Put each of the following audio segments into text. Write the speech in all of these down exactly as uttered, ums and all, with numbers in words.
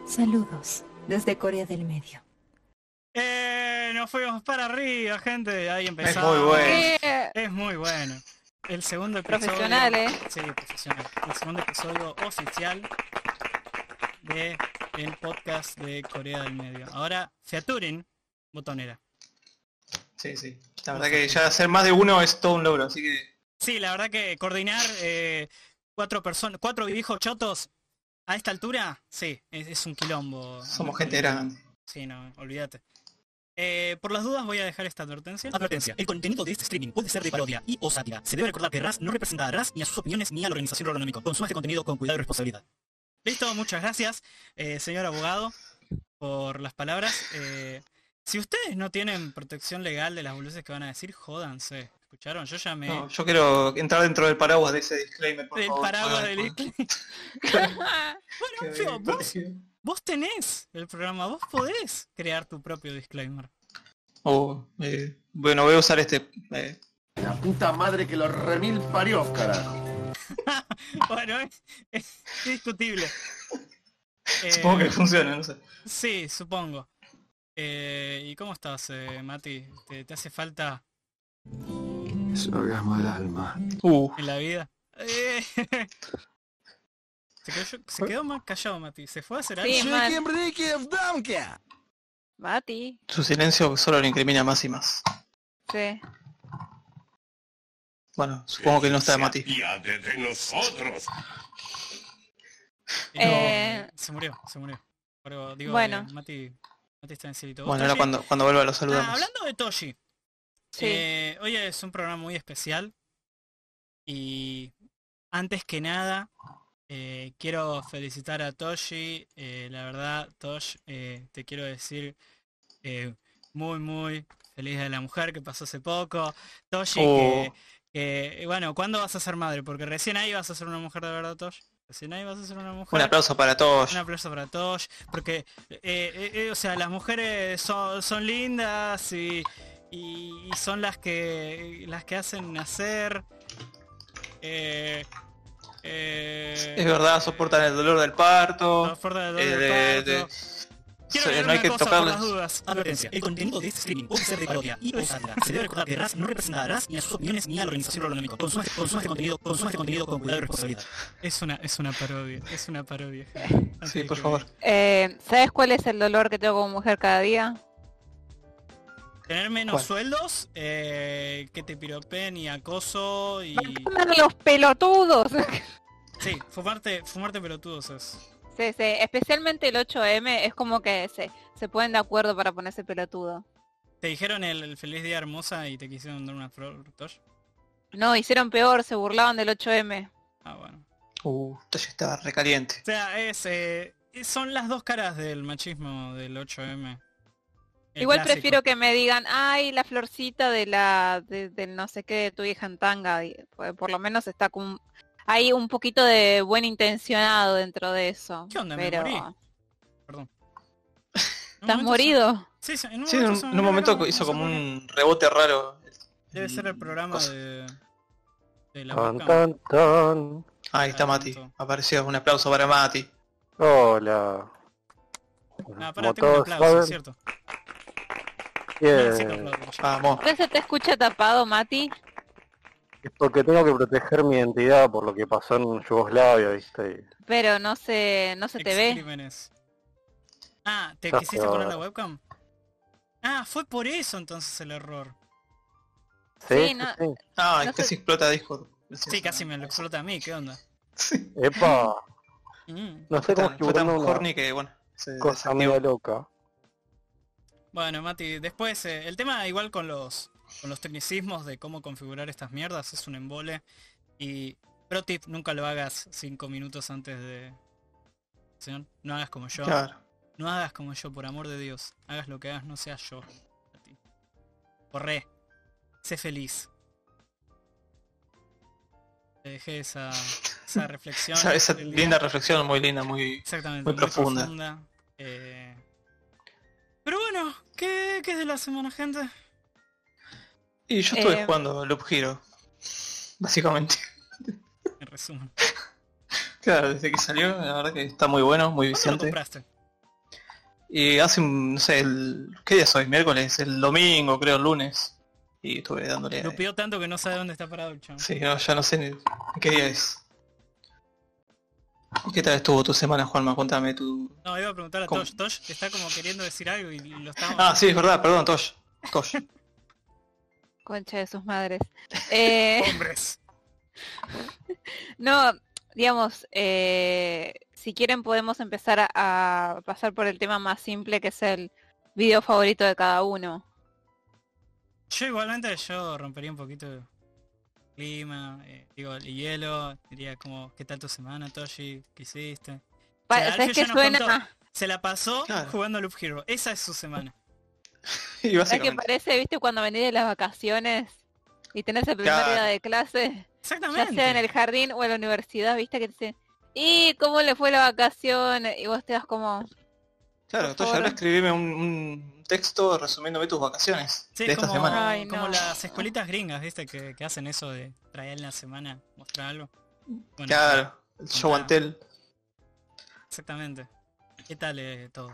Saludos desde Corea del Medio. Eh, nos fuimos para arriba, gente. Ahí empezamos. Es muy bueno. Eh, Es muy bueno. El segundo episodio. Profesional, ¿eh? Sí, profesional. El segundo episodio oficial de el podcast de Corea del Medio. Ahora, featuring botonera. Sí, sí. La verdad que ya hacer más de uno es todo un logro, así que... Sí, la verdad que coordinar eh, cuatro personas, cuatro viejos chotos a esta altura, sí, es, es un quilombo. Somos gente grande. Sí, no, olvídate. Eh, por las dudas voy a dejar esta advertencia. Advertencia. El contenido de este streaming puede ser de parodia y o sátira. Se debe recordar que R A S no representa a R A S ni a sus opiniones ni a la organización Rolonómico. Consuma este contenido con cuidado y responsabilidad. Listo, muchas gracias, eh, señor abogado, por las palabras. Eh, si ustedes no tienen protección legal de las boludeces que van a decir, jódanse. ¿Escucharon? Yo ya me... No, yo quiero entrar dentro del paraguas de ese disclaimer, por el favor. paraguas Ah, del bueno. Bueno, Que- Fio, vos, protegido. vos tenés el programa, vos podés crear tu propio disclaimer. Oh, eh, bueno, voy a usar este... eh, La puta madre que lo remil parió, carajo. Bueno, es, es discutible. Eh, Supongo que funciona, no sé. Sí, supongo. Eh, ¿Y cómo estás, eh, Mati? ¿Te, te hace falta Es un orgasmo del alma. Uh, en la vida? Eh, se, quedó, se quedó más callado, Mati. ¿Se fue a hacer algo? Sí, mal. Damka. Mati. su silencio solo lo incrimina más y más. Sí. Bueno, supongo que no está Mati. ¡Apiade de nosotros! Eh, Eh, Se murió, se murió. Pero digo, Bueno. eh, Mati, Mati está en cielito. Bueno, ahora cuando, cuando vuelva lo Ah, saludamos. hablando de Toshi. Sí. Eh, hoy es un programa muy especial. Y antes que nada, eh, quiero felicitar a Toshi. Eh, la verdad, Tosh, eh, te quiero decir eh, muy, muy feliz de la mujer que pasó hace poco. Toshi, Oh. que, que, bueno, ¿cuándo vas a ser madre? Porque recién ahí vas a ser una mujer de verdad, Tosh. Recién ahí vas a ser una mujer. Un aplauso para todos. Un aplauso para Tosh, porque, eh, eh, eh, o sea, las mujeres son, son lindas y, y, y son las que las que hacen nacer. Eh, eh, Es verdad, soportan el dolor del parto. soportan el dolor eh, del de- parto. de- Quiero so- leer no hay una que cosa por las tocarles. dudas. Advertencia. El contenido de este streaming puede ser de parodia y o sátira. Se debe recordar que R A S no representa a R A S ni a sus opiniones ni a la organización Rolonómico. Consuma, consuma este contenido, consuma este contenido con cuidado y responsabilidad. Es una, es una parodia, es una parodia. Sí, Así por que- favor. eh, ¿Sabes cuál es el dolor que tengo como mujer cada día? Tener menos ¿Cuál? sueldos, eh, que te piropen y acoso y... ¡Coman los pelotudos! Sí, fumarte, fumarte pelotudos es. Sí, sí, especialmente el ocho eme es como que se, se ponen de acuerdo para ponerse pelotudo. ¿Te dijeron el, el feliz día hermosa y te quisieron dar una flor, Tosh? No, hicieron peor, se burlaban del ocho eme. Ah, bueno. Uh, esto ya está recaliente. O sea, es, eh, son las dos caras del machismo del ocho eme. El Igual clásico. prefiero que me digan, ay, la florcita de la, de- del no sé qué de tu hija en tanga. y, pues, por lo menos está con, hay un poquito de buen intencionado dentro de eso. ¿Qué onda? Me Pero... morí. Perdón. En un ¿Estás momento morido? se- Sí, sí, en un Sí, en momento, se un, me en un movió la momento cama, hizo no sé como por qué. un rebote raro. Debe ser el programa Cosa. de... de la Tan, webcam. tan, tan. Ahí está Mati. Tanto. Apareció. Un aplauso para Mati. Hola. No, pará, Como tengo un todos aplauso, saben, ¿cierto? bien, No, sí que aplaudo, ya. Vamos. ¿Por qué se te escucha tapado, Mati? es porque tengo que proteger mi identidad por lo que pasó en Yugoslavia, ¿viste? Pero no se, no se te ve. Excrímenes. Ah, ¿te Ya quisiste fue. poner la webcam? Ah, fue por eso entonces el error. Sí, Sí, sí, no- sí. Ah, No casi sé- explota Discord. Sí, casi me lo explota a mí, ¿qué onda? Sí. Epa, Mm. no sé Fue cómo tan, estoy fue tan buscando una horny que, bueno, se cosa desactivó. media loca. Bueno, Mati, después eh, el tema igual con los con los tecnicismos de cómo configurar estas mierdas es un embole. Y pro tip, nunca lo hagas cinco minutos antes de... ¿Sí? No hagas como yo. Claro. No hagas como yo, por amor de Dios. Hagas lo que hagas, no seas yo. Mati. Corre. Sé feliz. Te dejé esa, esa reflexión. Esa, esa del día. linda reflexión, muy linda, muy... Exactamente, muy profunda. Eh, Pero bueno, ¿qué, ¿qué es de la semana, gente? Y yo estuve Eh, jugando Loop Hero. Básicamente. En resumen. Claro, desde que salió, la verdad que está muy bueno, muy ¿Cuándo lo viciante. compraste? Y hace un, no sé, el, ¿qué día es hoy? Miércoles, el domingo, creo, el lunes. Y estuve dándole... Lo pidió tanto que no sabe dónde está parado el chabón. Sí, no, ya no sé ni qué día es. ¿Y qué tal estuvo tu semana, Juanma? Cuéntame tu... No, iba a preguntar a ¿Cómo? Tosh. Tosh está como queriendo decir algo y lo estamos... Ah, sí, es verdad, perdón, Tosh. Tosh. Concha de sus madres. Eh, Hombres. no, digamos, eh, si quieren podemos empezar a, a pasar por el tema más simple, que es el video favorito de cada uno. Yo igualmente yo rompería un poquito el clima, eh, digo, el hielo, diría como, ¿qué tal tu semana, Toshi? ¿Qué hiciste? Pa- O sea, ¿Sabes Alfio qué ya nos suena? contó, se la pasó Claro. jugando Loop Hero. Esa es su semana. Y ¿Sabes qué básicamente. parece, viste, cuando venís de las vacaciones y tenés el primer Claro. día de clase, ya Exactamente. sea en el jardín o en la universidad, viste, que te dicen, ¿y cómo le fue la vacación? Y vos te das como, Claro, por Tosh, favor. ahora escribime un, un texto resumiéndome tus vacaciones Sí, de es esta como, semana. Ay, como no. las escuelitas gringas, ¿viste? Que, que hacen eso de traer en la semana, mostrar algo. Bueno, Claro, el show and tell. exactamente. ¿Qué tal eh, todo?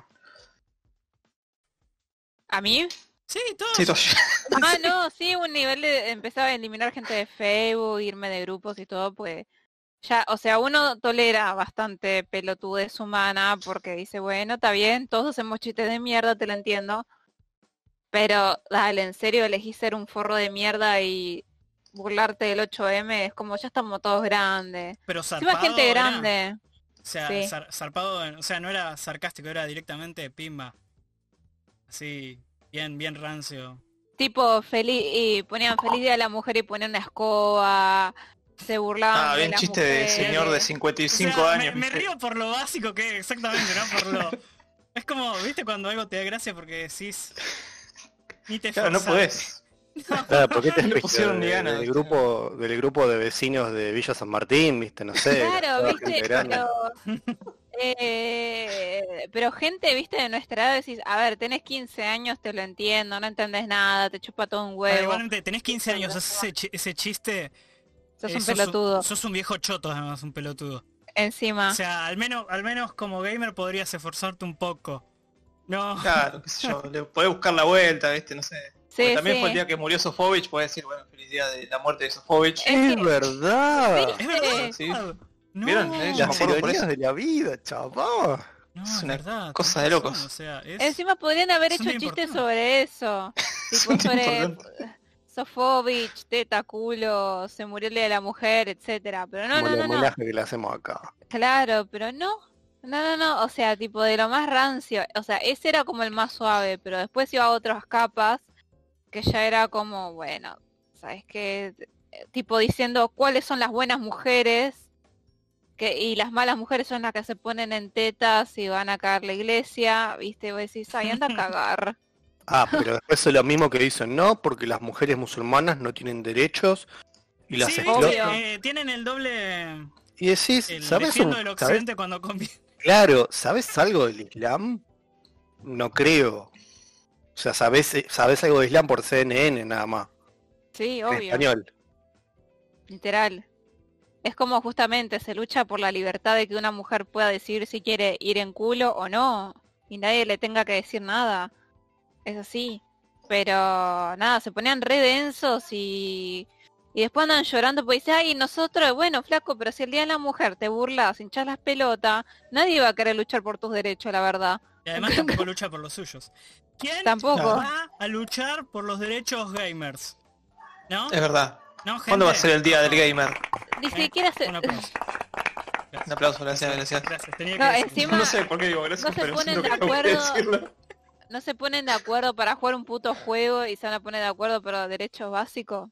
¿a mí? Sí, todo. Sí, Tosh. Ah, no, sí, un nivel de empezar a eliminar gente de Facebook, irme de grupos y todo, pues ya, o sea, uno tolera bastante pelotudez humana porque dice, bueno, está bien, todos hacemos chistes de mierda, te lo entiendo, pero dale, en serio, elegís ser un forro de mierda y burlarte del ocho eme, es como ya estamos todos grandes. Pero Encima zarpado gente era- grande. O sea, Sí. zar- zarpado, en- o sea, no era sarcástico, era directamente pimba. Así, bien, bien rancio. Tipo, feliz, y ponían feliz día de la mujer y ponían una escoba, se burlaban Ah, de bien las chiste de mujeres. señor de O cincuenta y sea, cinco me- años. Me, ¿viste? río por lo básico que, exactamente, ¿no? Por lo... Es como, ¿viste cuando algo te da gracia porque decís... Ni te Claro, no esforzás? podés. Claro, ¿por qué te No le fuiste pusieron ni de- ganas, del ¿viste? grupo, del grupo de vecinos de Villa San Martín, viste? No sé. Claro, toda viste, gente grande. pero, eh, pero gente, viste, de nuestra edad decís, a ver, tenés quince años, te lo entiendo, no entendés nada, te chupa todo un Ah, huevo, igualmente, tenés quince años, haces ese, chi- ese chiste... sos eh, un pelotudo. sos un viejo choto, además, un pelotudo. Encima. O sea, al menos, al menos como gamer podrías esforzarte un poco. No, Claro, qué sé yo, le podés buscar la vuelta, ¿viste? No sé. Sí, Porque también sí. fue el día que murió Sofovich, podés decir, bueno, feliz día de la muerte de Sofovich. Es Es que- verdad. es verdad. Sí. No, ¿Vieron? Eh, yo me Las acuerdo por ironías eso. de la vida, chaval. no, Es es una verdad. cosa tenés de razón, locos. O sea, es... Encima podrían haber es un hecho día chistes importante. sobre eso. Es Tipo un día sobre importante. Sofovich, teta, culo, se murió el día de la mujer, etcétera. Pero no, Como no, el no, no. homenaje que le hacemos acá. Claro, pero no. No, no, no. O sea, tipo de lo más rancio. O sea, ese era como el más suave, pero después iba a otras capas que ya era como, bueno, ¿sabes qué? Tipo diciendo cuáles son las buenas mujeres que y las malas mujeres son las que se ponen en tetas y van a caer la iglesia, ¿viste? Y vos decís, ay, anda a cagar. Ah, pero después es lo mismo que dicen, no, porque las mujeres musulmanas no tienen derechos y las Sí, explotan. viste, Obvio. eh, tienen el doble... Y decís, El ¿sabes? defiendo un- del ¿sabes? occidente cuando conviene. Claro, ¿sabes algo del Islam? No creo. O sea, ¿sabes, sabes algo de Islam por C N N nada más? Sí, En obvio. español. Literal. Es como justamente se lucha por la libertad de que una mujer pueda decidir si quiere ir en culo o no. Y nadie le tenga que decir nada. Es así. Pero nada, se ponían re densos y... Y después andan llorando porque dice, ay, nosotros, bueno, flaco, pero si el día de la mujer te burlas, hinchas las pelotas, nadie va a querer luchar por tus derechos, la verdad. Y además tampoco lucha por los suyos. ¿Quién Tampoco. va a luchar por los derechos gamers? ¿No? Es verdad. ¿No, gente? ¿Cuándo va a ser el día del gamer? Ni Eh, siquiera se... Un aplauso. Un aplauso, gracias, gracias. Gracias, tenía que No, decirlo. encima- No sé por qué digo gracias, no se pero ponen siento de que tengo que acuerdo. decirlo. No se ponen de acuerdo para jugar un puto juego y se van a poner de acuerdo por los derechos básicos.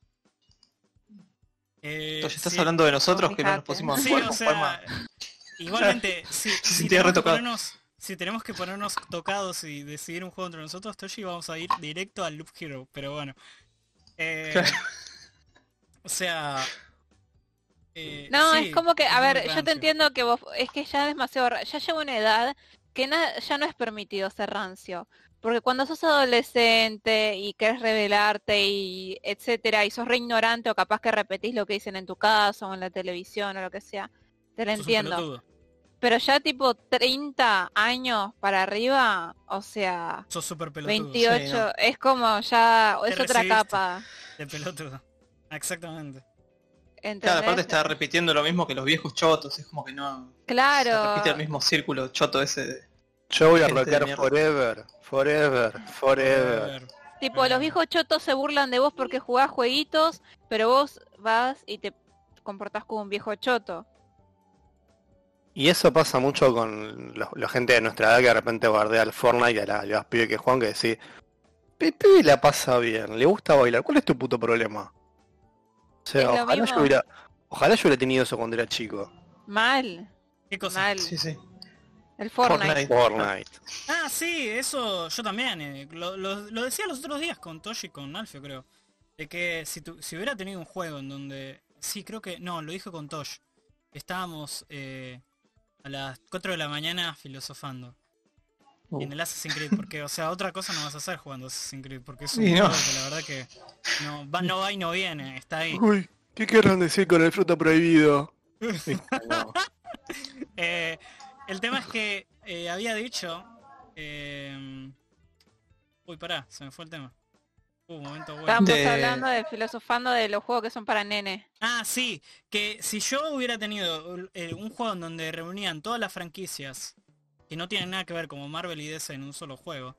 Eh, Entonces, ¿estás sí. hablando de nosotros que no nos Fíjate. pusimos de Sí, acuerdo o con sea, Juanma? igualmente, si, Se si, sentía tenemos que retocado. ponernos, si tenemos que ponernos tocados y decidir un juego entre nosotros, Toshi, vamos a ir directo al Loop Hero, pero bueno. Eh, Claro. o sea... eh, No, sí, es como que, a muy ver, yo rancio. te entiendo que vos, es que ya es demasiado, ra- ya llega una edad que na- ya no es permitido ser rancio. Porque cuando sos adolescente y querés revelarte y etcétera, y sos re ignorante o capaz que repetís lo que dicen en tu casa o en la televisión o lo que sea, te lo Sos un entiendo. pelotudo. pero ya tipo treinta años para arriba, o sea, Sos súper pelotudo. veintiocho, Sí, no. es como ya, Te es otra recibiste. capa. De pelotudo. Exactamente. Claro, ¿Entendés? aparte está repitiendo lo mismo que los viejos chotos, es como que no... Se repite Claro, el mismo círculo choto ese de... Yo voy a Gente de rockear mierda. forever, forever, forever. tipo los viejos chotos se burlan de vos porque jugás jueguitos, pero vos vas y te comportás como un viejo choto. Y eso pasa mucho con lo- la gente de nuestra edad que de repente bardea al Fortnite y a, la, a los pibes que juegan que decís, Pepe la pasa bien, le gusta bailar, ¿cuál es tu puto problema? O sea, Es lo ojalá yo mismo. hubiera, ojalá yo hubiera tenido eso cuando era chico. Mal, ¿Qué cosa? mal. Sí, sí. El Fortnite. Fortnite. Ah, sí, eso yo también. eh, lo, lo- lo decía los otros días con Toshi y con Alfio, creo. De que si, tu- si hubiera tenido un juego en donde... Sí, creo que... No, lo dijo con Tosh. Estábamos eh, a las cuatro de la mañana filosofando. Uh. En el Assassin's Creed, porque, o sea, otra cosa no vas a hacer jugando Assassin's Creed, porque es un Sí, no. juego que la verdad que no va, no va y no viene, está ahí. Uy, ¿qué querrán decir con el fruto prohibido? Viste, no. Eh, el tema es que eh, había dicho... eh, Uy, pará, se me fue el tema. Uh, momento bueno. Estábamos De- hablando de filosofando de los juegos que son para nene. Ah, sí, que si yo hubiera tenido eh, un juego en donde reunían todas las franquicias que no tienen nada que ver como Marvel y D C en un solo juego,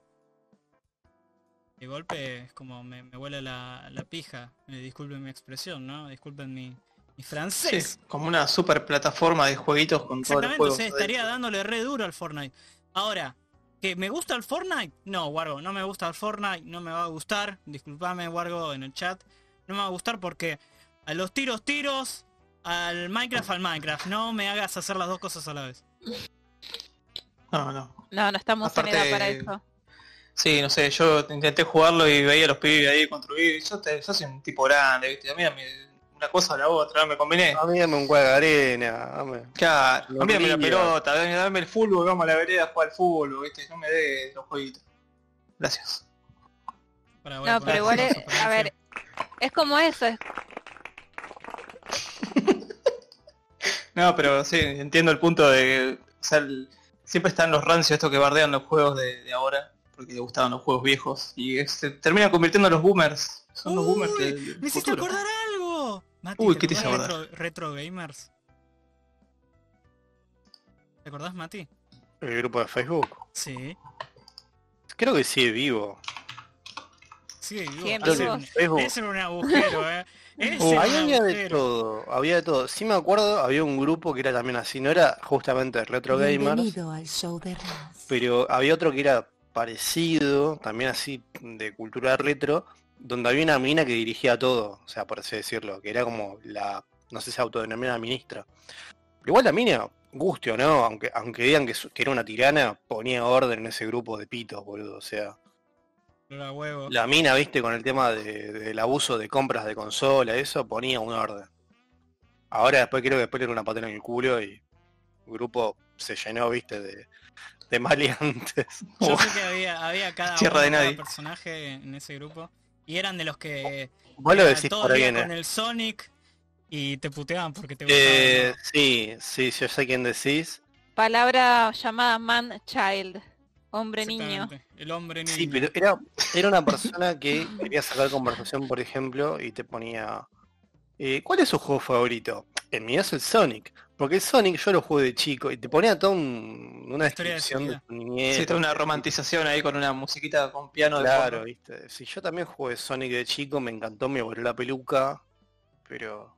de golpe es como me, me huele la, la pija. Eh, disculpen mi expresión, ¿no? Disculpen mi, mi Sí, francés. como una super plataforma de jueguitos con todos los Exactamente, o juegos. sea, estaría adentro. dándole re duro al Fortnite. Ahora, ¿que me gusta el Fortnite? No, Wargo, no me gusta el Fortnite, no me va a gustar. Disculpame, Wargo, en el chat. No me va a gustar porque a los tiros, tiros, al Minecraft, al Minecraft. No me hagas hacer las dos cosas a la vez. No, no. No, no estamos Aparte- en edad para eso. Sí, no sé, yo intenté jugarlo y veía a los pibes ahí construir. Yo, te, yo soy un tipo grande, ¿viste? A mí me- una cosa a la otra, me combiné. A mí dame un juego de arena, dame. Claro, Los cambiame la niños. pelota, dame, dame el fútbol, vamos a la vereda a jugar al fútbol, ¿viste? No me dé los jueguitos. Gracias. Para, voy a No, poner pero igual es, pausa para a el ver, es como eso, es No, pero sí, entiendo el punto de... O sea, el- siempre están los rancios estos que bardean los juegos de, de ahora, porque les gustaban los juegos viejos, y es- se terminan convirtiendo en los boomers. Son los boomers Uy, del, del ¡Me hiciste futuro. acordar algo! Mati, Uy, ¿te ¿qué te hice acordás acordar? retro, retro Gamers? ¿Te acordás, Mati? El grupo de Facebook. Sí. Creo que sigue vivo. Sigue vivo. Siguen Debe ser vivos. un- Facebook. debe ser un agujero, eh. Debe Uh, ser Ahí un había de agujero. todo, había de todo. Sí me acuerdo, había un grupo que era también así, no era justamente Retro Gamers, Bienvenido al show de Raz. pero había otro que era parecido, también así de cultura retro, donde había una mina que dirigía todo, o sea, por así decirlo, que era como la, no sé si se autodenominaba ministra. Pero igual la mina, guste o no, aunque, aunque digan que, su- que era una tirana, ponía orden en ese grupo de pitos, boludo, o sea. Olor a huevo. La mina, viste, con el tema de- del abuso de compras de consola, eso, ponía un orden. Ahora después creo que después le dieron una patena en el culo y el grupo se llenó, viste, de, de maleantes. Yo Uh, sé que había, había cada, Tierra uno, de cada nadie. personaje en ese grupo. Y eran de los que Vos lo iban decís todo por el ahí, día ¿eh? con el Sonic y te puteaban porque te gustaba. Eh, ¿no? sí, sí, yo sé quién decís. palabra llamada man child, hombre niño. Exactamente, el hombre niño. Sí, pero era, era una persona que quería sacar conversación, por ejemplo, y te ponía... eh, ¿cuál es su juego favorito? El mío es el Sonic. Porque el Sonic yo lo jugué de chico y te ponía toda un- una Historia de su descripción de vida. tu niñez. sí, toda una romantización ahí con una musiquita con piano de Claro, fondo. viste. Si yo también jugué Sonic de chico, me encantó, me voló la peluca, pero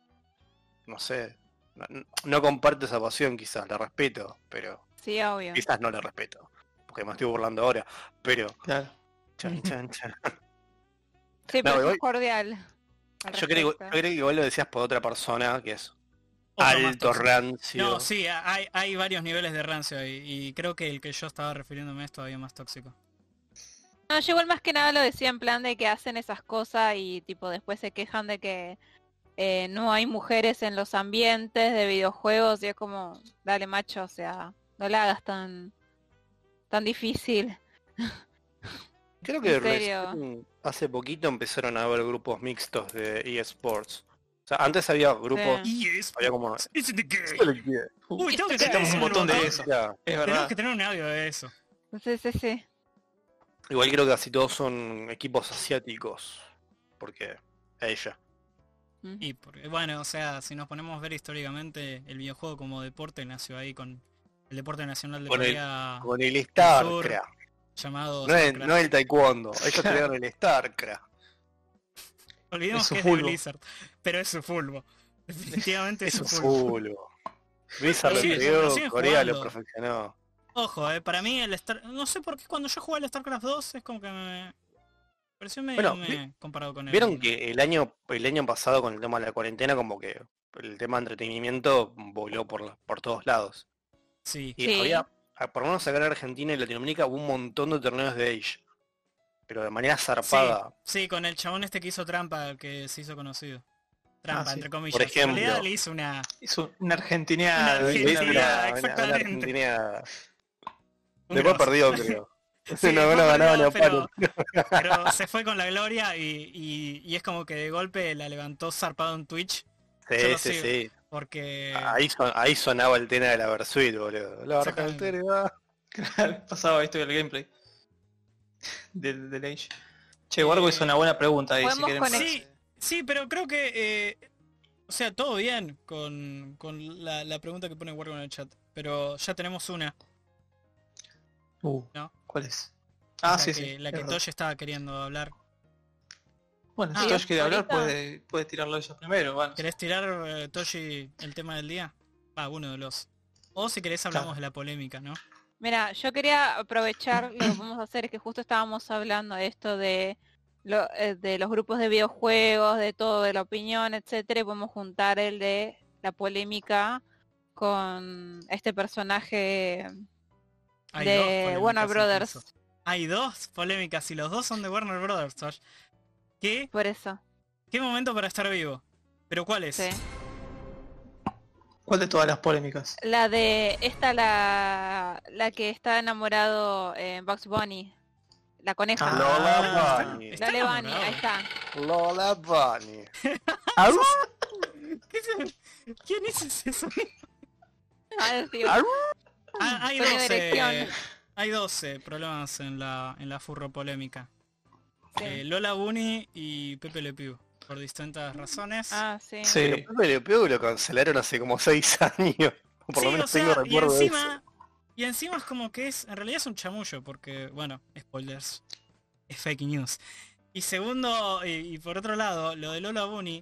no sé, no, no comparto esa pasión quizás, la respeto, pero Sí, obvio. quizás no la respeto, porque me estoy burlando ahora, pero Claro. chan, chan, chan. Sí, No, pero igual- es cordial. al Yo creo, respecto. yo creo que igual lo decías por otra persona que es Otro más alto tóxico. rancio. No, sí, hay, hay varios niveles de rancio ahí, y creo que el que yo estaba refiriéndome es todavía más tóxico. No, yo igual más que nada lo decía en plan de que hacen esas cosas y tipo después se quejan de que eh, no hay mujeres en los ambientes de videojuegos y es como, dale macho, o sea, no la hagas tan tan difícil. Creo que ¿En serio? recién hace poquito empezaron a haber grupos mixtos de eSports. O sea, antes había grupos, Y es... había como... It's in the game. Uh, Uy, tengo que necesitamos un tener montón de audio. eso. Ya. Es Tenemos verdad. que tener un audio de eso. Sí, sí, sí. Igual creo que casi todos son equipos asiáticos. Porque ella. Mm. Y porque, bueno, o sea, si nos ponemos a ver históricamente, el videojuego como deporte nació ahí con el deporte nacional de Con el- Corea Con el Sur, StarCraft. llamado No es, StarCraft. no es el taekwondo. Ellos crearon el StarCraft. Olvidemos Es su que es de fulbo. Blizzard, pero es su fulbo. Definitivamente es Es su un fulbo. fulbo. Blizzard Lo lo siguen- creó, lo siguen Corea lo jugando. perfeccionó. Ojo, eh, para mí el Star... No sé por qué cuando yo jugué al StarCraft dos es como que me... pareció medio Bueno, me... comparado con el Vieron uno. que el año el año pasado con el tema de la cuarentena como que el tema de entretenimiento voló por, la- por todos lados. Sí, Y Sí. había, a- por lo menos acá en Argentina y Latinoamérica hubo un montón de torneos de Age. Pero de manera zarpada. sí, con el chabón este que hizo trampa, el que se hizo conocido. Trampa, Ah, sí. entre comillas. Por ejemplo. En realidad le hizo una... Hizo una argentinidad. Una Le ¿viste? hizo argentinidad, una- una- una exactamente. Argentina- un Después grosso. perdió, creo. Sí, no, después no ganaba perdió, ni a palo. pero, pero se fue con la gloria y, y- y es como que de golpe la levantó zarpado en Twitch Sí, Yo lo sí, sigo. sí. porque... Ahí, son- ahí sonaba el tema de la Versuit, boludo. La Exactamente. Argentina. Pasaba esto del gameplay. Del, del Age. Che, Wargo hizo una buena pregunta ahí, si Podemos quieren. conectar- Sí, sí, pero creo que... eh, o sea, todo bien con, con la, la pregunta que pone Wargo en el chat. Pero ya tenemos una. Uh, ¿No? ¿Cuál es? Ah, la sí, que, sí. La es que verdad. Tosh estaba queriendo hablar. Bueno, Ah, si Tosh quiere hablar, ahorita. puede, puede tirarlo ella primero. Bueno. ¿Querés tirar, eh, Toshi, el tema del día? Ah, uno de los... O si querés hablamos Claro. de la polémica, ¿no? Mira, yo quería aprovechar, lo que vamos a hacer es que justo estábamos hablando de esto de, lo- eh, de los grupos de videojuegos, de todo, de la opinión, etcétera, y podemos juntar el de la polémica con este personaje Hay dos de polémicas Warner Brothers. incluso. Hay dos polémicas y los dos son de Warner Brothers, Tosh. ¿Qué? Por eso, ¿Qué momento para estar vivo? ¿Pero cuál es? sí. ¿Cuál de todas las polémicas? La de esta, la, la que está enamorado en Bugs Bunny, la coneja. Ah, Lola Bunny. está Dale, Bunny, enamorado. ahí está. Lola Bunny. ¿Qué se- ¿Quién es ese sonido? Ah, sí, Au. Ah, hay Sonido de doce, erección. hay doce problemas en la, en la furro polémica. sí. Eh, Lola Bunny y Pepe Le Pew, por distintas razones. Ah, sí. Sí. Pero Pepe Le Pew lo cancelaron hace como seis años. O por Sí, lo o menos sea, tengo y recuerdo de eso. encima, y encima es como que es, en realidad es un chamullo, porque, bueno, spoilers, es fake news. Y segundo, y, y por otro lado, lo de Lola Bunny,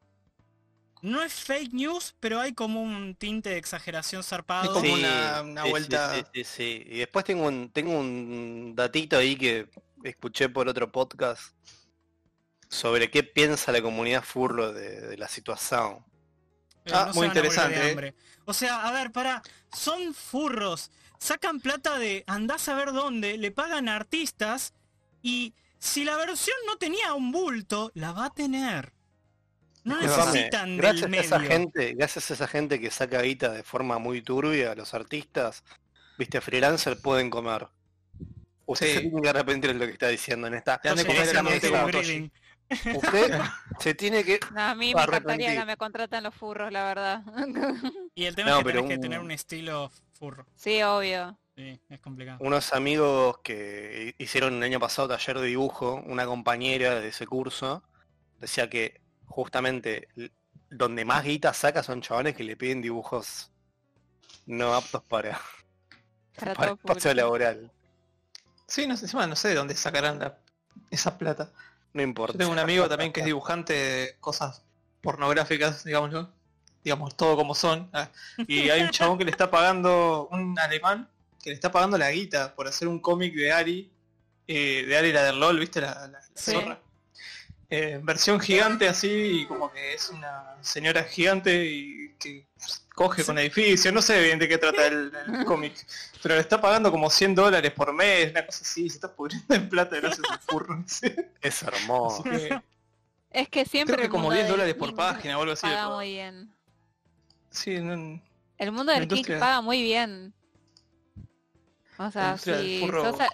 no es fake news, pero hay como un tinte de exageración zarpado. Es como una- una sí, vuelta- Sí, sí, sí. Y después tengo un, tengo un datito ahí que escuché por otro podcast sobre qué piensa la comunidad furlo de, de la situación. Eh, Ah, no se muy van a morir de interesante, eh. hambre. O sea, a ver, para, son furros, sacan plata de andás a ver dónde, le pagan a artistas y si la versión no tenía un bulto, la va a tener. No Escúchame, necesitan del Gracias a medio. esa gente, gracias a esa gente que saca guita de forma muy turbia, los artistas, viste, freelancer pueden comer. Usted Sí. se tiene que arrepentir de lo que está diciendo en esta. Te han de Oye, comer ese la no es mente el como breeding. Usted se tiene que... No, a mí me encantaría Arrepentir. que me contraten los furros, la verdad. Y el tema No, es que pero tenés que un- tener un estilo furro. Sí, obvio. Sí, es complicado. Unos amigos que hicieron el año pasado taller de dibujo, una compañera de ese curso, decía que justamente l- donde más guita saca son chabones que le piden dibujos no aptos para, Para para todo espacio público. laboral. Sí, no sé, encima no sé de dónde sacarán la- esa plata. No importa. Yo tengo un amigo también que es dibujante de cosas pornográficas, digámoslo. Digamos, todo como son. Ah, y hay un chabón que le está pagando, un alemán, que le está pagando la guita por hacer un cómic de Ari, eh, de Ari la del LOL, ¿viste? La, la- la Sí. zorra. Eh, en versión gigante así, y como que es una señora gigante y que coge con edificios, no sé bien de qué trata el, el cómic, pero le está pagando como cien dólares por mes, una cosa así, se está pudriendo en plata gracias al furro. ¿Sí? Es hermoso. Así que, Es que siempre creo que el como mundo diez del dólares por King página o algo así. paga pero- muy bien. Sí, no- El mundo La del King industria- paga muy bien. O la sea, industria del si furro- sos, a-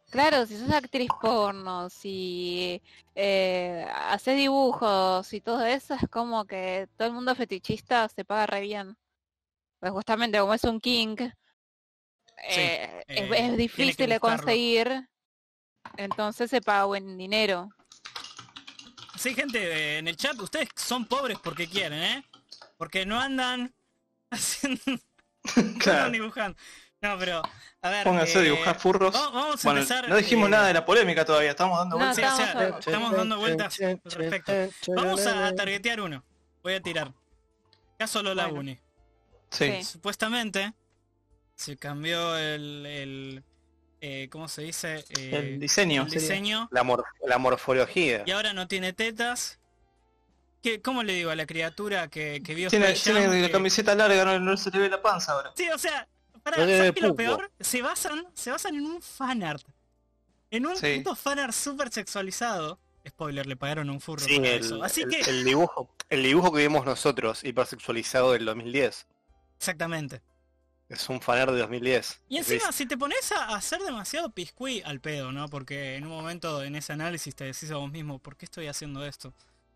Claro, si sos actriz porno, si eh, haces dibujos y todo eso, es como que todo el mundo fetichista se paga re bien. Pues justamente como es un kink, Sí, eh, es, eh, es tiene que difícil de buscarlo. conseguir, entonces se paga buen dinero. Sí, gente, eh, en el chat, ustedes son pobres porque quieren, ¿eh? Porque no andan haciendo... no andan Claro. dibujando. No, pero, a ver... Pónganse a eh, dibujar furros. va- vamos a Bueno, empezar... no dijimos eh, nada de la polémica todavía, estamos dando No, vueltas. Sí, o sea, estamos- estamos dando vueltas al respecto. Vamos a targetear uno. Voy a tirar. Caso Lola Bueno. Bunny. Sí. Sí. Supuestamente se cambió el... el eh, ¿cómo se dice? Eh, El diseño. el sería. diseño. La, mor- la morfología. Y ahora no tiene tetas. ¿Qué, ¿Cómo le digo a la criatura que, que vio Tiene, Space Jam tiene la que- camiseta larga, no, no se le ve la panza ahora. Sí, o sea, para, No tiene ¿sabes qué es lo pulpo. peor? Se basan, se basan en un fanart. En un Sí. puto fanart súper sexualizado. Spoiler, le pagaron a un furro Sí, para el, eso. Así el- que, el dibujo, el dibujo que vimos nosotros, hipersexualizado del dos mil diez. exactamente. Es un faner de dos mil diez. Y Es- encima, si te pones a hacer demasiado piscuí al pedo, ¿no? Porque en un momento en ese análisis te decís a vos mismo, ¿por qué estoy haciendo esto?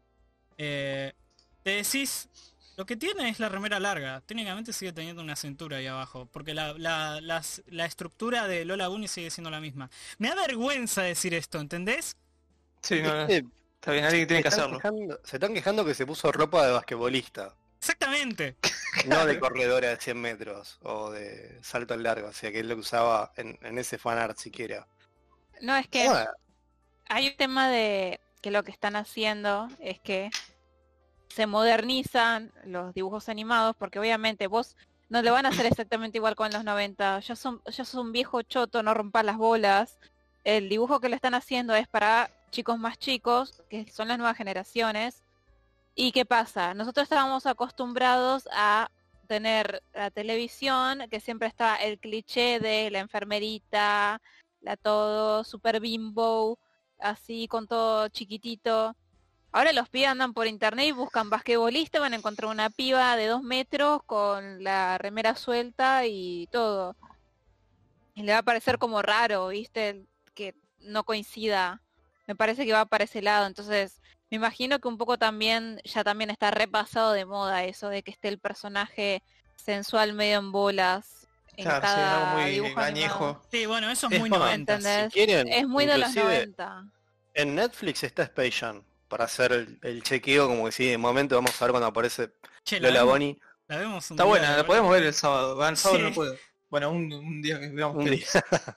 Eh, te decís, lo que tiene es la remera larga. Técnicamente sigue teniendo una cintura ahí abajo. Porque la, la, las- la estructura de Lola Bunny sigue siendo la misma. Me da vergüenza decir esto, ¿entendés? Sí, no, no, ¿Viste? está bien, alguien tiene que se, están hacerlo. quejando, se están quejando que se puso ropa de basquetbolista, Exactamente. no de corredora de cien metros o de salto al largo, o sea que es lo que usaba en, en ese fanart siquiera. No, es que Bueno, hay un tema de que lo que están haciendo es que se modernizan los dibujos animados, porque obviamente vos no lo van a hacer exactamente igual con los noventa. Ya son, ya sos un viejo choto, no rompas las bolas. El dibujo que le están haciendo es para chicos más chicos, que son las nuevas generaciones. ¿Y qué pasa? Nosotros estábamos acostumbrados a tener la televisión, que siempre está el cliché de la enfermerita, la todo super bimbo, así con todo chiquitito. Ahora los pibes andan por internet y buscan basquetbolista, van a encontrar una piba de dos metros con la remera suelta y todo. Y le va a parecer como raro, ¿viste? Que no coincida. Me parece que va para ese lado. Entonces, me imagino que un poco también, ya también está repasado de moda eso de que esté el personaje sensual medio en bolas en Claro, sí, cada algo muy dibujo animado. añejo. Sí, bueno, eso es Es muy más, noventas. ¿Entendés? si quieren, Es muy de los inclusive, noventa. en Netflix está Space Jam, para hacer el, el chequeo, como que sí, de momento vamos a ver cuando aparece Che, la Lola vemos, Bunny la vemos un Está día, buena, la verdad. podemos ver el sábado. Va, el sábado Sí. no puedo. Bueno, un, un día que veamos un que día.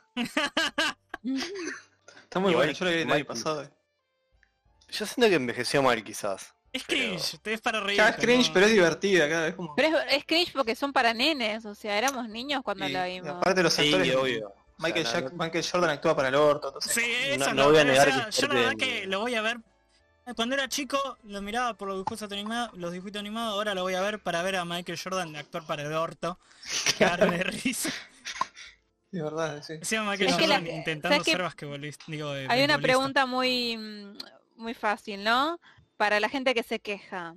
está muy Igual buena, yo la vi el Mike- año pasado. Yo siento que envejeció mal quizás. Es Pero- cringe, te es para reír. Cada es cringe, pero es divertida, cada vez como. Pero es, es cringe porque son para nenes, o sea, éramos niños cuando Y- la y vimos. aparte los Sí, actores. obvio. Michael, O sea, Jack- no- Michael Jordan actúa para el orto, entonces. Sí, eso No- no, no voy a o negar sea, que yo la parte verdad de que mi- lo voy a ver. Cuando era chico lo miraba por los dibujos animados, los dibujitos animados, ahora lo voy a ver para ver a Michael Jordan actuar para el orto. Cagarme de risa. De verdad, sí. Encima Michael Es que Jordan la- intentando ¿sabes qué? ser basquetbolista. Digo, de Hay una beisbolista. pregunta muy, mm, muy fácil, ¿no? Para la gente que se queja.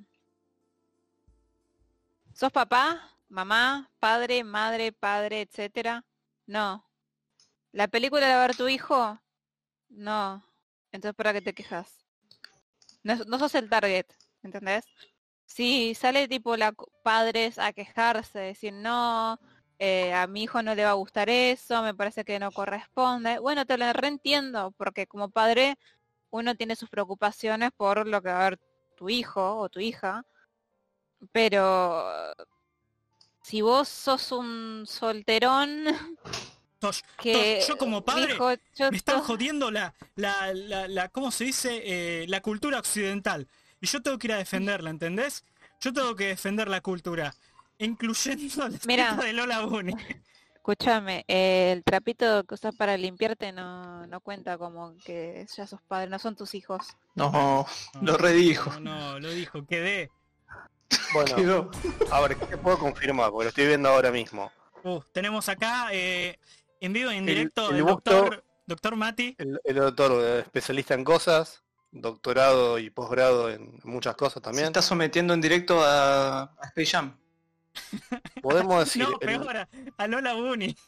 ¿Sos papá, mamá, padre, madre, padre, etcétera? No. ¿La película la va a ver tu hijo? No. Entonces, ¿para qué te quejas? No, no sos el target, ¿entendés? Si sale tipo la padres a quejarse, decir no, eh, a mi hijo no le va a gustar eso, me parece que no corresponde. Bueno, te lo reentiendo, porque como padre uno tiene sus preocupaciones por lo que va a ver tu hijo o tu hija, pero si vos sos un solterón Tosh, que Tosh, yo como padre dijo, yo me están to- jodiendo la, la, la, la, ¿cómo se dice? Eh, la cultura occidental. Y yo tengo que ir a defenderla, ¿entendés? Yo tengo que defender la cultura. Incluyendo la Mirá. teta de Lola Bunny. Escúchame, eh, el trapito que usas para limpiarte no, no cuenta como que ya sos padre, no son tus hijos. No, No, lo redijo. No, no, lo dijo, quedé. Bueno, Quedó. a ver, ¿qué puedo confirmar? Porque lo estoy viendo ahora mismo. Uh, tenemos acá eh, en vivo y en El- directo el el, busto- doctor, doctor Mati. El, el doctor eh, especialista en cosas, doctorado y posgrado en muchas cosas Se también. está sometiendo en directo a, a Space Jam. Podemos decir, No, el, peor, a, a Lola Bunny.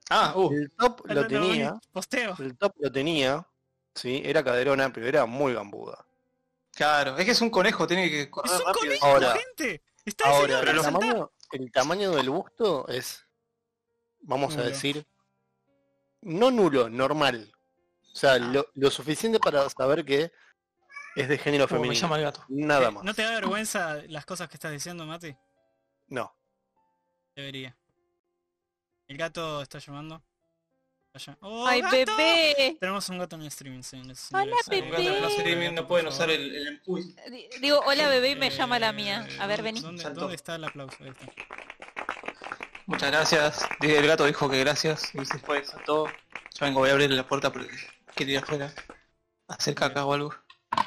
Ah, uh. El top Ah, lo no, tenía, no, posteo. el top lo tenía, sí, era caderona, pero era muy gambuda. Claro, es que es un conejo, tiene que correr Es un rápido. conejo, Ahora- gente. Está Ahora, diseñado el para saltar. tamaño, el tamaño del busto es, vamos a Nulo. decir, no nulo, normal. O sea, lo, lo suficiente para saber que es de género Uh, me femenino. llama el gato. Nada Eh, más. ¿No te da vergüenza las cosas que estás diciendo, Mati? No. Debería. El gato está llamando. Allá. ¡Oh, ¡Ay, gato! bebé! Tenemos un gato en el streaming, señores. Hola, señores. Los gatos de los bebé. streaming no pueden usar el, el empuj. Di- Digo, hola bebé y me Eh, llama la mía. A ver, vení. ¿Dónde, Saltó. ¿Dónde está el aplauso? Ahí está. Muchas gracias. Dice, el gato dijo que gracias y se fue, saltó. Yo vengo, voy a abrirle la puerta porque quiere ir afuera. A hacer caca o algo.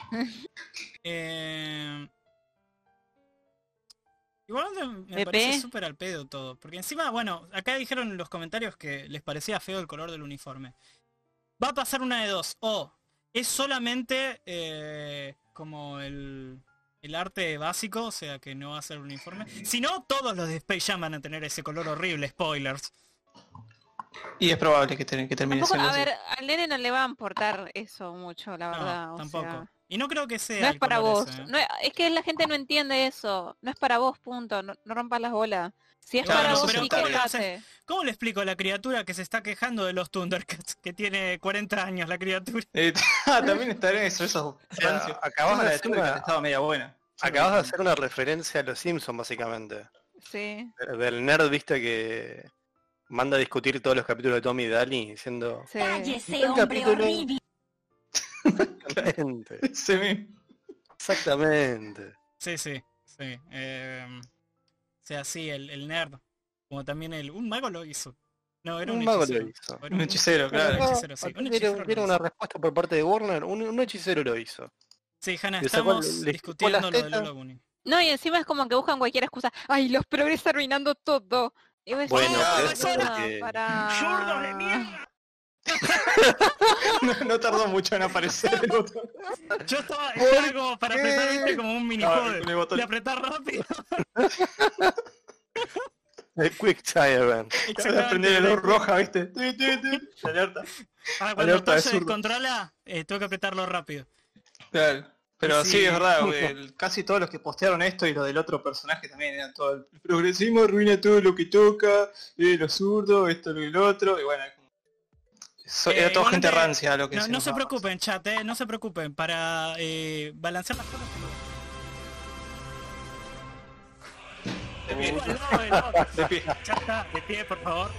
Eh... Igualmente me Pepe. parece súper al pedo todo. Porque encima, bueno, acá dijeron en los comentarios que les parecía feo el color del uniforme. Va a pasar una de dos. O es solamente eh, como el, el arte básico, o sea que no va a ser el uniforme. Si no, todos los de Space Jam van a tener ese color horrible, spoilers. Y es probable que, te- que termine Tampoco, siendo a así. ver, al nene no le va a importar eso mucho, la verdad. No, o tampoco. sea, Y no creo que sea no es el para color vos. ese, ¿eh? No es, es que la gente no entiende eso. No es para vos, punto. No, no rompas las bolas. Si es Claro, para no vos, se sí, pregunta, quejate. ¿Cómo le explico a la criatura que se está quejando de los Thundercats? Que tiene cuarenta años la criatura. Eh, ah, también está en eso, esos sea, rancios. acabas Esa de de hacer Thundercat una- estaba media buena. Acabas de hacer una referencia a los Simpsons, básicamente. Sí, Del nerd, viste, que manda a discutir todos los capítulos de Tommy y Daly, diciendo... sí. ¡Cállese, Un hombre capítulo- horrible! Exactamente. Ese mismo. Exactamente. Sí, sí, sí. eh, o sea, sí, el, el nerd. Como también el... Un mago lo hizo. No, era un, Un mago hechicero. lo hizo. O era Un hechicero, era claro. Un hechicero, sí. Un Tiene- hechicero lo tiene hizo. una respuesta por parte de Warner, un, un hechicero lo hizo. Sí, Hanna, Le sacó- estamos le chupó discutiendo las lo de tetas. Lola Bunny. No, y encima es como que buscan cualquier excusa. ¡Ay, los progres arruinando todo! Y vos decís, Bueno, "Ah, pero eso para, es porque- para". ¡Zurdo de mierda! No, no tardó mucho en aparecer el botón. Yo estaba, estaba como para apretar, viste, como un Ah, minijuego con el botón. de apretar rápido. El Quick Time Event. Acaba de prender la luz roja, ¿viste? Tu, tu, tu. Alerta. Ah, cuando Alerta de todo se zurdo. descontrola, eh, tengo que apretarlo rápido. Claro. Pero Sí. sí, es verdad, güey, el- casi todos los que postearon esto y lo del otro personaje también eran todo el progresismo arruina todo lo que toca, eh, lo zurdo, esto lo y lo otro, y bueno, es como- so- Eh, era toda gente igualmente, rancia lo que No, se no nos se va. preocupen, chat, eh, no se preocupen. Para eh, balancear las cosas. De pie, al lado del otro. De pie. Ya está, de pie, por favor.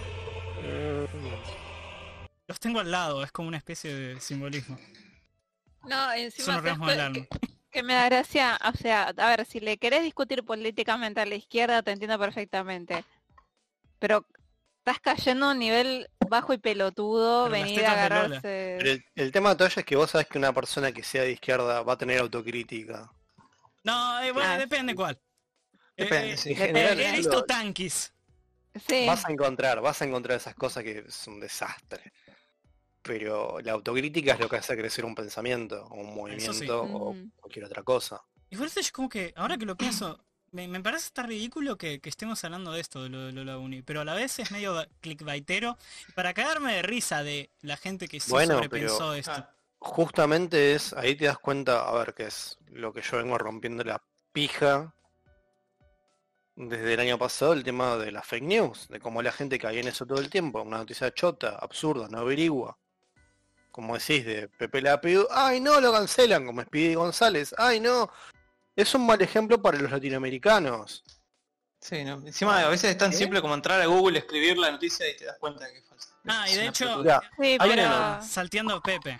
Los tengo al lado, es como una especie de simbolismo. No, Es un encima orgasmo ¿sabes del qué? alma. que, que me da gracia, o sea, a ver, si le querés discutir políticamente a la izquierda, te entiendo perfectamente. Pero estás cayendo a un nivel bajo y pelotudo, Pero las venir a tetas de Lola. agarrarse. Pero el, el tema de Toya es que vos sabés que una persona que sea de izquierda va a tener autocrítica. No, eh, bueno, Ah, depende cuál. Depende, Eh, sí. En eh, general, he yo visto lo- tanquis. Sí, vas a encontrar, vas a encontrar esas cosas que es un desastre. Pero la autocrítica es lo que hace crecer un pensamiento, o un Eso movimiento, sí. o Mm. cualquier otra cosa. Igual es como que, ahora que lo pienso, me, me parece estar ridículo que, que estemos hablando de esto, de lo de Lola Bunny, pero a la vez es medio clickbaitero, y para cagarme de risa de la gente que sí Bueno, sobrepensó pero- esto. Ah, Justamente es, ahí te das cuenta, a ver, que es lo que yo vengo rompiendo la pija desde el año pasado, el tema de las fake news, de cómo la gente cae en eso todo el tiempo, una noticia chota, absurda, no averigua. Como decís, de Pepe La Pew, ay no, lo cancelan, como Speedy González, ay no. Es un mal ejemplo para los latinoamericanos. sí, ¿no? Encima a veces es tan ¿Eh? simple como entrar a Google, escribir la noticia y te das cuenta de que es falsa. Ah, y Es de una hecho, pelotudez. sí, Hay pero... una- salteando a Pepe.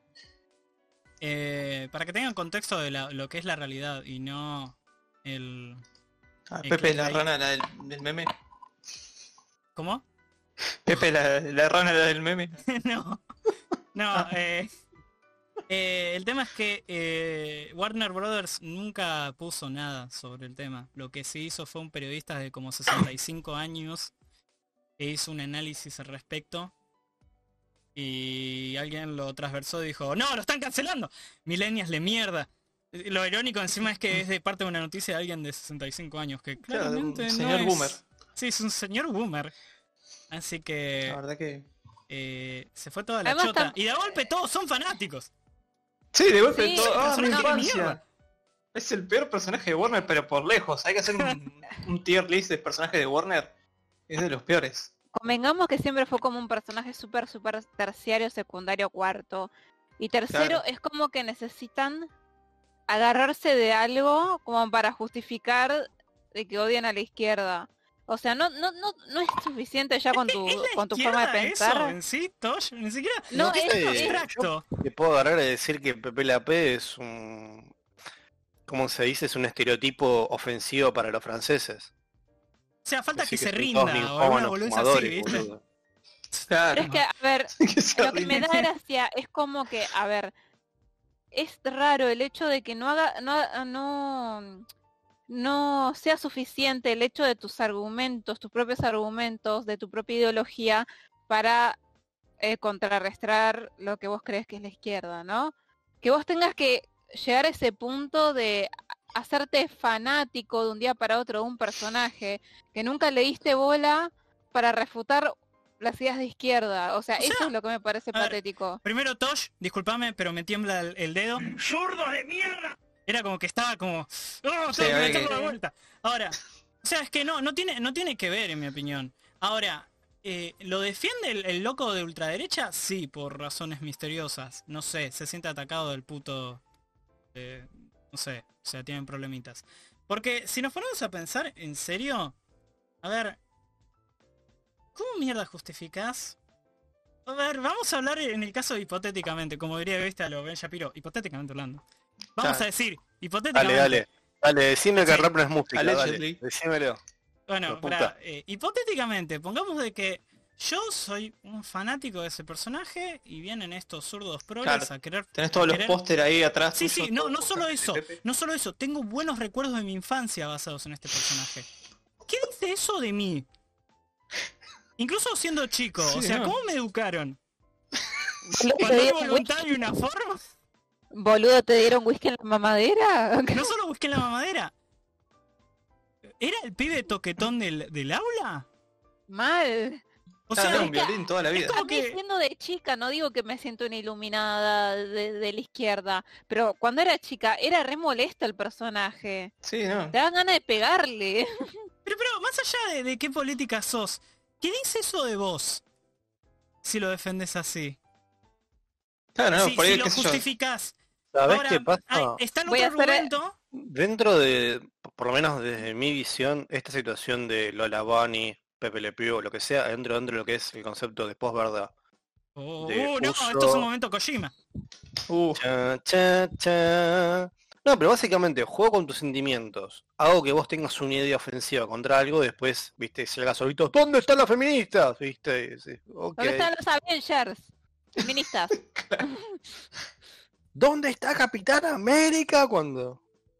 Eh, para que tengan contexto de la- lo que es la realidad y no el... Ah, el Pepe es la clickbait. rana la del, del meme. ¿Cómo? Pepe la, la rana la del meme. No. No, eh, eh, el tema es que eh, Warner Brothers nunca puso nada sobre el tema. Lo que sí hizo fue un periodista de como sesenta y cinco años que hizo un análisis al respecto. Y alguien lo transversó y dijo, no, lo están cancelando. Millennials de mierda. Eh, Lo irónico encima es que es de parte de una noticia de alguien de sesenta y cinco años, que Claro, de un claramente no señor es- boomer. Sí, es un señor boomer. Así que La verdad que... eh, se fue toda la Además, chota. tam- Y de golpe todos son fanáticos. Sí, de golpe Sí, todo... ¡Ah, mi personaje de infancia! mierda. Es el peor personaje de Warner, pero por lejos. Hay que hacer un, un tier list de personajes de Warner. Es de los peores. Convengamos que siempre fue como un personaje súper, súper terciario, secundario, cuarto. Y tercero, Claro. es como que necesitan agarrarse de algo como para justificar de que odian a la izquierda. O sea, no, no, no, no es suficiente ya con tu, ¿Es la con tu forma de izquierda eso pensar. en sí, Tosh? Ni siquiera... No, No es, sé, es- abstracto. Te puedo agarrar y decir que Pepe La P es un... ¿Cómo se dice? Es un estereotipo ofensivo para los franceses. O sea, falta Decir que se son rinda todos o alguna ninfómanos, boludez así, fumadores, ¿viste? boludo. Claro. pero es que, a ver, Que se lo que me ríe. da gracia es como que, a ver, es raro el hecho de que no haga, no, no, no sea suficiente el hecho de tus argumentos, tus propios argumentos, de tu propia ideología para eh, contrarrestar lo que vos crees que es la izquierda, ¿no? Que vos tengas que llegar a ese punto de hacerte fanático de un día para otro de un personaje que nunca le diste bola para refutar las ideas de izquierda. O sea, O sea, eso es lo que me parece a ver, patético. Primero, Tosh, discúlpame, pero me tiembla el, el dedo. ¡Zurdo de mierda! Era como que estaba como... ¡Oh, tengo Sí, que hay meterlo que- de vuelta! Ahora, o sea, es que no, no tiene, no tiene que ver, en mi opinión. Ahora, eh, ¿lo defiende el, el loco de ultraderecha? Sí, por razones misteriosas. No sé, se siente atacado del puto... eh, no sé, o sea, tienen problemitas. Porque si nos ponemos a pensar, en serio... A ver... ¿Cómo mierda justificás? A ver, vamos a hablar en el caso hipotéticamente, como diría, viste, a lo Ben Shapiro, hipotéticamente hablando. Vamos Claro. a decir, hipotéticamente. Dale, dale. Dale, decime que Sí. rap no es música, Allegedly. dale. Decímelo. Bueno, Hijo de pará, puta. eh, hipotéticamente, pongamos de que yo soy un fanático de ese personaje y vienen estos zurdos progres Claro. a querer... Tenés todos los querer- póster ahí atrás. Sí, tuyo, sí, no, todos no los solo póster eso, de Pepe. no solo eso, tengo buenos recuerdos de mi infancia basados en este personaje. ¿Qué dice eso de mí? Incluso siendo chico, o Sí, sea, no. ¿cómo me educaron? Boludo, Cuando ¿te hay dieron voluntad whisky? y una forma. Boludo, ¿te dieron whisky en la mamadera? No solo busqué en la mamadera. ¿Era el pibe toquetón del, del aula? Mal. O Claro, sea, era un violín toda la vida. como A mí que- siendo de chica, no digo que me siento una iluminada de, de la izquierda, pero cuando era chica era re molesto el personaje. Sí, no. Te dan ganas de pegarle. Pero, pero, más allá de, de qué política sos, ¿qué dice eso de vos? Si lo defendes así. Claro, no, si por si ahí, lo qué sé yo. justificás. ¿Sabés Ahora, qué pasa? hay- está el Voy a otro hacer- argumento. Dentro de, por lo menos desde mi visión, esta situación de Lola Bunny, Pepe Le Pew, lo que sea, dentro, dentro de lo que es el concepto de posverdad. Oh, de uh, no, uso- esto es un momento Kojima. Uh, Cha, cha, cha. No, pero básicamente juego con tus sentimientos. Hago que vos tengas una idea ofensiva contra algo, después, viste, salgas solito, ¿dónde están las feministas? Viste, sí, ok. ¿Dónde están los Avengers? Feministas. ¿Dónde está Capitán América cuando?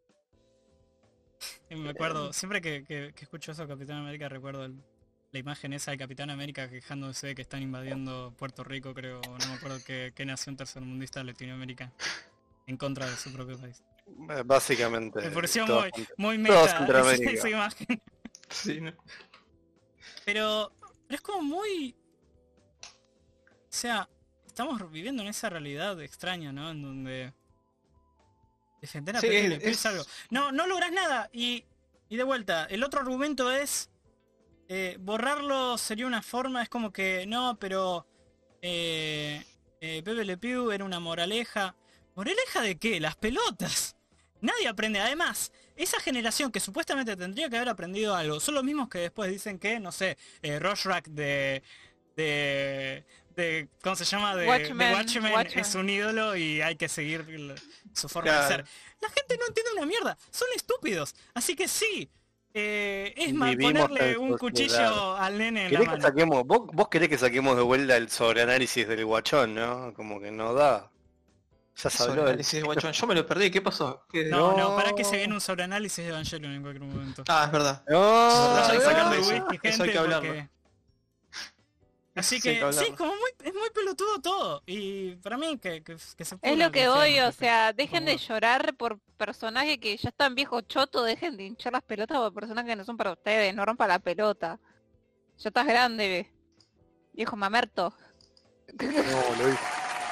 Y me acuerdo, siempre que, que- que escucho eso, Capitán América, recuerdo el- la imagen esa de Capitán América quejándose de que están invadiendo Puerto Rico, creo, no me acuerdo qué, qué nación tercermundista de Latinoamérica, en contra de su propio país. Eh, Básicamente. Me pareció todo muy, junto. muy Todo meta esa, Centroamérica. esa imagen. sí, no. Pero, pero es como muy... O sea, estamos viviendo en esa realidad extraña, ¿no? En donde... Defender a Sí, Pepe es- Le Pew es es- algo. No, no logras nada. Y, y de vuelta, el otro argumento es... eh, borrarlo sería una forma, es como que... No, pero... Eh, eh, Pepe Le Pew era una moraleja. ¿Moraleja de qué? Las pelotas. Nadie aprende. Además, esa generación que supuestamente tendría que haber aprendido algo, son los mismos que después dicen que, no sé, eh, Rorschach de... de... de ¿cómo se llama? De de Watchmen, Watchmen, Watchmen. es un ídolo y hay que seguir el- su forma Claro. de ser. La gente no entiende una mierda, son estúpidos. Así que sí, eh, es mal Vivimos ponerle en un sociedad. cuchillo al nene en la ¿Querés que mano. saquemos, vos, vos querés que saquemos de vuelta el sobreanálisis del guachón, ¿no? Como que no da. Ya se Sobre habló del- análisis de Guachón. Yo me lo perdí, ¿qué pasó? ¿Qué- No, no, No. para que se viene un sobreanálisis de Evangelion en cualquier momento. Ah, es verdad. No, Vayan no, sacando eso- whisky, eso gente, hay que hablarlo. porque- Así Eso hay que, que sí, hablarlo. como muy, es muy pelotudo todo. Y para mí que, que, que se Es pudra lo el que infierno, odio, o Pepe. sea, dejen de Por favor. llorar por personajes que ya están viejos chotos, dejen de hinchar las pelotas por personajes que no son para ustedes, no rompa la pelota. Ya estás grande, Viejo mamerto. No, lo dijo.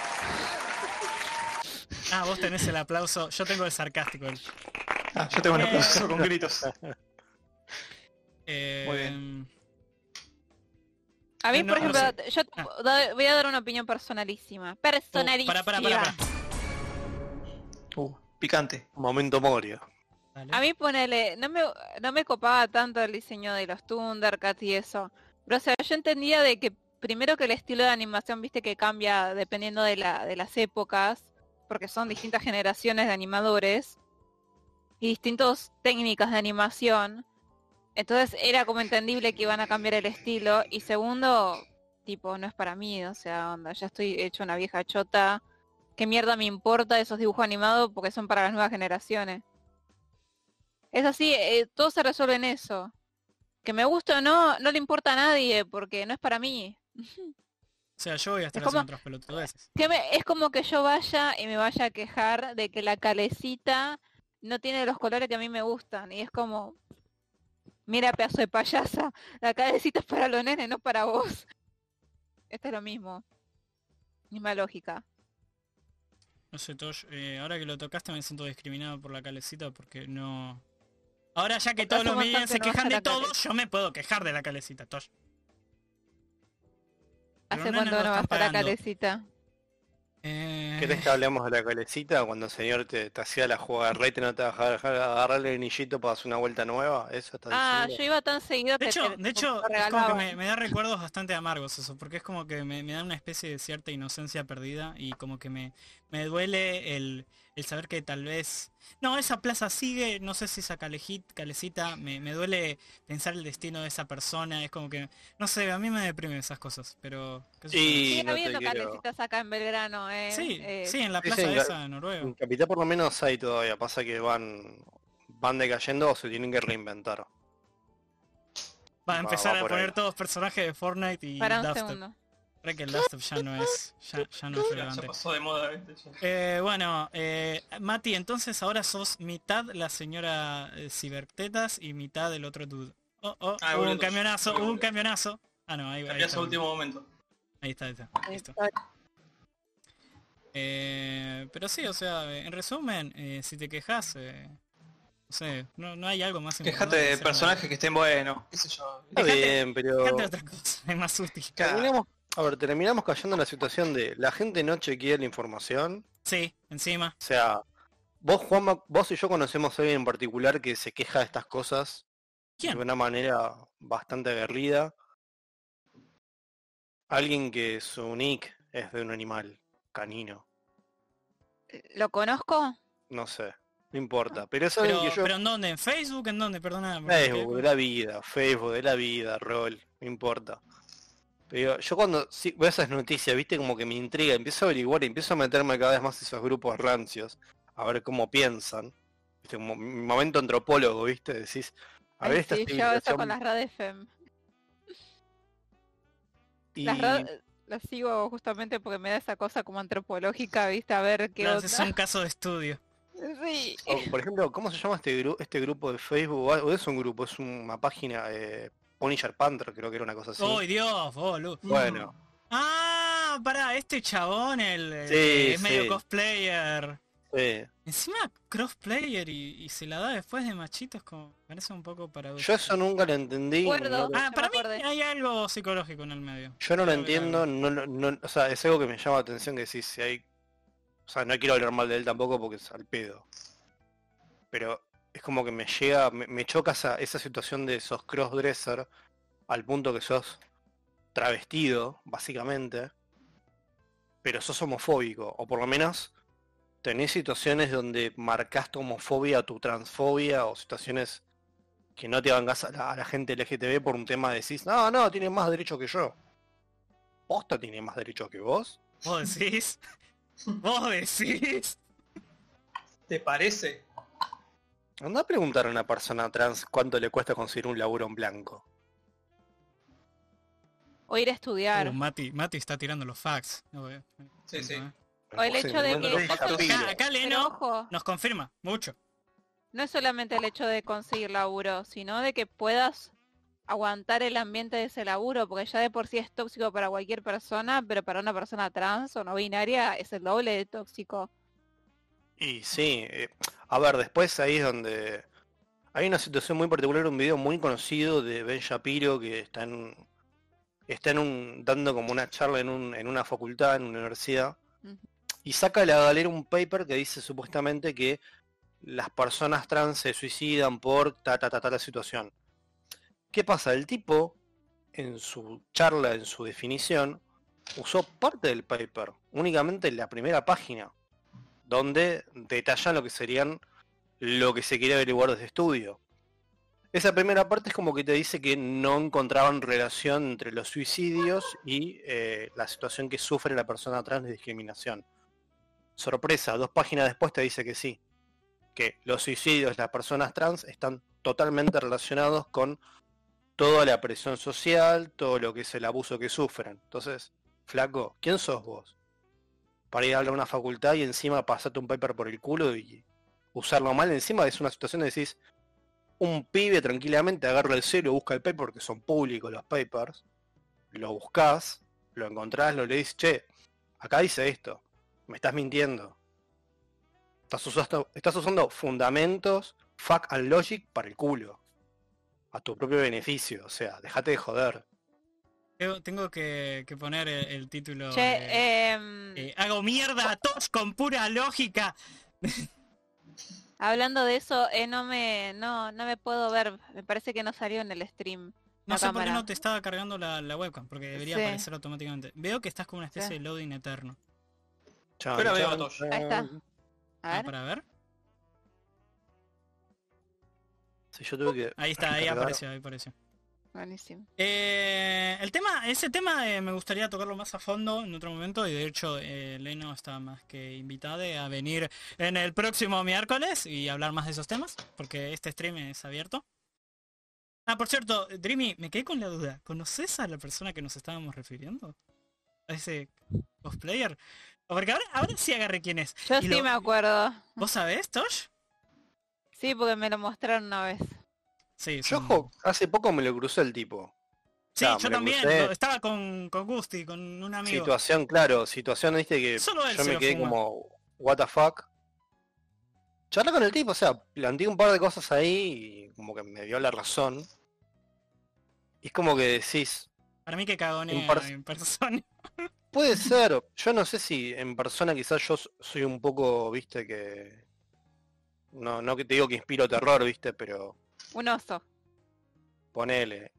Ah, vos tenés el aplauso, yo tengo el sarcástico. el- Ah, yo tengo un Eh. aplauso con gritos. Eh, Muy bien. A mí, Eh, no, por no ejemplo, sé. yo Ah. da- voy a dar una opinión personalísima. Personalísima. para, para, para, para. Uh, picante. Momento Moria. Dale. A mí ponele, no me, no me copaba tanto el diseño de los Thundercats y eso. Pero o sea, yo entendía de que primero que el estilo de animación, viste que cambia dependiendo de la, de las épocas, porque son distintas generaciones de animadores y distintas técnicas de animación. Entonces era como entendible que iban a cambiar el estilo. Y segundo, tipo, no es para mí, o sea, onda, ya estoy hecho una vieja chota. ¿Qué mierda me importa esos dibujos animados porque son para las nuevas generaciones? Es así, eh, todo se resuelve en eso. Que me guste o no, no le importa a nadie porque no es para mí. O sea, yo voy a estar Es como- haciendo otras pelotudeces. Que me- es como que yo vaya y me vaya a quejar de que la calecita no tiene los colores que a mí me gustan. Y es como, mira pedazo de payasa, la calecita es para los nenes, no para vos. Esto es lo mismo. Misma lógica. No sé, Tosh, eh, ahora que lo tocaste me siento discriminado por la calecita porque no... Ahora ya que Porque todos hace los un montón millennials que se no vas quejan a de la todo, calecita. yo me puedo quejar de la calecita, Tosh. Pero ¿Hace no, no cuánto lo no vas están a la pagando. calecita? Eh... ¿Querés que hablemos de la calecita cuando el señor te, te hacía la jugada rey, te no te dejaba dejar agarrarle el anillito para hacer una vuelta nueva? ¿Eso estás Ah, yo diciendo? iba tan seguido De que hecho, te- de hecho lo es como que regalaban. me, me da recuerdos bastante amargos eso, porque es como que me, me da una especie de cierta inocencia perdida y como que me, me duele el, el saber que tal vez... No, esa plaza sigue, no sé si esa calejit, calecita, me, me duele pensar el destino de esa persona, es como que... No sé, a mí me deprimen esas cosas, pero... qué sé yo. Y Sigue no te habiendo quiero... calecitas acá en Belgrano, eh. Sí, Eh, sí, en la Sí, plaza sí, en esa Ga- de Noruega. En Capital por lo menos hay todavía, pasa que van van decayendo o se tienen que reinventar. Va a va- empezar va a por poner ahí. todos personajes de Fortnite y para un dubstep. segundo. Creo que el dubstep ya no es, ya, ya no es Ya, relevante. ya pasó de moda, ¿viste? Ya. Eh, bueno, eh, Mati, entonces ahora sos mitad la señora eh, Cibertetas y mitad el otro dude. Oh, oh, Ah, hubo un boludo. camionazo, Muy hubo un boludo. camionazo. Ah, no, ahí, ahí Cambiás está. a último momento. Ahí está, ahí está. Listo. Eh, pero sí, o sea, en resumen, eh, si te quejas, eh, no sé, no, no hay algo más Quejate importante que de hacer personajes que estén buenos. ¿Qué sé yo? Está Dejate- bien, pero nada. Quejate de otra cosa, es más útil. terminamos, a ver, terminamos cayendo en la situación de la gente no chequea la información. Sí, encima. O sea, vos, Juanma, vos y yo conocemos a alguien en particular que se queja de estas cosas ¿Quién? de una manera bastante aguerrida. Alguien que su nick es de un animal canino. ¿Lo conozco? No sé, no importa. Pero es alguien Pero, que yo... pero ¿en dónde? ¿En Facebook? ¿En dónde? Perdona. porque Facebook quedé de con- la vida, Facebook de la vida, rol, no importa. Pero yo cuando sí, veo esas noticias, viste, como que me intriga, empiezo a averiguar y empiezo a meterme cada vez más en esos grupos rancios, a ver cómo piensan. Viste, como mi momento antropólogo, viste, decís, a ver Ay, esta sí, yo hago eso civilización con las redes fem. y Las redes las sigo justamente porque me da esa cosa como antropológica, viste, a ver qué Claro, onda. es un caso de estudio. Sí. o, por ejemplo, ¿cómo se llama este grupo este grupo de Facebook? O es un grupo, es una página eh, Punisher Panther, creo que era una cosa así. ¡Ay, Dios, boludo! Bueno, Ah, pará, este chabón, el eh, Sí, que es medio sí. cosplayer. sí. Encima crossplayer y, y se la da después de machitos, como parece un poco paradójico. Yo eso nunca lo entendí. Acuerdo. no lo- Ah, me para mí acordé. hay algo psicológico en el medio. Yo no lo Debe haber entiendo, algo. no, lo- no, o sea, es algo que me llama la atención que sí, si hay... O sea, no quiero hablar mal de él tampoco porque es al pedo. Pero es como que me llega, me, me choca esa, esa situación de sos crossdresser al punto que sos travestido, básicamente, pero sos homofóbico, o por lo menos tenés situaciones donde marcas tu homofobia, tu transfobia, o situaciones que no te vengas a la, a la gente L G T B por un tema de decís, no, no, tiene más derecho que yo. ¿Posta tiene más derecho que vos? ¿Vos decís? ¿Vos decís? ¿Te parece? Anda a preguntar a una persona trans cuánto le cuesta conseguir un laburo en blanco. O ir a estudiar. Uh, Mati, Mati está tirando los facts. No, eh, Sí, sí. eh. O el No sé, hecho de no que- me deja Acá- pilo. Acá, acá Pero Leno ojo, nos confirma mucho. no es solamente el hecho de conseguir laburo, sino de que puedas aguantar el ambiente de ese laburo, porque ya de por sí es tóxico para cualquier persona, pero para una persona trans o no binaria es el doble de tóxico. Y sí, eh, a ver, después ahí es donde hay una situación muy particular, un video muy conocido de Ben Shapiro que está en, está en un, dando como una charla en, un, en una facultad, en una universidad, Ujú. y saca a la galera un paper que dice supuestamente que las personas trans se suicidan por ta ta ta ta la situación. ¿Qué pasa? El tipo, en su charla, en su definición, usó parte del paper, únicamente la primera página, donde detallan lo que serían lo que se quiere averiguar desde estudio. Esa primera parte es como que te dice que no encontraban relación entre los suicidios y eh, la situación que sufre la persona trans de discriminación. Sorpresa, dos páginas después te dice que sí, que los suicidios de las personas trans están totalmente relacionados con toda la presión social, todo lo que es el abuso que sufren. Entonces, flaco, ¿quién sos vos? Para ir a hablar a una facultad y encima pasarte un paper por el culo y usarlo mal. Encima es una situación de decís, un pibe tranquilamente agarra el celo, busca el paper porque son públicos los papers, lo buscas, lo encontrás, lo leís, che, acá dice esto, me estás mintiendo. Estás usando, estás usando fundamentos, fact and logic para el culo. A tu propio beneficio, o sea, dejate de joder. Tengo, tengo que, que poner el, el título. Che, de, em, eh, hago mierda a todos con pura lógica. hablando de eso, eh, no me no no me puedo ver, me parece que no salió en el stream. No la sé por qué cámara. no te estaba cargando la, la webcam, porque debería Sí. aparecer automáticamente. Veo que estás como una especie Sí. de loading eterno. Chan, Yo la veo chan, a Tosh. Ahí está. chan. A Ah, ver. para ver. Si yo tuve que Ahí está, ahí recargar. apareció, ahí apareció. Buenísimo. Eh, el tema, ese tema eh, me gustaría tocarlo más a fondo en otro momento y de hecho eh, Leno está más que invitada a venir en el próximo miércoles y hablar más de esos temas, porque este stream es abierto. Ah, por cierto, Dreamy, me quedé con la duda. ¿Conoces a la persona que nos estábamos refiriendo? A ese cosplayer. Porque ahora, ahora sí agarré quién es. Yo Y sí lo- me acuerdo. ¿Vos sabés, Tosh? Sí, porque me lo mostraron una vez. Sí, es Yo un- jo, hace poco me lo crucé el tipo. Sí, sea, yo me lo también. crucé. lo- estaba con, con Gusti, con un amigo. Situación, claro, situación, viste que Solo él yo se me lo quedé fuma. como, what the fuck. Charlé con el tipo, o sea, planteé un par de cosas ahí y como que me dio la razón. Y es como que decís, Para mí que cagonea En par- en persona. puede ser, yo no sé si en persona quizás yo s- soy un poco, viste, que... No, no que te digo que inspiro terror, viste, pero Un oso. ponele.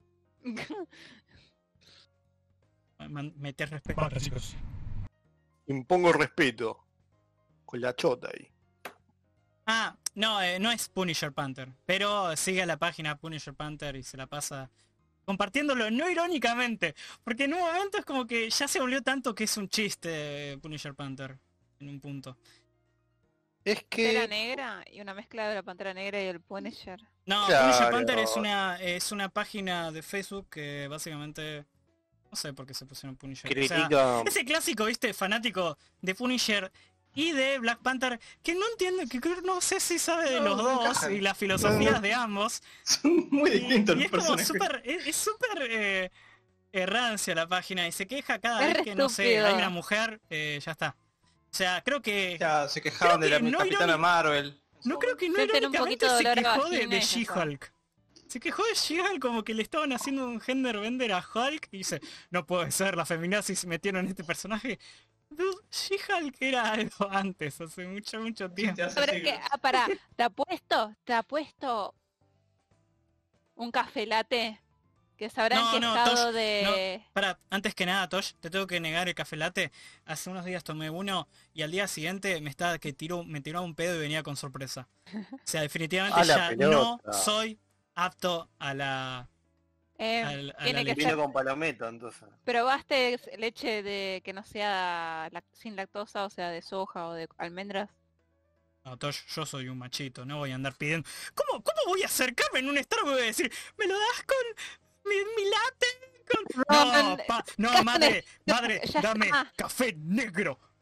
Man- Meter respeto. Impongo respeto. Con la chota ahí. Ah, no, eh, no es Punisher Panther. Pero sigue la página Punisher Panther y se la pasa compartiéndolo, no irónicamente. Porque en un momento es como que ya se volvió tanto que es un chiste eh, Punisher Panther. En un punto. Es Pantera que... negra y una mezcla de la Pantera Negra y el Punisher. No, Claro. Punisher Panther es una, es una página de Facebook que básicamente... No sé por qué se pusieron Punisher. O sea, Critica... ese clásico, viste, fanático de Punisher y de Black Panther, que no entiende, que creo- no sé si sabe de No, los no dos encajan. y las filosofías de ambos. Son muy Y, distintos y los es como personajes. súper, es es súper eh, eh, rancia la página y se queja cada Es vez re que, no sé, estúpido. hay una mujer, eh, ya está. O sea, creo que... Ya se quejaban de Creo la que no Capitana irónico- Marvel. No creo que no Sienten un irónicamente poquito de se dolor de quejó de, vagina de y ya está. She-Hulk. Se quejó de She-Hulk como que le estaban haciendo un gender bender a Hulk y dice, no puede ser, la feminazis metieron en este personaje. Dude, She-Hulk era algo antes, hace mucho, mucho tiempo. Te hace Pero es que, siglos. ah, pará, te apuesto, te apuesto un café latte que se habrán No, no, quejado Tosh, de... Para, antes que nada, Tosh, te tengo que negar el café latte. Hace unos días tomé uno y al día siguiente me estaba que tiró, me tiró un pedo y venía con sorpresa. O sea, definitivamente A la ya pelota. no soy apto a la... eh, al- a tiene la que leche. ser... con palometa, entonces. ¿Probaste leche de que no sea lac- sin lactosa, o sea, de soja o de almendras? No, Tosh, yo soy un machito, no voy a andar pidiendo... ¿Cómo, cómo voy a acercarme en un Starbucks y voy a decir, ¿me lo das con mi, mi latte? Con... No, Ron, pa- no, Carne, madre, no, madre, ya dame está. café negro,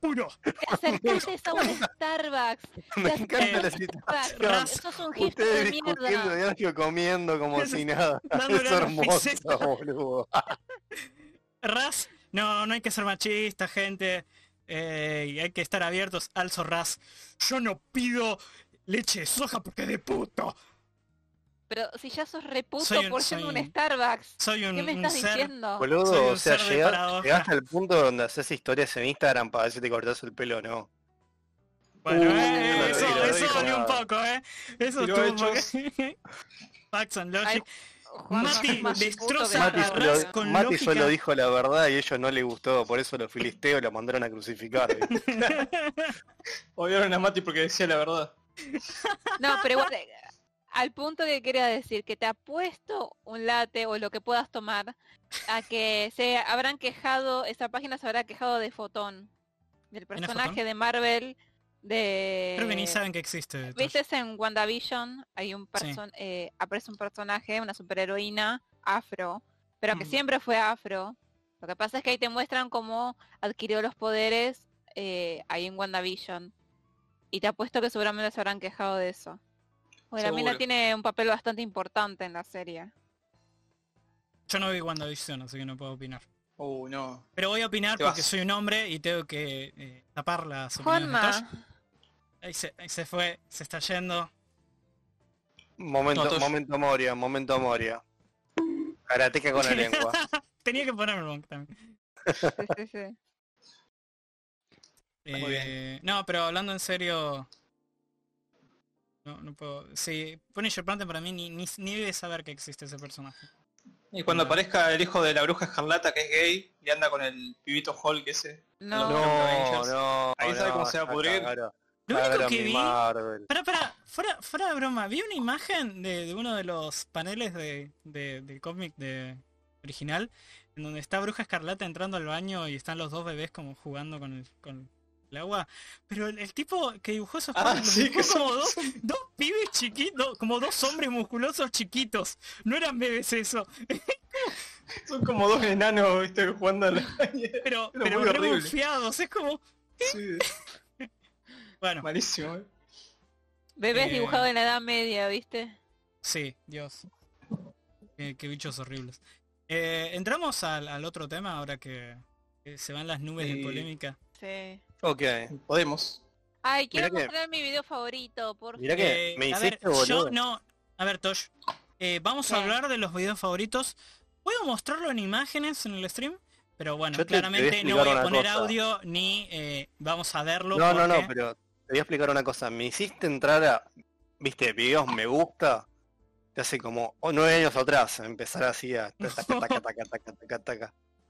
puro. Te acercaste a un Starbucks. Me Te encanta la acercaste a un situación. Starbucks. Sos un hipster Ustedes de discutiendo mierda. y Sergio comiendo como si nada. Dándole Es a la hermoso, piseta. boludo. Ras, no, no hay que ser machista, gente. Eh, y hay que estar abiertos. Alzo Ras. Yo no pido leche de soja porque es de puto. Pero si ya sos reputo Soy un- por ser soy un un- Starbucks. Soy un, ¿Qué me un estás ser. diciendo? Soy Boludo, un o sea, ser de llega- paradoja. llegaste al punto donde haces historias en Instagram para ver si te cortás el pelo o no. Bueno, Uh, eh, lo eso, dijo, lo eso dijo. dolió un poco, eh. Eso Tiró estuvo hechos. porque... Facts and Ay, Logic. Juan, no Mati sos más destroza puto que Mati, a la solo, Ras verga. con Mati lógica. solo dijo la verdad y a ellos no les gustó, por eso los filisteos lo mandaron a crucificar. ¿viste? Odiaron a Mati porque decía la verdad. No, pero igual, eh, al punto que quería decir, que te apuesto un latte o lo que puedas tomar a que se habrán quejado, esa página se habrá quejado de Fotón, del ¿Quién es personaje Fotón? de Marvel, de... Creo que ni saben que existe. Tosh. ¿Viste en WandaVision? Hay un person eh, aparece un personaje, una superheroína afro, pero que Mm. siempre fue afro. Lo que pasa es que ahí te muestran cómo adquirió los poderes eh, ahí en WandaVision. Y te apuesto que seguramente se habrán quejado de eso. Porque la mina Seguro. tiene un papel bastante importante en la serie. Yo no vi WandaVision, así que no puedo opinar. Uh, no. Pero voy a opinar Te porque vas. soy un hombre y tengo que eh, tapar las opiniones de Tosh. Juanma, Ahí se, ahí se fue, se está yendo. Momento, No, Tosh. momento Moria, momento Moria. Karateca con la lengua. Tenía que ponerme el bonk también. sí, sí, sí. Muy Eh, no, pero hablando en serio... No, no puedo... Sí, Punisher Panther para mí ni, ni, ni debe saber que existe ese personaje. Y cuando No. aparezca el hijo de la bruja escarlata que es gay y anda con el pibito Hulk ese. No, No. No, no. Ahí sabe no, cómo se va a ya pudrir. cagaron. Lo único Cagaron que mi vi... Marvel. Para, para, fuera, fuera de broma, vi una imagen de, de uno de los paneles de, de- del cómic de original, en donde está Bruja Escarlata entrando al baño y están los dos bebés como jugando con el, con el agua. Pero el, el tipo que dibujó esos Ah, cómics, los sí, dibujó que son- como dos, dos pibes chiquitos, como dos hombres musculosos chiquitos. No eran bebés eso. Son como dos enanos, viste, jugando a la... Pero, Era pero muy re horrible. bufiados, es como... Sí, Bueno, malísimo, eh. bebés Eh. dibujados en la Edad Media, ¿viste? sí, Dios. Qué, qué bichos horribles. Eh, entramos al, al otro tema ahora que, que se van las nubes de Sí. polémica. Sí. Ok. Podemos. Ay, quiero Mirá que- mostrar mi video favorito, por Mirá que Eh, me a hiciste, ver, yo boludo. no... A ver, Tosh. eh, vamos a ¿Qué? hablar de los videos favoritos. Puedo mostrarlo en imágenes en el stream, pero bueno, Yo te- te voy a claramente no explicar voy a una poner cosa. audio ni eh, vamos a verlo. No, no, no, porque- pero te voy a explicar una cosa. Me hiciste entrar a, viste, videos me gusta, de hace como oh, nueve años atrás, empezar así a taca, taca, taca, taca, taca, taca.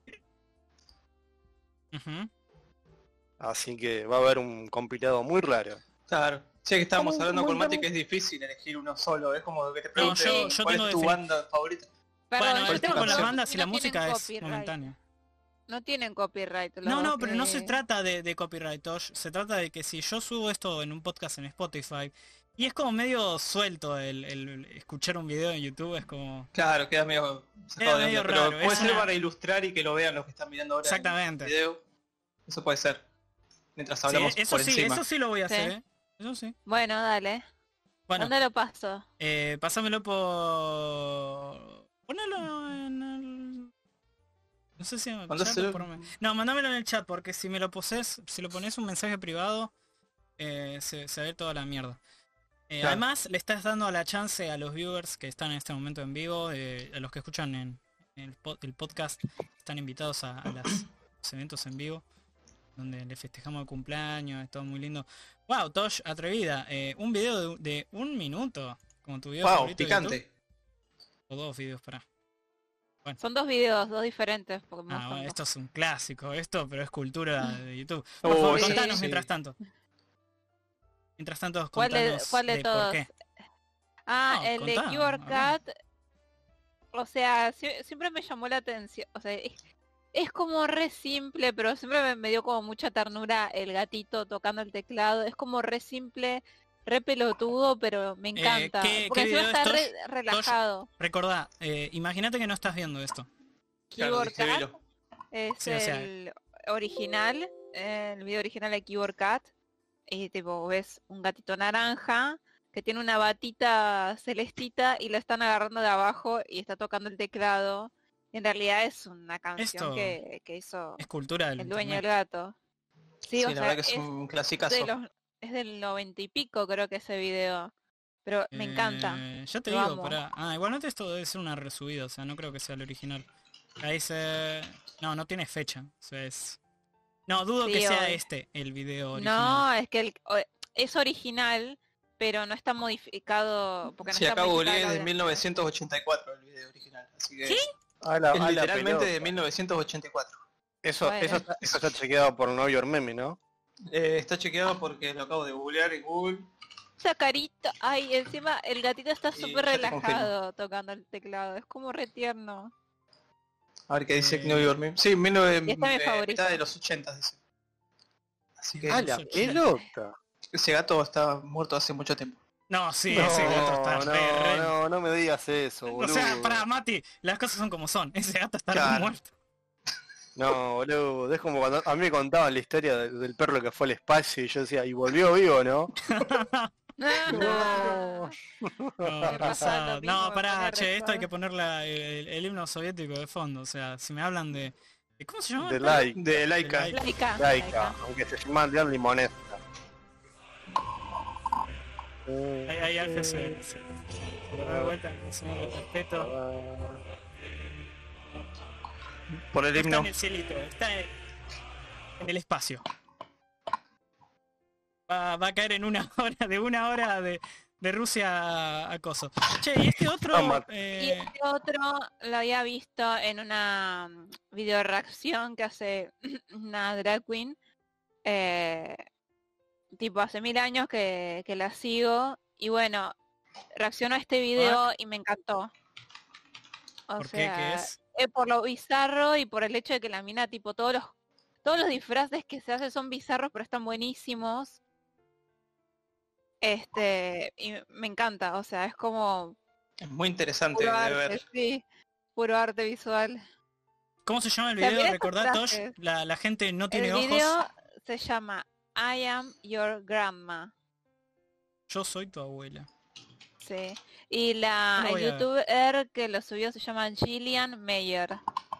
Ujú. Así que va a haber un compilado muy raro. Claro. Sí, que estábamos ¿Cómo- hablando cómo con Mati llama? que es difícil elegir uno solo. Es como que te No, pregunten yo- yo cuál tengo es tu defini- banda favorita. Perdón, Bueno, yo el tema tengo con las canción. bandas y la no tienen música es copyright. momentáneo. No tienen copyright. los No, no, dos pero no que- se trata de, de copyright, Tosh. Se trata de que si yo subo esto en un podcast en Spotify, y es como medio suelto el, el escuchar un video en YouTube, es como... Claro, queda medio sacado de medio onda, pero raro, puede es ser una- para ilustrar y que lo vean los que están mirando ahora Exactamente. en el video. Eso puede ser. Mientras Sí, hablamos eso por sí, encima. eso sí lo voy a Sí. hacer, ¿eh? Eso sí. Bueno, dale. Bueno, ¿Dónde lo paso? eh, pásamelo por... Ponelo en el... No sé si en el chat Mandáselo. o por... No, mándamelo en el chat, porque si me lo poses, si lo pones un mensaje privado, eh, se, se ve toda la mierda. Eh, Claro. Además, le estás dando la chance a los viewers que están en este momento en vivo, eh, a los que escuchan en, en el, pod- el podcast, están invitados a, a las- los eventos en vivo, donde le festejamos el cumpleaños, es todo muy lindo. Wow, Tosh, atrevida. eh, un video de, de un minuto, como tu video Wow, favorito de YouTube. picante. O dos videos, para. Son dos videos, dos diferentes. Porque me Ah, gustan bueno, dos. esto es un clásico, esto, pero es cultura de YouTube. Oh, Por favor, sí, contanos sí. mientras tanto. Mientras tanto, ¿Cuál de- contanos cuál de por todos? qué. Ah, No, el contá, de Keyboard hablá. Cat. O sea, sie- siempre me llamó la atención. O sea, es, es como re simple, pero siempre me, me dio como mucha ternura el gatito tocando el teclado. Es como re simple, re pelotudo, pero me encanta. ¿qué- Porque qué encima video está es, re Tosh? relajado. Recordá, eh, imagínate que no estás viendo esto. Claro, Keyboard Cat descríbelo. es Sí, o sea- el original. el video original de Keyboard Cat, y tipo ves un gatito naranja que tiene una batita celestita y lo están agarrando de abajo y está tocando el teclado. En realidad es una canción Esto que, que hizo Es cultura del el dueño del internet. gato. Sí, Sí, o la sea, verdad que es es un de clasicazo. los, es del noventa y pico creo que ese video. Pero me encanta. Eh, ya te Lo digo, amo. para. Ah, igualmente esto debe ser una resubida, o sea, no creo que sea el original. Acá dice. No, no tiene fecha. O sea, es. No, dudo Sí, que sea obvio. este el video original. No, es que el- o- es original, pero no está modificado. Porque no Sí, está acá googleé modificado de la mil novecientos ochenta y cuatro el video original. Así que ¿Sí? A la, es a la literalmente de pelota. mil novecientros ochenta y cuatro. Eso, Bueno. eso, eso está chequeado por Know Your Meme, ¿no? Eh, está chequeado porque lo acabo de googlear en Google. Esa carita, ay, encima el gatito está Y súper ya te relajado tocando el teclado, es como re tierno. A ver qué dice Eh, New York Meme. Sí, mil novecientos, y este es mi eh, favorito. mitad de los ochenta dice. Así que A la sí. pelota. ese gato está muerto hace mucho tiempo. No, sí, No, ese gato está no, re, re- no, no me digas eso, O boludo. sea, para Mati, las cosas son como son. Ese gato está re Claro. muerto. No, boludo, es como cuando a mí me contaban la historia de- del perro que fue al espacio y yo decía, ¿y volvió vivo, no? No. No, Me pasa Rosa- lo mismo, no, me pará, pone che, esto hay que recuerdo. poner la- el, el himno soviético de fondo. O sea, si me hablan de. de- ¿Cómo se llama? De el perro? like, De Laika. De Laika, laica, aunque se llaman de limoneta. Ahí, ahí Alfred se, se, se lo da de vuelta, con el respeto. Por el No está himno. en el cielito, está en, en el espacio. Va, va a caer en una hora, de una hora de, de Rusia a, a Coso. Che, y este otro. Toma. Y eh, este otro lo había visto en una mm, video reacción que hace una drag queen. eh, tipo hace mil años que, que la sigo. Y bueno, reaccionó a este video y me encantó. O ¿Por qué? sea, ¿Qué es? eh, por lo bizarro y por el hecho de que la mina, tipo, todos los todos los disfraces que se hacen son bizarros, pero están buenísimos. Este, y me encanta, o sea, es como Es muy interesante puro de arte, ver. sí, puro arte visual. ¿Cómo se llama el O sea, video? mirá ¿Recordá, estas Tosh? frases. La, la gente no tiene El ojos. video se llama I am your grandma, Yo soy tu abuela. sí. Y la No lo el voy a ver. youtuber que lo subió se llama Gillian Mayer.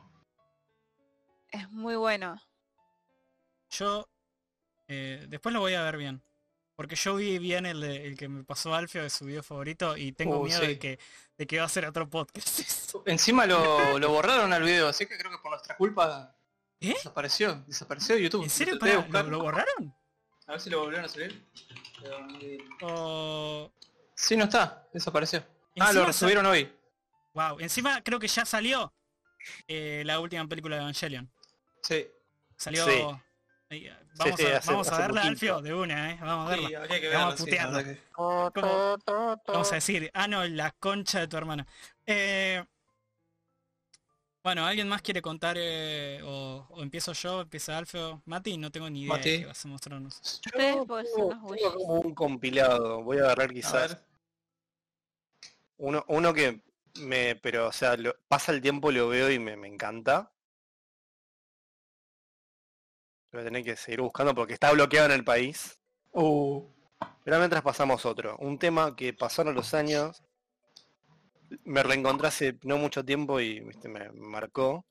Es muy bueno. Yo eh, después lo voy a ver bien. Porque yo vi bien el, de- el que me pasó Alfio de su video favorito y tengo Uh, miedo sí. de que de que va a ser otro podcast. eso. Encima lo, lo borraron al video, así que creo que por nuestra culpa ¿Eh? desapareció. Desapareció de YouTube. ¿En serio? Lo traté de Pará, ¿lo, buscar. lo borraron? A ver si lo volvieron a subir. Pero, eh, O... Sí, no está. Desapareció. Ah, Encima lo sa- resubieron hoy. Wow, encima creo que ya salió eh, la última película de Evangelion. Sí. Salió... Sí. Ahí, Vamos, sí, a, hace- vamos a hace verla, poquito. Alfio, de una, ¿eh? Vamos a verla. Sí, habría que Vamos a verlo, sí, putearlo. la verdad que- Vamos a decir, ah no, la concha de tu hermana. Eh, bueno, ¿alguien más quiere contar eh, o, o empiezo yo, empieza Alfeo? Mati, no tengo ni idea Mati. de qué vas a mostrarnos. Ustedes pues son Tengo- unos tengo bullies. como un compilado, voy a agarrar A quizás ver. uno, uno que me, pero o sea, lo- pasa el tiempo, lo veo y me, me encanta. Voy a tener que seguir buscando porque está bloqueado en el país. Uh, Pero mientras pasamos otro, un tema que pasaron los años, me reencontré hace no mucho tiempo y viste, me me marcó.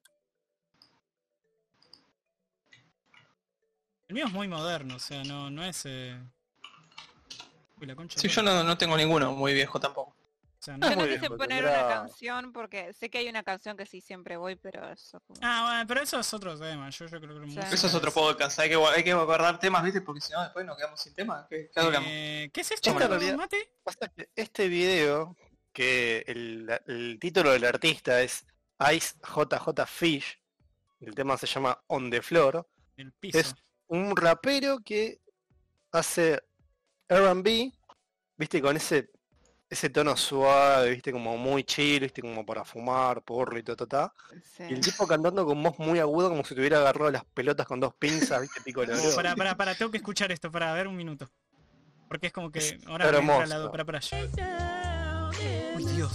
El mío es muy moderno, o sea, no, no es... eh, Uy, la concha. sí, de yo tu- no, no tengo ninguno muy viejo tampoco. o sea, no- Ah, Yo no muy quise bien, poner tendrá- una canción porque sé que hay una canción que sí siempre voy, pero eso como... Ah, bueno, pero eso es otro tema. Yo, yo creo que Sí. música Eso es otro podcast. Hay que, hay que guardar temas, ¿viste? Porque si no, después nos quedamos sin temas. ¿Qué, qué hablamos? Eh, ¿Qué es esto, Esta en realidad- Mati? Pasa que este video, que el, el título del artista es Ice J J Fish, el tema se llama On the Floor, El piso. es un rapero que hace R and B, viste, con ese ese tono suave, viste, como muy chill, viste, como para fumar, porro y ta, ta, ta. Sí. Y el tipo cantando con voz muy aguda, como si tuviera agarrado las pelotas con dos pinzas, viste, pico de Uh, Pará, pará, pará, tengo que escuchar esto, para ver un minuto. Porque es como que Es ahora me hermoso. entra la para para Uy, Dios.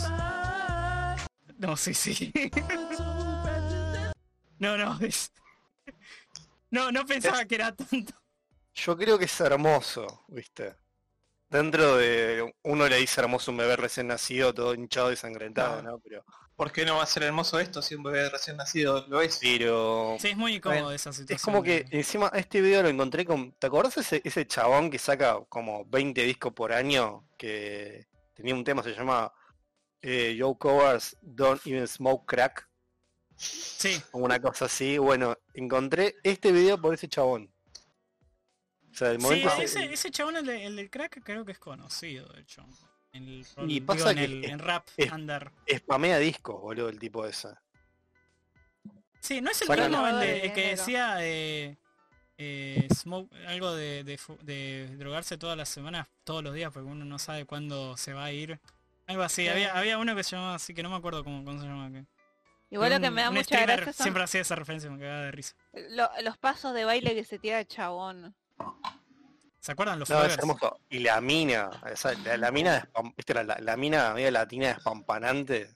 No, sí, sí. No, no, es. No, no pensaba que era tanto. Yo creo que es hermoso, ¿viste? Dentro de uno le dice hermoso a un bebé recién nacido, todo hinchado y sangrentado, No. ¿no? Pero, ¿Por qué no va a ser hermoso esto si un bebé recién nacido lo es? pero Sí, es muy incómodo esa situación. es como que encima este video lo encontré con. ¿Te acordás ese, ese chabón que saca como veinte discos por año? Que tenía un tema, se llama eh, Joe Covers Don't Even Smoke Crack. Sí, O una cosa así. Bueno, encontré este video por ese chabón. O sea, el sí, momento ese- ese, ese chabón, el, de- el del crack, creo que es conocido, de hecho. En el, Y digo, pasa en, que el, es- en rap, es- under. spamea discos, boludo, el tipo ese. Sí, no es el Saca- mismo el, de- Lavado de el que dinero. decía eh, eh, smoke, algo de, de, fu- de drogarse todas las semanas, todos los días, porque uno no sabe cuándo se va a ir. Algo así, Sí. había, había uno que se llamaba así, que no me acuerdo cómo, cómo se llamaba. Que, Igual lo un- que me da un mucha streamer gracia son siempre hacía esa referencia, me cagaba de risa. lo- los pasos de baile que se tira el chabón. ¿Se acuerdan los No, es floggers? hermoso. Y la mina, esa- la, la mina de spam- ¿viste? La, la, la mina medio latina despampanante.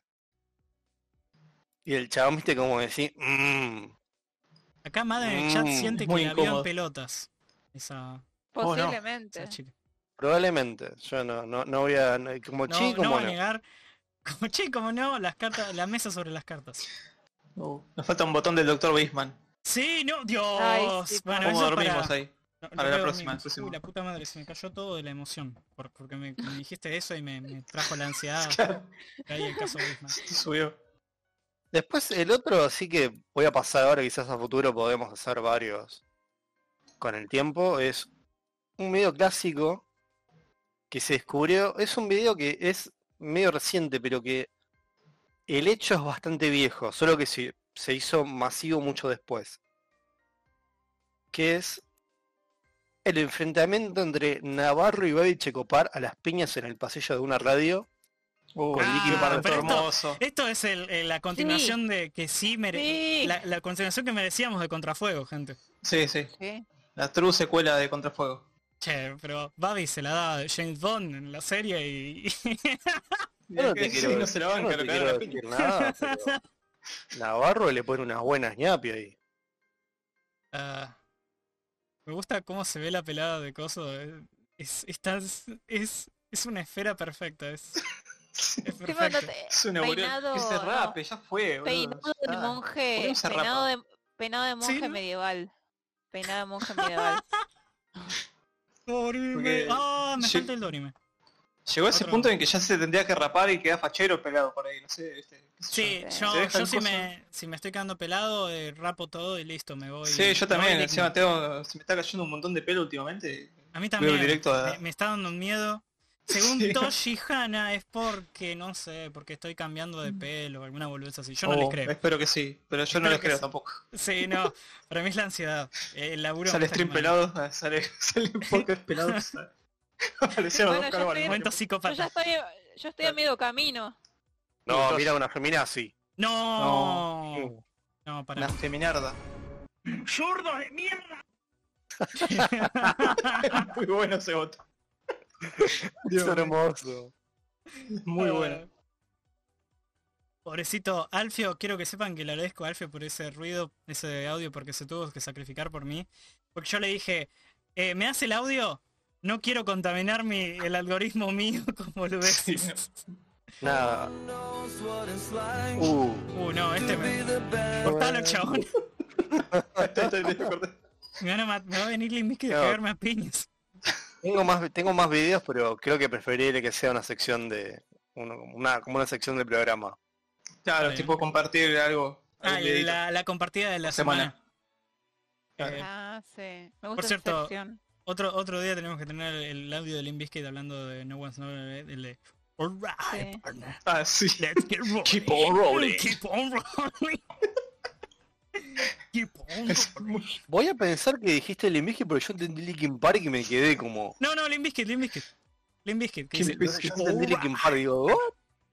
Y el chabón, viste, como decir, mmm, Acá madre en el chat Mm, siente es que muy la vio en incómodo. pelotas. Esa, ¿Cómo no? Posiblemente. esa chica. probablemente. Yo no, no, no voy a. no- como No, chi, no como va a no. negar. Como che, como no, las cartas, la mesa sobre las cartas. Uh, nos falta un botón del doctor Weisman. Sí, no, Dios. Ay, sí, bueno, ¿Cómo eso es dormimos para, ahí? no, no Para la creo próxima, dormir. el próximo. Uy, la puta madre, se me cayó todo de la emoción. por- porque me, me dijiste eso y me, me trajo la ansiedad. Que hay el caso de Bismarck. Se subió. Después el otro, sí que voy a pasar ahora, quizás a futuro podemos hacer varios con el tiempo. Es un video clásico que se descubrió. Es un video que es medio reciente, pero que el hecho es bastante viejo, solo que se, se hizo masivo mucho después. Que es el enfrentamiento entre Navarro y Babi Checopar a las piñas en el pasillo de una radio. Uh, Con Ah, Liquid Para pero esto- hermoso. Esto es el, el- la continuación de que sí, mere Sí. la, la continuación que merecíamos de Contrafuego, gente. Sí, sí. Sí. La true secuela de Contrafuego. Che, pero Babi se la da de James Bond en la serie y... Yo no te Sí, quiero, no se la yo banca, no lo te cagaron quiero a piña. decir nada, pero Navarro le pone unas buenas ñapi ahí. Ah, me gusta cómo se ve la pelada de coso. Es, está- es, es una esfera perfecta. Es, es Sí, cuando perfecto. te- Es una boluda. peinado, Que se no, rape, ya fue, boludo. peinado ya de está. monje, ¿Por qué no se peinado rapa? de, peinado de Sí, monje ¿no? medieval. Peinado de monje medieval. Dorime. Porque Ah, me lle- falta el Dorime. Llegó a ese Otro. punto en que ya se tendría que rapar y queda fachero pelado por ahí, no sé, ¿viste? ¿Qué sé Sí, yo? Se yo, deja yo el si, coso. me, si me estoy quedando pelado, eh, rapo todo y listo, me voy. Sí, yo me también, voy encima digno. tengo, se me está cayendo un montón de pelo últimamente. A mí Veo también. directo a- me, me está dando un miedo. Según Sí. Toshi Hana es porque, no sé, porque estoy cambiando de pelo, alguna boludez así. Yo no Oh, les creo. Espero que sí, pero yo Espero no les que creo sí. tampoco. Sí, no, para mí es la ansiedad. Eh, El laburo Sale me está stream quemando. pelado, ah, sale, sale podcast pelado. Aparecían los Bueno, dos yo calvos al estoy- mismo Momento tiempo. Yo ya psicópata. estoy, yo estoy a medio camino. No, Entonces- mira una femina así. No, no, para. Una feminarda. ¡Zurdo de mierda! Muy bueno ese voto. Es Dios mío, hermoso. muy bueno. Pobrecito Alfio, quiero que sepan que le agradezco a Alfio por ese ruido, ese audio, porque se tuvo que sacrificar por mí. Porque yo le dije, eh, ¿me hace el audio? No quiero contaminar mi, el algoritmo mío con boludeces. Sí, Nada. Uh, Uh, no, este me... Cortalo, chabón. Está- está- está- corté. Me, van a mat- me va a venir Limbiskit a No. cagarme a piñas. tengo más, tengo más videos, pero creo que preferiría que sea una sección de. uno- una, como una sección del programa. Claro, Bien. tipo compartir algo. Ah, algún videito. la, la compartida de la Semana. semana. Eh, Ah, sí. Me Por gusta esa cierto, sección. otro, otro día tenemos que tener el audio de Limbiskit hablando de No One's Know, el de... Alright, Sí. partner. Ah, sí. Let's get rolling. Keep on rolling. Keep on rolling. Keep on Es rolling. muy- Voy a pensar que dijiste el Limbiskit, pero yo entendí Linkin Park y me quedé como. No, no, Limp Bizkit, Limp Bizkit. Limp Bizkit, que Limp dice... Bizkit. Yo entendí Linkin Park y digo, ¿oh?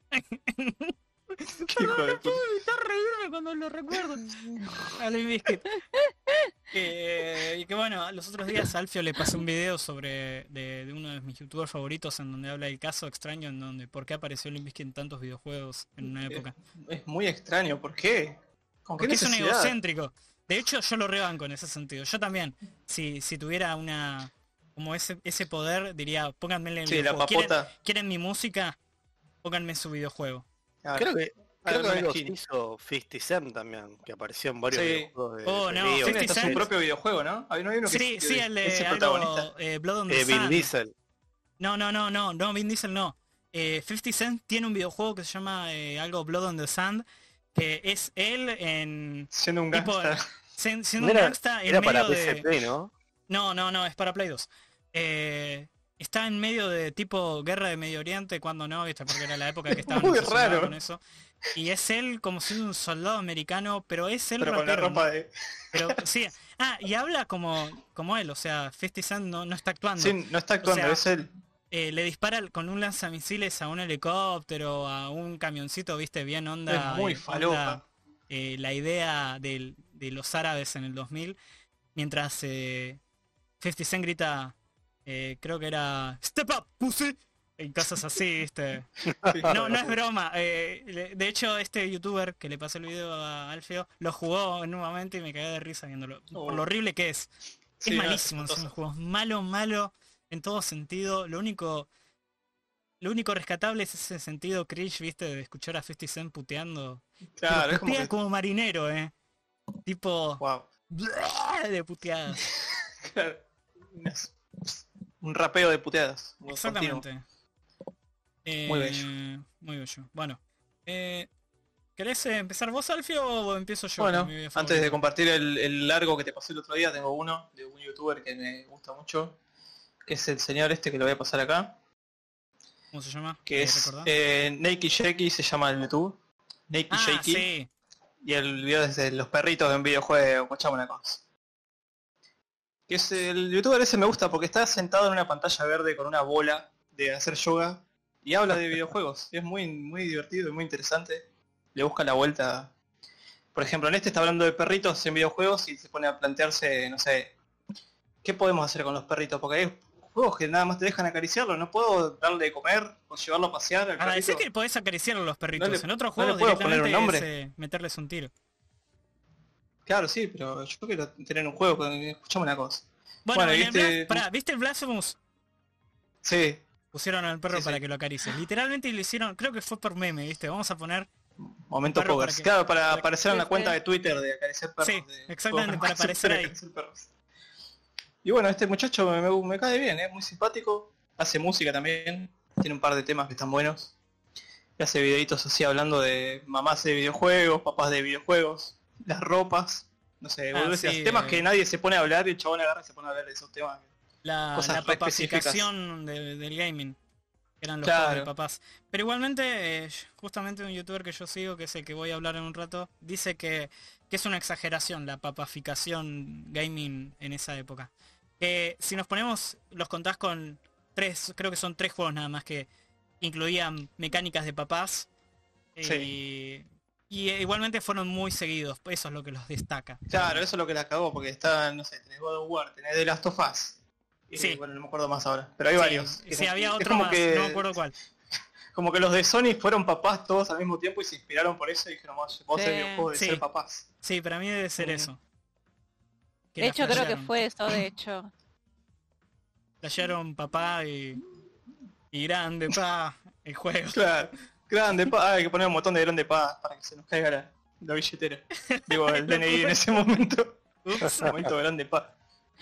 Qué hijo de puta. Está reírme cuando lo recuerdo. A Limp Bizkit. Eh, y que bueno, los otros días a Alfio le pasé un video sobre de, de uno de mis youtubers favoritos en donde habla del caso extraño en donde por qué apareció Limp Bizkit en tantos videojuegos en una época. Es muy extraño, ¿por qué? ¿Con qué Porque es un necesidad? egocéntrico. De hecho, yo lo rebanco en ese sentido. Yo también, si, si tuviera una como ese ese poder, diría, pónganme en el Sí, la videojuego. ¿Quieren, papota. quieren mi música? Pónganme su videojuego. Claro. Creo que, Para creo que una algo skin. hizo cincuenta Cent también, que apareció en varios Sí. videojuegos de Oh, de no, Leo. Tiene cincuenta hasta su Cent. propio videojuego, ¿no? Hay no hay uno que Sí, es, sí, el de es el algo, protagonista. eh, Blood on the Eh, Vin Sand. Diesel. No, no, no, no, no, Vin Diesel no. Eh, cincuenta Cent tiene un videojuego que se llama eh, algo Blood on the Sand, que es él en Siendo un tipo gangsta. sen- siendo No un era, gangsta en era para medio de... P S P, ¿no? No, no, no, es para Play dos. Eh, está en medio de tipo guerra de Medio Oriente, cuando no, viste, porque era la época que estaban Muy obsesionados raro. con eso. Y es él como siendo un soldado americano, pero es él Pero con la rapero, ropa ¿no? de... Pero sí, ah, y habla como como él, o sea, cincuenta Cent no, no está actuando. Sí, no está actuando, O sea, es él. Eh, le dispara con un lanzamisiles a un helicóptero, a un camioncito, viste, bien onda. Es muy eh, falopa. onda, eh, la idea del- de los árabes en el dos mil, mientras eh, cincuenta Cent grita, eh, creo que era Step Up, pussy, y cosas así, viste. No, no es broma. eh, le- de hecho, este youtuber que le pasé el video a Alfio, lo jugó en un momento y me cagué de risa viéndolo. Por lo Oh. horrible que es. Sí, Es no, malísimo es encima el espantoso. juego. Es malo, malo en todo sentido. Lo único lo único rescatable es ese sentido cringe, viste, de escuchar a cincuenta Cent puteando. Claro, Pero es como putea que... como marinero, eh. Tipo Wow. de puteadas. Claro. Es un rapeo de puteadas. Muy continuo. Exactamente. Eh, Muy bello. Muy bello. Bueno. Eh, ¿Querés eh, empezar vos, Alfio, o empiezo yo? Bueno, con mi video antes favorito? de compartir el, el largo que te pasé el otro día, tengo uno de un youtuber que me gusta mucho, que es el señor este que lo voy a pasar acá, ¿Cómo se llama? que ¿Me es recordás? eh, Nakey Shaky, se llama el YouTube. Nakey ah, Shaky. sí. Y el video es de los perritos en videojuegos, escuchame una cosa. Que es el youtuber ese me gusta porque está sentado en una pantalla verde con una bola de hacer yoga y habla de videojuegos. Y es muy, muy divertido y muy interesante. Le busca la vuelta. Por ejemplo, en este está hablando de perritos en videojuegos y se pone a plantearse, no sé, ¿qué podemos hacer con los perritos? Porque hay juegos que nada más te dejan acariciarlo, no puedo darle de comer o llevarlo a pasear al Agradecer perrito. que podés acariciar a los perritos. No le- en otros no juegos le puedo poner directamente un nombre. es eh, meterles un tiro. Claro, sí, pero yo quiero tener un juego con... Escuchame una cosa. Bueno, Bueno, en y el este- Blas- pará, ¿viste el Blasphemous? Sí, Pusieron al perro Sí, para sí. que lo acaricie. Literalmente lo hicieron, creo que fue por meme, ¿viste? Vamos a poner... momento Perro Pogers. para que- Claro, para para que- aparecer en la Sí, cuenta sí. de Twitter de acariciar perros. Sí, de- exactamente, juegos para aparecer ahí. acariciar perros. Y bueno, este muchacho me, me- me cae bien, es muy simpático, hace música también, tiene un par de temas que están buenos. Y hace videitos así hablando de mamás de videojuegos, papás de videojuegos, las ropas, no sé, Ah, boludeces, sí, temas eh. que nadie se pone a hablar y el chabón agarra y se pone a hablar de esos temas. La, Cosas la re específicas. papaficación de- del gaming. Que eran los Claro. juegos de papás. Pero igualmente, eh, justamente un youtuber que yo sigo, que es el que voy a hablar en un rato, dice que, que es una exageración la papaficación gaming en esa época. Que si nos ponemos, los contás con tres, creo que son tres juegos nada más que incluían mecánicas de papás. Sí. Y, y eh, igualmente fueron muy seguidos, eso es lo que los destaca. Claro, eso es lo que la cagó, porque está, no sé, tenés God of War, tenés The Last of Us. Y, Sí. Bueno, no me acuerdo más ahora, pero hay Sí, varios. sí, había Es otro como más, que- no me acuerdo cuál. Como que los de Sony fueron papás todos al mismo tiempo y se inspiraron por eso y dijeron, vamos a hacer Sí. videojuegos de Sí. ser papás. Sí, para mí debe ser Mm. eso. Que De la hecho, creo que flashearon. fue eso, de hecho. Flashearon papá y, y grande, pa, el juego. Claro, grande pa, hay que poner un botón de grande pa para que se nos caiga la, la billetera. Digo, el D N I en ese momento. Ups. Momento grande pa.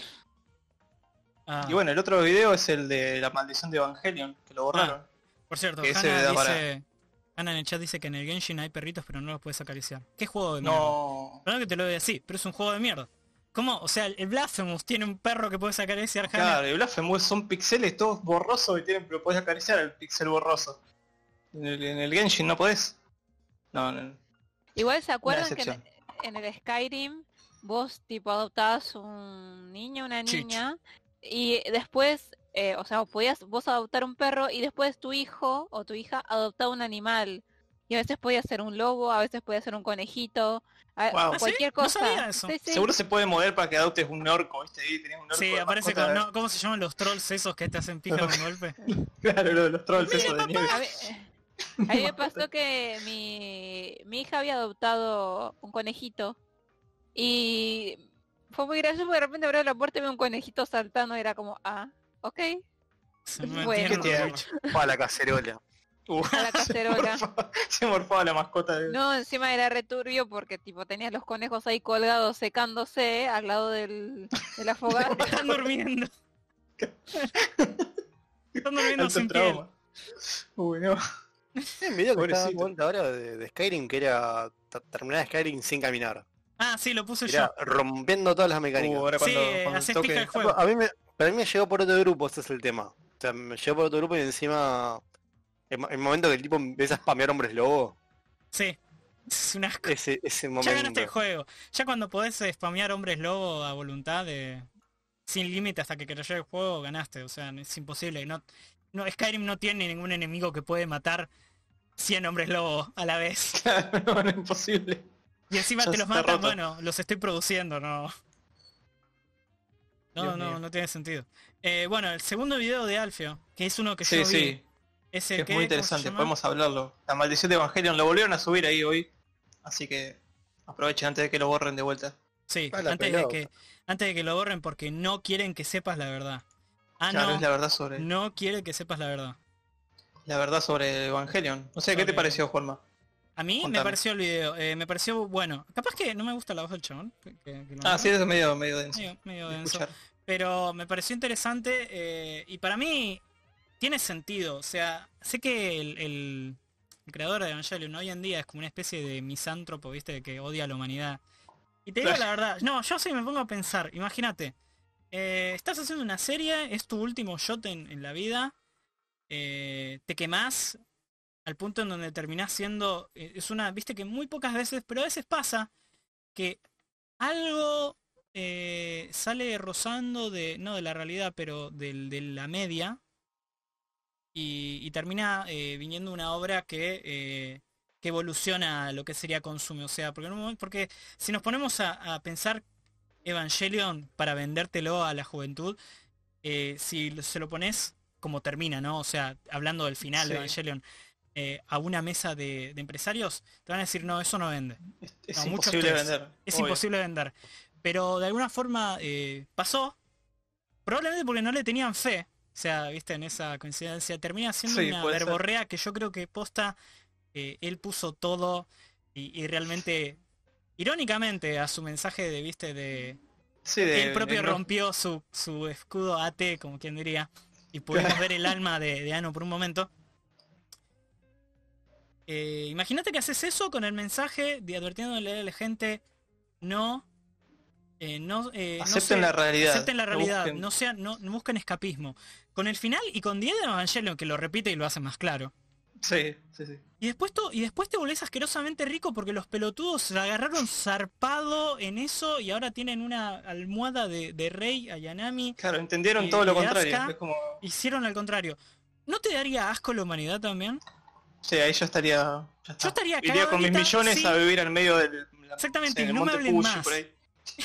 Ah, Y bueno, el otro video es el de la maldición de Evangelion, que lo borraron. por cierto, que ese Hanna da dice... Hanna en el chat dice que en el Genshin hay perritos pero no los puedes acariciar. ¿Qué juego de mierda? No. Perdón que te lo diga así, pero es un juego de mierda. ¿Cómo? O sea, el Blasphemous tiene un perro que puedes acariciar, Hanna. Claro, y Blasphemous son pixeles todos borrosos y tienen, pero podés acariciar el pixel borroso. En el, en el Genshin no podés. No, no. Igual se acuerdan que en, excepción. en el Skyrim vos tipo adoptabas un niño, una Chich. niña y después, eh, o sea, podías vos adoptar un perro y después tu hijo o tu hija adoptaba un animal. Y a veces podía ser un lobo, a veces podía ser un conejito, a- Wow. ¿Ah, sí? cualquier No cosa. sabía eso. Sí, sí. Seguro se puede mover para que adoptes un orco, ¿viste? Ahí tenés un orco. Sí, de aparece mascota. con... no, ¿cómo se llaman los trolls esos que te hacen pija con golpe? Claro, lo de los trolls esos de nieve. A mí, a mí me pasó que mi, mi hija había adoptado un conejito y Fue muy gracioso porque de repente abrió la puerta y veo un conejito saltando y era como, ah, ok. Se me Bueno. entiendo, ¿Qué tiene? mucho. Para la cacerola. Uh, A la cacerola. se morfaba- se morfaba la mascota de... No, encima era returbio porque tipo tenías los conejos ahí colgados secándose al lado del, de la fogata. Están durmiendo. Están durmiendo Alto sin piel. trauma. Uy, no. Hay un video que está dando Pobrecito. vuelta ahora de, de Skyrim que era t- terminar Skyrim sin caminar. Ah, sí, lo puse Era yo. rompiendo todas las Uh, mecánicas. ahora Sí, cuando, eh, cuando haces toque- pija el juego. A mí me, para mí me llegó por otro grupo, ese es el tema. O sea, me llegó por otro grupo y encima el, mo- el momento que el tipo empieza a spamear hombres lobo, Sí. Es un asco. ese, ese Ya ganaste el momento. juego. Ya cuando podés eh, spamear hombres lobo a voluntad de... sin límite hasta que creyó el juego, ganaste. O sea, es imposible. No, no, Skyrim no tiene ningún enemigo que puede matar cien hombres lobo a la vez. no, no es imposible. Y encima Ya te los está matan, roto. bueno, los estoy produciendo, no. No, Dios no, mío. no tiene sentido. Eh, bueno, el segundo video de Alfio, que es uno que Sí, yo vi, sí. es el Es que, muy ¿cómo se interesante, llama? podemos hablarlo. La maldición de Evangelion lo volvieron a subir ahí hoy. Así que aprovechen antes de que lo borren de vuelta. Sí, A la antes de, pelota. que, antes de que lo borren porque no quieren que sepas la verdad. Ah, Claro, no, es la verdad sobre no quieren que sepas la verdad. la verdad sobre Evangelion. No sé, ¿qué Sobre- te pareció, Juanma? A mí me Contame. pareció el video, eh, me pareció bueno. Capaz que no me gusta la voz del chabón. que- que- que lo Ah, haga. sí, es medio, medio denso. medio, medio de denso. escuchar. Pero me pareció interesante eh, y para mí tiene sentido. O sea, sé que el, el- el creador de Evangelion hoy en día es como una especie de misántropo, ¿viste? Que odia a la humanidad. Y te digo la verdad, no, yo sí me pongo a pensar, imagínate, eh, estás haciendo una serie, es tu último shot en, en la vida, eh, te quemás al punto en donde terminás siendo, eh, es una, viste que muy pocas veces, pero a veces pasa que algo eh, sale rozando de, no de la realidad, pero del- de la media, y, y termina eh, viniendo una obra que, eh, que evoluciona a lo que sería consumo. O sea, porque, en un momento, porque si nos ponemos a, a pensar Evangelion para vendértelo a la juventud, eh, si lo- se lo pones como termina, ¿no? O sea, hablando del final de Sí. Evangelion, eh, a una mesa de, de empresarios, te van a decir, no, eso no vende. Es, es No, mucho imposible estrés. vender. Es obvio. imposible vender. Pero de alguna forma eh, pasó, probablemente porque no le tenían fe. O sea, viste, en esa coincidencia, termina siendo Sí, una puede ser. verborrea que yo creo que posta, eh, él puso todo y, y realmente, irónicamente, a su mensaje de, viste, de... Sí, de, él propio de no- rompió su, su escudo A T, como quien diría, y pudimos ver el alma de, de Ano por un momento. Eh, imagínate que haces eso con el mensaje de advirtiéndole a la gente, no, eh, no, eh, no Acepten se- la realidad. acepten la no realidad, busquen- no sean, no, no busquen escapismo. Con el final y con diez de Evangelion, que lo repite y lo hace más claro. Sí, sí, sí. Y después, to- y después te volvés asquerosamente rico porque los pelotudos se agarraron zarpado en eso y ahora tienen una almohada de, de Rey a Yanami. Claro, entendieron Y- todo lo y contrario. Asuka- Es como... Hicieron al contrario. ¿No te daría asco la humanidad también? Sí, ahí yo estaría... ya está. Yo estaría Iría cagado con mis ahorita, millones sí. a vivir al medio del... la- Exactamente, sé, y el no me Monte hablen Fuji, más. por ahí.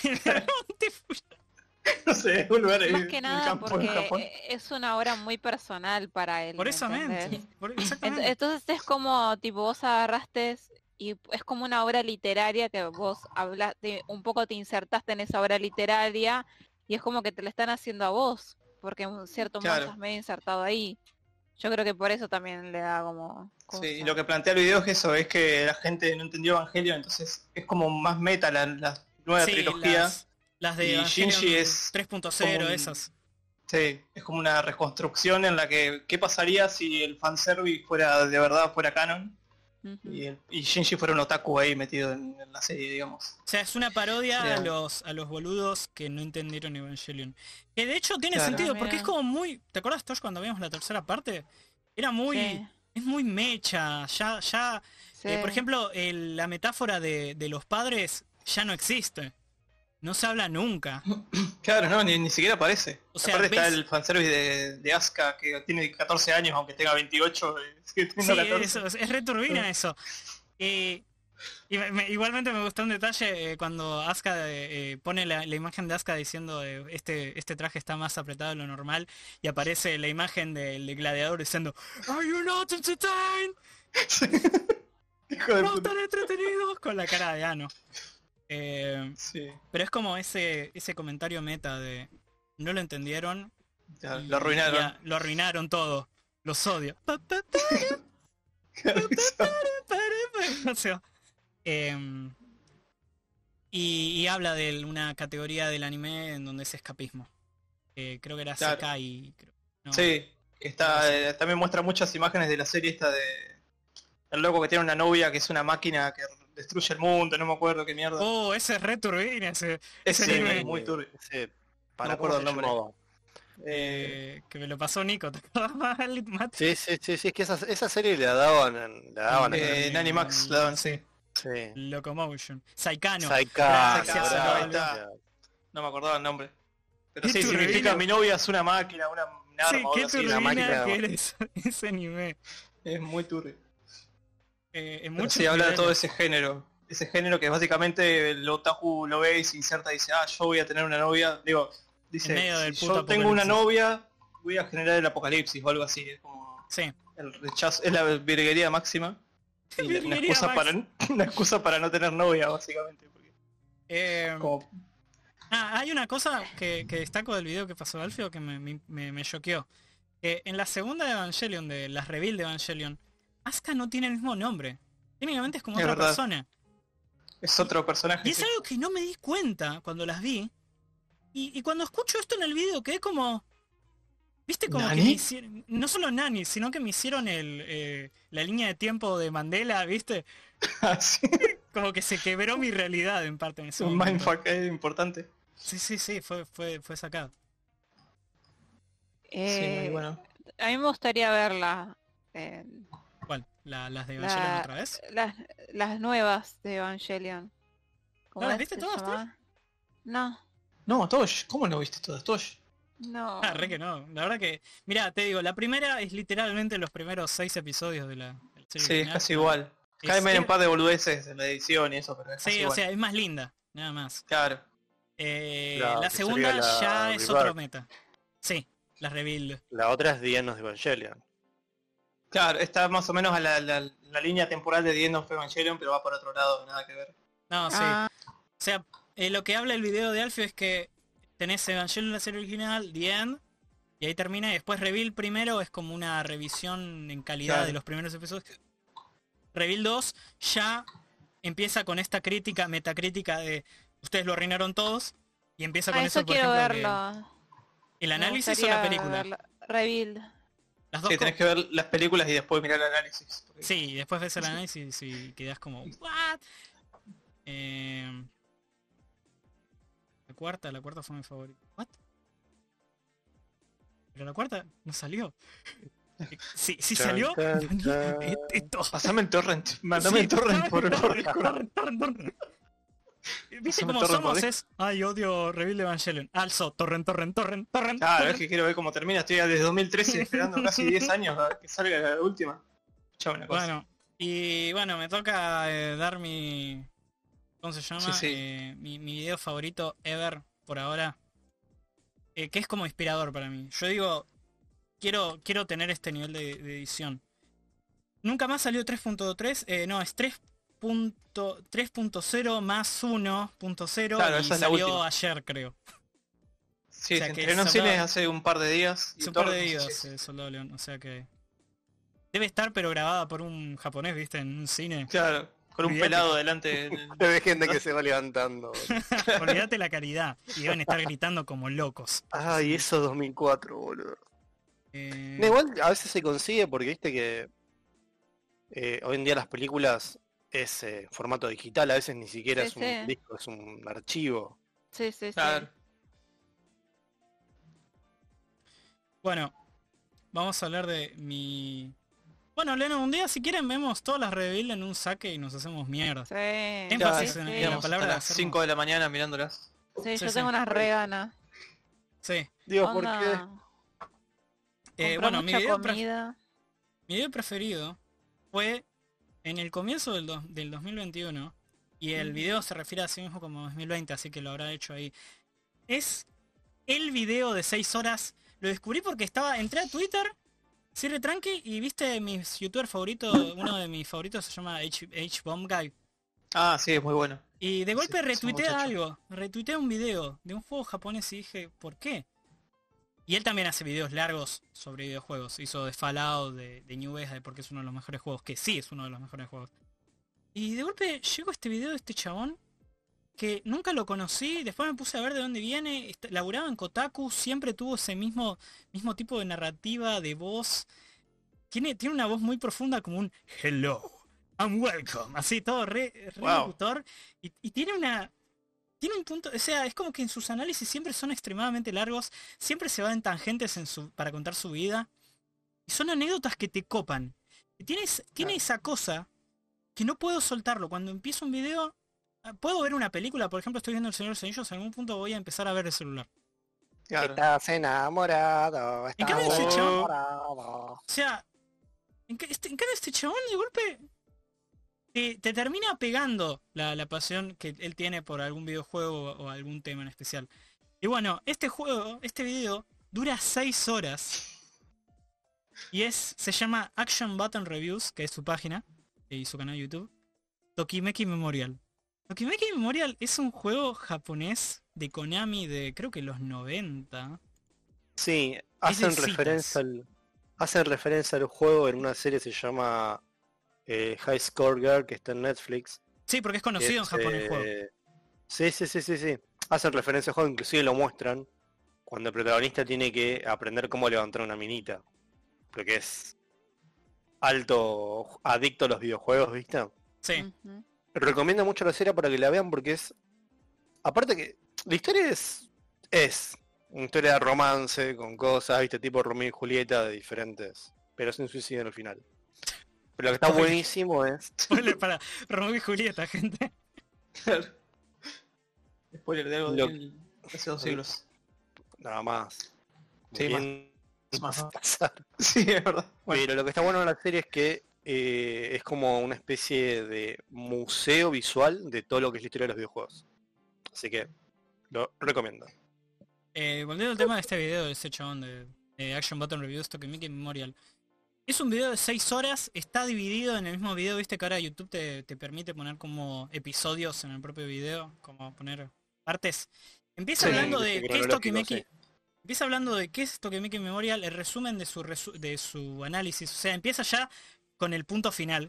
Te fu- No sé, un lugar ahí Más en que el nada campo en porque Japón. es una obra muy personal para él. Por ¿me eso entendés? mente. Por- Ent- exactamente. Entonces es como, tipo, vos agarraste y es como una obra literaria que vos hablaste, un poco te insertaste en esa obra literaria y es como que te la están haciendo a vos, porque en cierto modo Claro. estás medio insertado ahí. Yo creo que por eso también le da como... Sí, y cosa. lo que plantea el video es eso, es que la gente no entendió Evangelion, entonces es como más meta la, la nueva Sí, trilogía. las, las de Y Evangelion Shinji es tres punto cero, como un- esas. Sí, es como una reconstrucción en la que qué pasaría si el fanservice fuera de verdad fuera canon Ujú. y, el- y Shinji fuera un otaku ahí metido en, en la serie, digamos. O sea, es una parodia a Sí. los a los boludos que no entendieron Evangelion. Que de hecho tiene Claro. sentido, Ah, porque mira. es como muy... ¿Te acuerdas, Tosh, cuando vimos la tercera parte? Era muy... Sí, Es muy mecha, ya... ya sí. eh, por ejemplo, el- la metáfora de, de los padres ya no existe. No se habla nunca. Claro, no, ni, ni siquiera aparece. O sea, Aparte está ves- el fanservice de, de Asuka que tiene catorce años aunque tenga veintiocho, eh, sigue Sí, teniendo catorce. eso, es, es re turbina eso. Eh, y me- me- igualmente me gustó un detalle eh, cuando Asuka eh, eh, pone la, la imagen de Asuka diciendo eh, este, este traje está más apretado de lo normal y aparece la imagen del del gladiador diciendo "Are you not entertained? Hijo de No puta. están entretenidos", con la cara de Ano. Eh, Sí, pero es como ese, ese comentario meta de no lo entendieron. ya, y- lo arruinaron. y ya, lo arruinaron todo. Los odio. Pa, pa, pa, pa, o sea, em, y, y habla de una categoría del anime en donde es escapismo. Eh, creo que era Claro. Sekai. Creo. No, Sí, está, eh, también muestra muchas imágenes de la serie esta de el loco que tiene una novia que es una máquina que destruye el mundo, no me acuerdo qué mierda. Oh, ese es re turbina, ese. ese ese es anime. muy turbio. Ese, No para me acuerdo cómo el se nombre. llamaba. Eh, Eh, que me lo pasó Nico, ¿te acuerdas mal, Matt? Sí, sí, sí, sí, es que esa, esa serie la daban, en- la daban eh, en en Animax la dan, sí. sí. Locomotion. Saikano. Saikano, Gracias, gracias. Saikano, No me acordaba el nombre. Pero Qué sí, turbina. significa mi novia es una máquina, una, un arma Sí, o qué algo así. turbina máquina- que eres ese anime. Es muy turbio. Eh, en Pero muchos sí, habla de todo niveles. ese género. Ese género que básicamente el otaku lo ve y se inserta y dice, ah, yo voy a tener una novia. Digo, dice, En medio del si puto yo tengo una apocalipsis. novia, voy a generar el apocalipsis o algo así. Es como Sí. el rechazo, es la virguería máxima. Y la- una, Virguería excusa para, una excusa para no tener novia, básicamente. Porque Eh, como- ah, hay una cosa que, que destaco del video que pasó Alfio que me, me, me, me choqueó. Que en la segunda de Evangelion, de las reveal de Evangelion, Asuka no tiene el mismo nombre. Técnicamente es como Es otra verdad. persona. es otro personaje. Y es sí. algo que no me di cuenta cuando las vi. Y, y cuando escucho esto en el video quedé como... ¿Viste como que ¿Nani? me hicieron... No solo Nani, sino que me hicieron el, eh, la línea de tiempo de Mandela, ¿viste? Así, Como que se quebró mi realidad en parte en ese un momento. mindfuck es importante. Sí, sí, sí, fue, fue, fue sacado. Sí, Eh, muy bueno. A mí me gustaría verla. eh, ¿Cuál? ¿La- ¿Las de Evangelion la- otra vez? las, las nuevas de Evangelion. ¿Cómo ¿No las es viste que todas, se llama? No, No, Tosh, ¿cómo no viste todas? Tosh. no. Ah, re que no. La verdad que... Mira, te digo, la primera es literalmente los primeros seis episodios de la, de la serie Sí, es original. casi igual. Es- Caen es- un par de boludeces en la edición y eso, pero es casi Sí, o igual. sea, es más linda, nada más. Claro. Eh, La la que segunda sería la ya es Rebirth. otro meta. Sí, la rebuild. La otra es The End of Evangelion. Claro, está más o menos a la, la- la línea temporal de The End of Evangelion, pero va por otro lado, nada que ver. No, sí. Ah, O sea, eh, lo que habla el video de Alfio es que tenés Evangelion en la serie original, The End, y ahí termina, y después Reveal primero es como una revisión en calidad Claro. de los primeros episodios. Reveal dos ya empieza con esta crítica, metacrítica de ustedes lo arruinaron todos, y empieza ah, con eso eso, por quiero ejemplo, que- verlo. el Me análisis o gustaría la película. verlo. Rebuild. Las dos Sí, co- tenés que ver las películas y después mirar el análisis. porque- Sí, y después ves el análisis y quedas como, ¿what? Eh, la cuarta, la cuarta fue mi favorita. ¿What? Pero la cuarta no salió. Sí, sí Chan, salió. chan, chan. Eh, esto. Pasame el torrent, mandame Sí, el torrent por, por torrent, Discord. torrent, torrent, torrent. ¿Viste Pasame cómo torrent por somos? Discord. Es, ay, odio Reveal de Evangelion. Also, torrent, torrent, torrent, torrent. Claro, es torrent. que quiero ver cómo termina. Estoy desde dos mil trece esperando casi diez años a que salga la última. Escuchame una cosa. Bueno, y bueno, me toca eh, dar mi... ¿Cómo se llama? Sí, sí. Eh, mi, mi video favorito ever por ahora. eh, que es como inspirador para mí. Yo digo, quiero, quiero tener este nivel de, de edición. Nunca más salió tres punto tres, eh, no, es tres punto cero más uno punto cero Claro, y esa es la salió última. ayer, creo. Sí, o sea se que estrenó en soldado- cines hace un par de días. y Es un todo- par de sí, días, sí. eh, Soldado León, o sea que... Debe estar pero grabada por un japonés, viste, en un cine. Claro, con un Olvídate. pelado delante. del- Se ve gente que se va levantando. Olvídate la calidad. Y deben estar gritando como locos. Ay, eso dos mil cuatro, boludo. Eh, No, igual a veces se consigue porque viste que eh, hoy en día las películas es eh, formato digital, a veces ni siquiera Sí, es un sí. disco, es un archivo. Sí, sí, sí. Claro. Bueno, vamos a hablar de mi... Bueno, Leno, un día si quieren vemos todas las reveal en un saque y nos hacemos mierda. Sí, Énfasis sí, en- sí. en la Digamos, palabra hasta de las hacernos- cinco de la mañana mirándolas. Sí, Sí, yo sí. tengo unas re ganas. Sí. Digo, ¿por Onda, qué? Eh, compró bueno, mi mucha video, pre- comida. mi video preferido fue en el comienzo del, dos- del dos mil veintiuno. Y el video se refiere a sí mismo como dos mil veinte, así que lo habrá hecho ahí. Es el video de seis horas. Lo descubrí porque estaba, entré a Twitter, cierre tranqui, y viste mis youtubers favoritos, uno de mis favoritos se llama H, H Bomb Guy. Ah, sí, es muy bueno. Y de golpe ese retuitea muchacho. algo, retuitea un video de un juego japonés y dije, ¿por qué? Y él también hace videos largos sobre videojuegos. Hizo de Fallout, de, de New Vegas, de porque es uno de los mejores juegos, que sí es uno de los mejores juegos. Y de golpe llegó este video de este chabón, que nunca lo conocí, después me puse a ver de dónde viene, est- laburaba en Kotaku, siempre tuvo ese mismo, mismo tipo de narrativa, de voz. Tiene, tiene una voz muy profunda como un hello, I'm welcome, así todo re, re Wow. locutor. Y, y tiene una... Tiene un punto, o sea, es como que en sus análisis siempre son extremadamente largos, siempre se va en tangentes en su, para contar su vida. Y son anécdotas que te copan. Y tienes, tiene esa cosa que no puedo soltarlo. Cuando empiezo un video, ah, puedo ver una película, por ejemplo, estoy viendo El Señor de los Anillos, en algún punto voy a empezar a ver el celular. Claro. Estás enamorado, En cambio, estás ese chabón- enamorado. O sea, en, ca- este, en cambio este chabón de golpe te, te termina pegando la, la pasión que él tiene por algún videojuego o algún tema en especial. Y bueno, este juego, este video, dura seis horas. Y es, se llama Action Button Reviews, que es su página y su canal de YouTube. Tokimeki Memorial. Tokimeki Memorial es un juego japonés de Konami de creo que los noventa. Sí, Es de hacen citas. referencia al hacen referencia al juego en una serie que se llama eh, High Score Girl, que está en Netflix. Sí, porque es conocido en Es, Japón el eh, juego. Sí, sí, sí, sí, sí. Hacen referencia al juego, inclusive lo muestran cuando el protagonista tiene que aprender cómo levantar una minita. Porque es alto adicto a los videojuegos, ¿viste? Sí. Ujú. Recomiendo mucho la serie para que la vean porque es... Aparte que la historia es... Es una historia de romance con cosas, ¿viste? Tipo Romeo y Julieta de diferentes... Pero sin suicidio en el final. Pero lo que está Spoiler. buenísimo es... Spoiler para Romeo y Julieta, gente. Claro. Spoiler de algo de Lo- mil- hace dos siglos. Nada más. Sí, Bien más. Más. pasar. Sí, es verdad. Bueno, Pero lo que está bueno en la serie es que eh, es como una especie de museo visual de todo lo que es la historia de los videojuegos. Así que lo recomiendo. Eh, volviendo al tema de este video de ese chabón de, de Action Button Reviews Tokimeki Memorial. Es un video de seis horas, está dividido en el mismo video, viste que ahora YouTube te, te permite poner como episodios en el propio video, como poner partes. Empieza Sí, hablando sí, de qué es cronológico, Tokimeki. sí. Empieza hablando de qué es Tokimeki Memorial, el resumen de su resu- de su análisis. O sea, empieza ya con el punto final.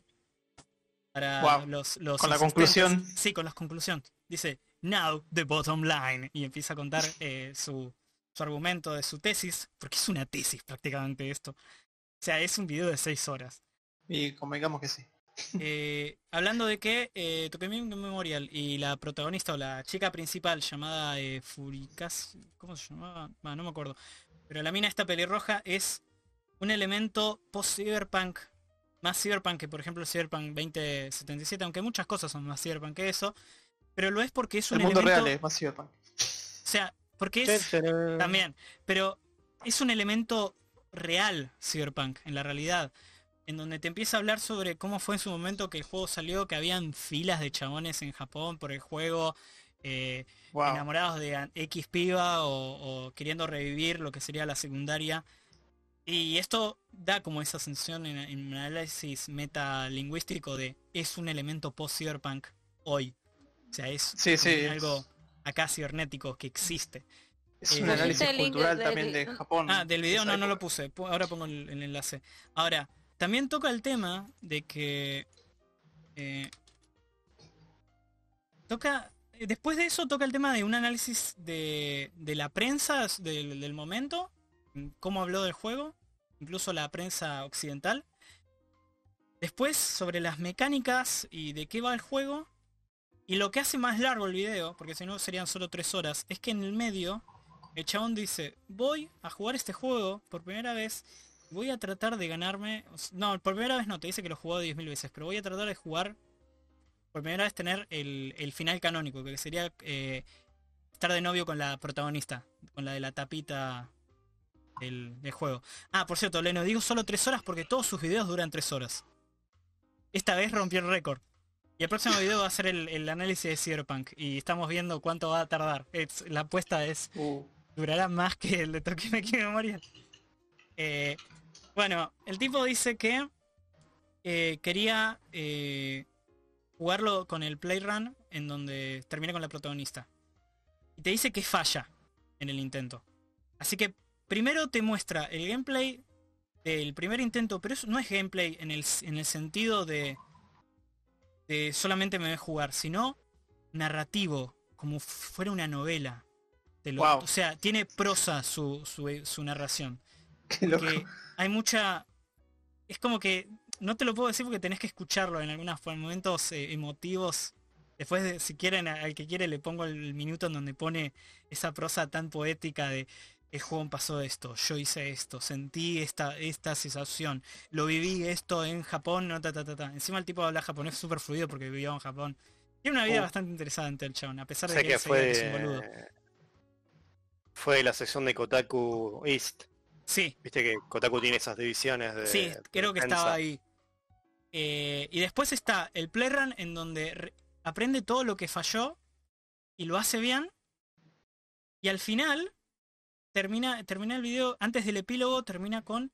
Para Wow. los, los Con la insistentes. conclusión. Sí, con la conclusión. Dice, now the bottom line. Y empieza a contar eh, su, su argumento de su tesis, porque es una tesis prácticamente esto. O sea, es un video de seis horas. y convengamos que sí. Eh, hablando de que eh, Tokimeki Memorial y la protagonista o la chica principal llamada eh, Furikas, ¿cómo se llamaba? Ah, no me acuerdo. Pero la mina esta pelirroja es un elemento post-cyberpunk, más cyberpunk que por ejemplo el Cyberpunk veinte setenta y siete, aunque muchas cosas son más cyberpunk que eso, pero lo es porque es un El mundo elemento, real es más cyberpunk. o sea, porque es también, pero es un elemento real cyberpunk en la realidad, en donde te empieza a hablar sobre cómo fue en su momento que el juego salió, que habían filas de chabones en Japón por el juego, eh, Wow. enamorados de a- X piba o, o queriendo revivir lo que sería la secundaria. Y esto da como esa sensación en, en un análisis metalingüístico de es un elemento post-cyberpunk hoy. O sea, es Sí, sí, un- es- algo acá cibernético que existe. Es Eh, un análisis Pusiste el link cultural de- también de- de Japón. Ah, del video de esa no, no lo época. puse. Pu- Ahora pongo el, el enlace. Ahora, también toca el tema de que... eh, toca... eh, Después de eso toca el tema de un análisis de, de la prensa s- del, del momento. Cómo habló del juego. Incluso la prensa occidental. Después sobre las mecánicas y de qué va el juego. Y lo que hace más largo el video, porque si no serían solo tres horas, es que en el medio el chabón dice, voy a jugar este juego por primera vez, voy a tratar de ganarme... o s- No, por primera vez no, te dice que lo jugó diez mil veces, pero voy a tratar de jugar, por primera vez tener el, el final canónico, que sería eh, estar de novio con la protagonista, con la de la tapita del, del juego. Ah, por cierto, Leno, digo solo tres horas porque todos sus videos duran tres horas. Esta vez rompió el récord. Y el próximo video va a ser el, el análisis de Cyberpunk. Y estamos viendo cuánto va a tardar. Es- la apuesta es... Uh, durará más que el de Tokimeki Memorial. Eh, bueno, el tipo dice que eh, quería eh, jugarlo con el playrun en donde termina con la protagonista. Y te dice que falla en el intento. Así que primero te muestra el gameplay del primer intento, pero eso no es gameplay en el, en el sentido de, de solamente me ve jugar, sino narrativo, como fuera una novela. Te lo- Wow. O sea, tiene prosa su, su, su narración. Qué loco. Porque hay mucha... Es como que... No te lo puedo decir porque tenés que escucharlo en algunos momentos eh, emotivos. Después, de, si quieren, a- al que quiere le pongo el minuto en donde pone esa prosa tan poética de el juego pasó esto, yo hice esto, sentí esta, esta sensación, lo viví esto en Japón, no, ta, ta, ta, ta. Encima el tipo habla japonés súper fluido porque vivió en Japón. Tiene una vida Uh. bastante interesante el chabón, a pesar O de sea que, que él se diga que es un fue. boludo. Fue la sección de Kotaku East. Sí, Viste que Kotaku tiene esas divisiones de. sí, de creo que prensa. estaba ahí. Eh, y después está el playrun en donde re- aprende todo lo que falló y lo hace bien. Y al final termina, termina el video, antes del epílogo, termina con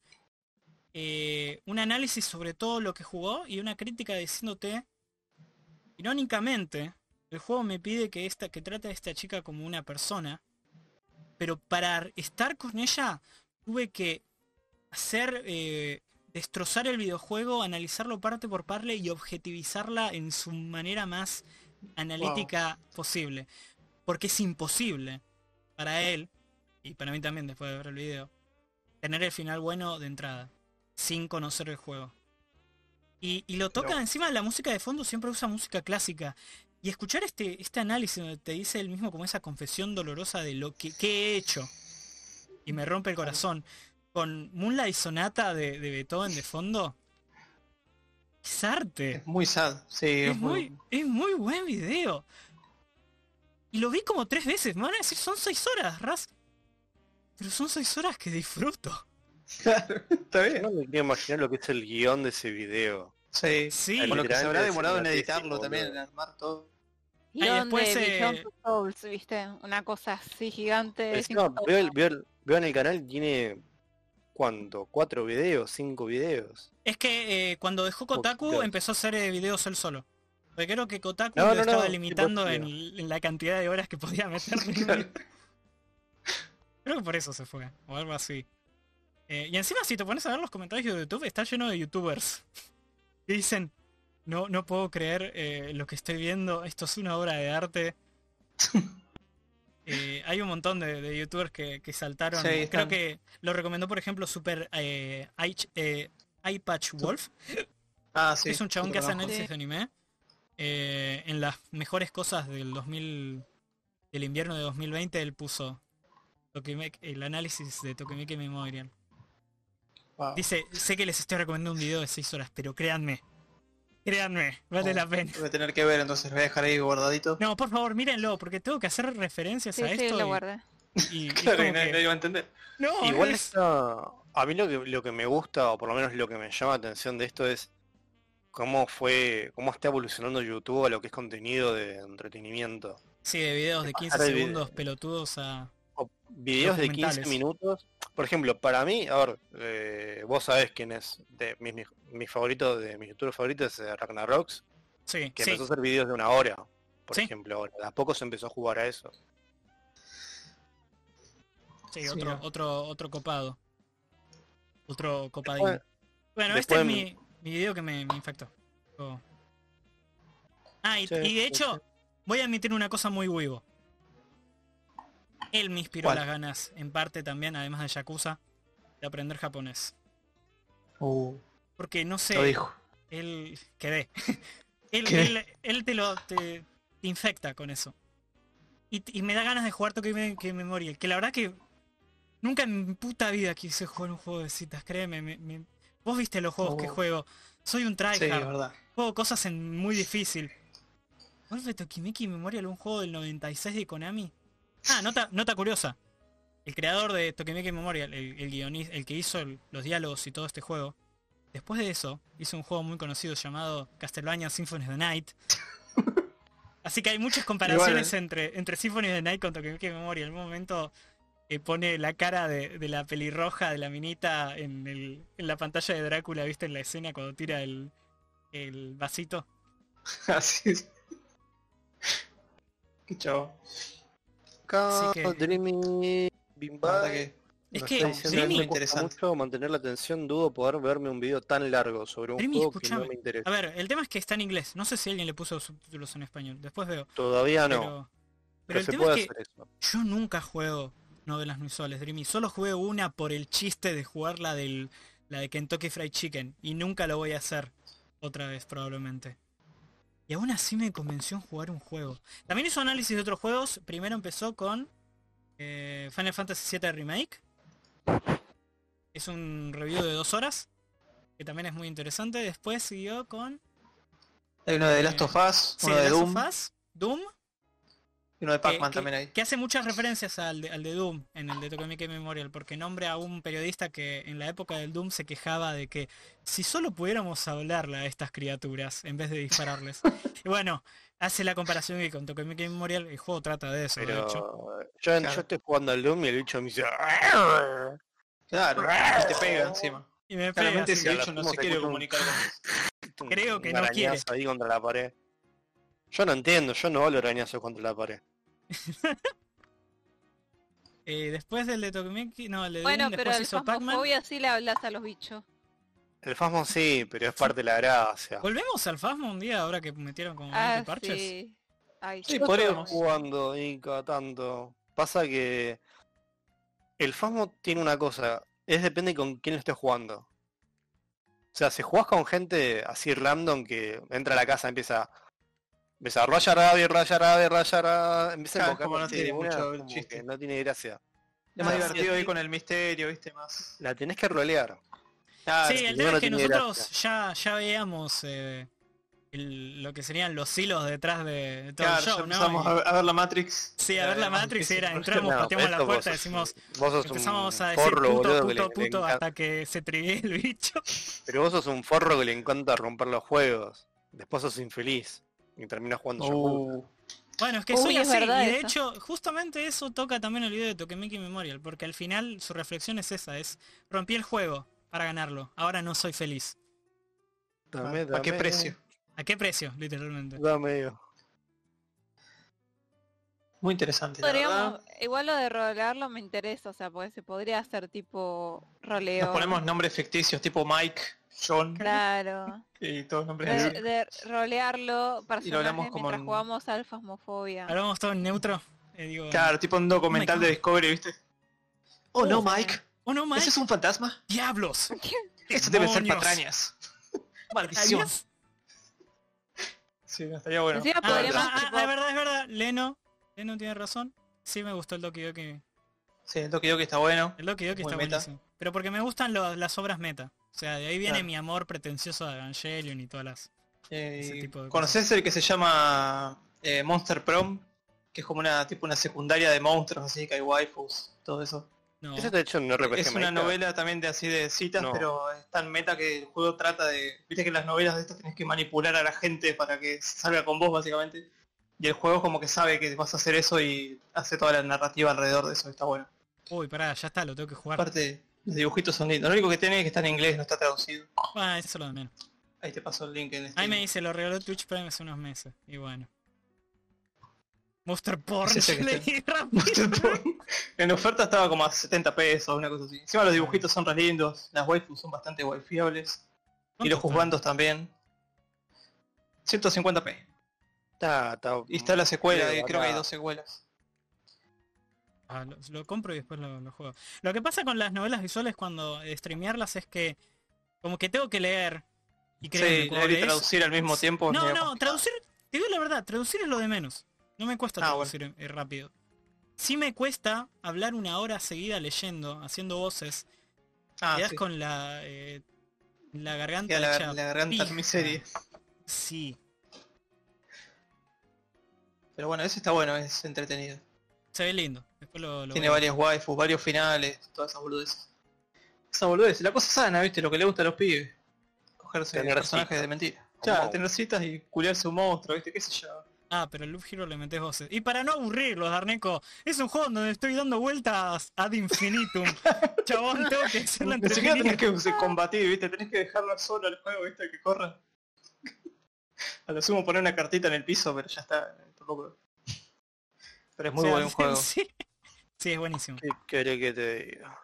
eh, un análisis sobre todo lo que jugó y una crítica diciéndote, irónicamente, el juego me pide que, esta, que trate a esta chica como una persona, pero para estar con ella tuve que hacer... eh, destrozar el videojuego, analizarlo parte por parte y objetivizarla en su manera más analítica posible. Porque es imposible para él, y para mí también después de ver el video, tener el final bueno de entrada, sin conocer el juego. Y, y lo toca Pero- encima de la música de fondo, siempre usa música clásica. Y escuchar este, este análisis donde te dice él mismo como esa confesión dolorosa de lo que, que he hecho. Y me rompe el corazón. Con Moonlight Sonata de, de Beethoven de fondo. Es arte. Es muy sad, sí, Es es muy, muy... es muy buen video. Y lo vi como tres veces. Me van a decir, son seis horas, Raz. Pero son seis horas que disfruto. Claro, está Yo bien. no me quiero imaginar lo que es el guión de ese video. Sí. Sí. Con lo que se habrá Literalmente demorado en es editarlo gratísimo, también, boludo. en armar todo. Y Ah, y donde después, Beyond eh, Two Souls, ¿viste? Una cosa así gigante. de Encima, cinco veo, el- horas. veo el- veo en el canal, tiene... ¿Cuánto? ¿Cuatro videos? ¿Cinco videos? Es que eh, cuando dejó Kotaku Poquitos. empezó a hacer eh, videos él solo. Porque creo que Kotaku No, lo no, estaba no, limitando sí, en, en la cantidad de horas que podía meterle. Claro. Creo que por eso se fue, o algo así. Eh, y encima si te pones a ver los comentarios de YouTube, está lleno de youtubers que dicen, no, no puedo creer eh, lo que estoy viendo, esto es una obra de arte. Eh, hay un montón de, de youtubers que, que saltaron. Sí, Creo están. que lo recomendó por ejemplo Super eh, Eye- eh, Eyepatch Wolf, Ah, que sí. es un chabón sí que lo hace conozco. análisis Sí. de anime. Eh, en las mejores cosas del dos mil, del invierno de dos mil veinte él puso Tokimeki- el análisis de Tokimeki Memorial. Wow. Dice, sé que les estoy recomendando un video de seis horas, pero créanme, créanme, vale Oh, la pena. Voy a tener que ver, entonces lo voy a dejar ahí guardadito. No, por favor, mírenlo, porque tengo que hacer referencias Sí, a sí, esto. lo y- guardé. y, y Claro, como y nadie, que- nadie va a entender. no, Igual es- está... A mí lo que, lo que me gusta, o por lo menos lo que me llama la atención de esto es cómo fue, cómo está evolucionando YouTube a lo que es contenido de entretenimiento. sí, de videos de quince pasar de segundos video. pelotudos a... O videos de quince Documentales. minutos. Por ejemplo, para mí, a ver, eh, vos sabés quién es de mis, mis, mis favoritos, de mis youtubers favoritos es eh, Ragnarox, Sí, que sí, empezó a hacer videos de una hora, por Sí. ejemplo, ahora. De a poco se empezó a jugar a eso. sí, Sí, otro, no. otro, otro copado. Otro copadín. Después- Bueno, después este es en- mi, mi video que me, me infectó. Oh. Ah, y, Sí, y de sí, hecho, sí. voy a admitir una cosa muy huevo. Él me inspiró ¿Cuál? las ganas, en parte también, además de Yakuza, de aprender japonés. Uh, Porque no sé, lo dijo. él... Quedé. él, ¿Qué? él, él te lo te, te infecta con eso. Y, y me da ganas de jugar Tokimeki Memorial, que la verdad que nunca en mi puta vida quise jugar un juego de citas, créeme. me- me- Vos viste los juegos que Oh. juego. Soy un Sí, es tryhard. verdad. Juego cosas en muy difícil. ¿Cuál fue Tokimeki Memorial? ¿Un juego del noventa y seis de Konami? Ah, nota, nota curiosa. El creador de Tokimeki Memorial, el, el guionista, el que hizo el- los diálogos y todo este juego, después de eso, hizo un juego muy conocido llamado Castlevania Symphony of the Night. Así que hay muchas comparaciones Igual, entre, entre Symphony of the Night con Tokimeki Memorial. En un momento eh, pone la cara de, de la pelirroja de la minita en, el, en la pantalla de Drácula, ¿viste? En la escena cuando tira el, el vasito. Así es. Qué chavo. Acá, Así que- Dreamy La verdad Bimbai que Es nos que está diciendo Dreamy- que me cuesta Interesante. mucho mantener la atención, dudo poder verme un video tan largo sobre un Dreamy, juego que escuchame. no me interesa. A ver, el tema es que está en inglés. No sé si alguien le puso subtítulos en español. Después veo. Todavía no, Pero, pero, pero el se tema puede es que hacer eso. yo nunca juego novelas no visuales, Dreamy. Solo jugué una por el chiste de jugar la del la de Kentucky Fried Chicken. Y nunca lo voy a hacer otra vez, probablemente. Y aún así me convenció en jugar un juego. También hizo análisis de otros juegos. Primero empezó con eh, Final Fantasy siete Remake. Es un review de dos horas. Que también es muy interesante. Después siguió con... hay uno de The Last Eh, of Us, sí, uno The de Last Doom of Us, Doom. y uno de que- Pac-Man que- también ahí. Que hace muchas referencias al de, al de Doom en el de Tokyo Memorial, porque nombra a un periodista que en la época del Doom se quejaba de que si solo pudiéramos hablarle a estas criaturas en vez de dispararles. Y bueno, hace la comparación que con Tokyo Memorial el juego trata de eso, de hecho. Pero yo, Claro. yo estoy jugando al Doom y el bicho me dice... Claro, y te pega encima. Y me pega, Claramente así ese que- bicho no ¿cómo se se quiere escucha un- comunicar con vos. Creo que Un no arañazo quiere. ahí contra la pared. Yo no entiendo, yo no hablo arañazos contra la pared. eh, después del de Tokyo no, el de Bueno, Doom, pero después el hizo Pac-Man. Phasmophobia sí le hablas a los bichos. El Phasmo sí, pero es parte de la gracia. Volvemos al Phasmo un día ahora que metieron como Ah, veinte parches. sí. Ay, Sí, Yo estoy podríamos. jugando y cada tanto. Pasa que el Phasmo tiene una cosa, es depende con quién lo estés jugando. O sea, si jugás con gente así random que entra a la casa, empieza empieza a rayar Rabi, rayar Rabi, rayar Rabi, empieza a Claro, invocar como no así tiene de una, mucho el como chiste. que no tiene gracia. Es más Ah, divertido sí, ahí sí. con el misterio, viste, más. La tenés que rolear. Claro, Sí, el si tema no, es que no tiene nosotros ya, ya veíamos eh, el- lo que serían los hilos detrás de, de todo claro, el ya show, ¿no? empezamos Y- a ver, a ver la Matrix. sí, a Ya ver la es más Matrix difícil, era, porque- entramos, No, pateamos esto la vos puerta, sos decimos, un- vos sos empezamos un a decir forro, puto, boludo, que puto, le- le puto, encanta- hasta que se trigué el bicho. Pero vos sos un forro que le encanta romper los juegos. Después sos infeliz. Y terminas jugando Yakuza. Uh, Bueno, es que Uy, soy es así, verdad y de eso. hecho, justamente eso toca también el video de Tokemeki Memorial, porque al final su reflexión es esa, es rompí el juego para ganarlo, ahora no soy feliz. Dame, ¿a qué dame, precio? ¿A qué precio, literalmente? Dame yo. Muy interesante, la Podríamos, verdad. igual lo de rolearlo me interesa, o sea, porque se podría hacer tipo roleo. Nos ponemos nombres ficticios tipo Mike, John Claro. y todos nombres De, así. de rolearlo Y lo hablamos personajes como mientras en- jugamos al Phasmophobia. Hablamos todo en neutro. eh, digo, Claro, tipo un documental Oh my de God. Discovery, ¿viste? Oh, no, Mike. oh no, Mike, ¿Ese es un fantasma? diablos. Esto debe ser Demonios. patrañas. Maldición. Adiós. Sí, estaría bueno. Encima Ah, podríamos ah, ah, tipo, es verdad, es verdad. Leno, Leno tiene razón. Sí me gustó el Doki Doki. Sí, el Doki Doki está bueno. El Doki Doki Muy está meta. buenísimo. Pero porque me gustan lo- las obras meta. O sea, de ahí viene Claro. mi amor pretencioso a Evangelion y todas las... Eh, Ese tipo de ¿Conocés el que se llama eh, Monster Prom? Que es como una tipo una secundaria de monstruos, así que hay waifus, todo eso. No. Ese de hecho no R P G Es una Maker. novela también de así de citas, No. pero es tan meta que el juego trata de... Viste que en las novelas de estas tenés que manipular a la gente para que salga con vos básicamente. Y el juego como que sabe que vas a hacer eso y hace toda la narrativa alrededor de eso, está bueno. Uy, pará, ya está, lo tengo que jugar. Aparte, los dibujitos son lindos. Lo único que tiene es que está en inglés, no está traducido. Ah, eso es lo de menos. Ahí te paso el link en este. Ahí me dice, lo regaló Twitch Prime hace unos meses. Y bueno. Monster Porn. Es ese que le está- di rápido. Monster Porn. En oferta estaba como a setenta pesos, una cosa así. Encima los dibujitos son re lindos, las waifus son bastante waifiables. Y los ¿Cuánto juzgandos también. ciento cincuenta p. Está, está, Y está la secuela, Sí, y creo que hay acá. dos secuelas. Ah, lo, lo compro y después lo, lo juego. Lo que pasa con las novelas visuales cuando eh, streamearlas es que como que tengo que leer. Y créeme, Sí, cuando leer y lees- traducir al mismo tiempo. es No, medio no, complicado. traducir, te digo la verdad, traducir es lo de menos. No me cuesta Ah, traducir eh, rápido. Sí me cuesta hablar una hora seguida leyendo, haciendo voces. Ah, Quedás sí. con la, eh, la garganta Queda la, hecha la garganta pija. miseria. Sí, Pero bueno, ese está bueno, es entretenido. se ve lindo. Después lo, lo Tiene veo. varias waifus, varios finales, todas esas boludeces. Esa boludez, la cosa sana, viste, lo que le gusta a los pibes. Cogerse Tener personajes citas. de mentira. Como Claro, vos. tener citas y culiarse un monstruo, viste, qué sé yo. Ah, pero el Loop Hero le metes voces. Y para no aburrirlos, Darneco, es un juego donde estoy dando vueltas ad infinitum. Chabón, tengo que hacerlo Ni siquiera entretenido. tenés que combatir, viste, tenés que dejarlo solo al juego, viste, que corra. A lo sumo poner una cartita en el piso, pero ya está. Tampoco. Pero es muy O sea, buen juego. Sí, sí, es buenísimo. ¿Qué querés que te diga?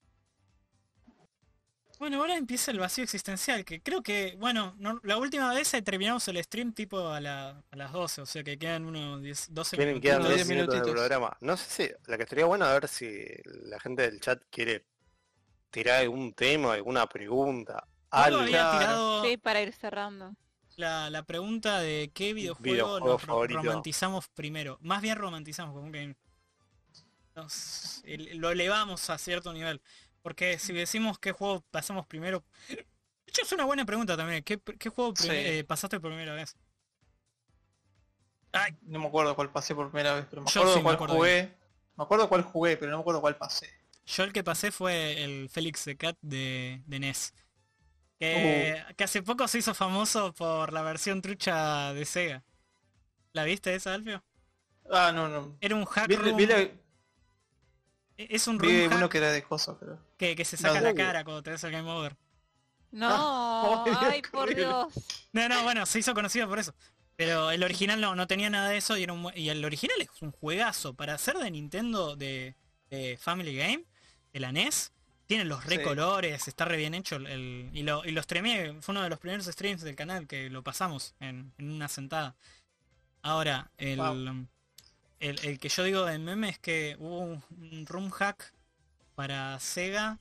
Bueno, ahora empieza el vacío existencial, que creo que, bueno, no- la última vez eh, terminamos el stream tipo a, la- a las doce, o sea que quedan unos diez, doce Quieren minutos. quedan unos diez diez minutos del minutitos. programa. No sé si, la que estaría bueno a ver si la gente del chat quiere tirar algún tema, alguna pregunta, Pablo algo. había Claro. tirado Sí, para ir cerrando. la, la pregunta de qué videojuego, Videojuego nos ro- favorito. romantizamos primero. Más bien romantizamos, como que nos- el- lo elevamos a cierto nivel. Porque si decimos qué juego pasamos primero... De hecho es una buena pregunta también. ¿Qué, qué juego prim- Sí. eh, pasaste por primera vez? Ay, No me acuerdo cuál pasé por primera vez, pero me Yo acuerdo sí me cuál acuerdo jugué. Me acuerdo cuál jugué, pero no me acuerdo cuál pasé. yo el que pasé fue el Félix the Cat de, de N E S. Que, que hace poco se hizo famoso por la versión trucha de Sega. ¿La viste esa, Alfio? Ah, no, no. Era un hack Vi, room. vi la- Es un vi room uno hack que era de cosas, pero... que, que se saca No, la no. cara cuando te ves el Game Over. No, ay, Dios, ay, qué por horrible. Dios. No, no, bueno, se hizo conocido por eso. Pero el original no, no tenía nada de eso y, era un, y el original es un juegazo. Para hacer de Nintendo de, de Family Game, de la N E S, tiene los Sí. recolores, está re bien hecho. El, el- y, lo, y lo streameé, fue uno de los primeros streams del canal que lo pasamos en, en una sentada. Ahora, el, Wow. el, el que yo digo de meme es que hubo un, un room hack para Sega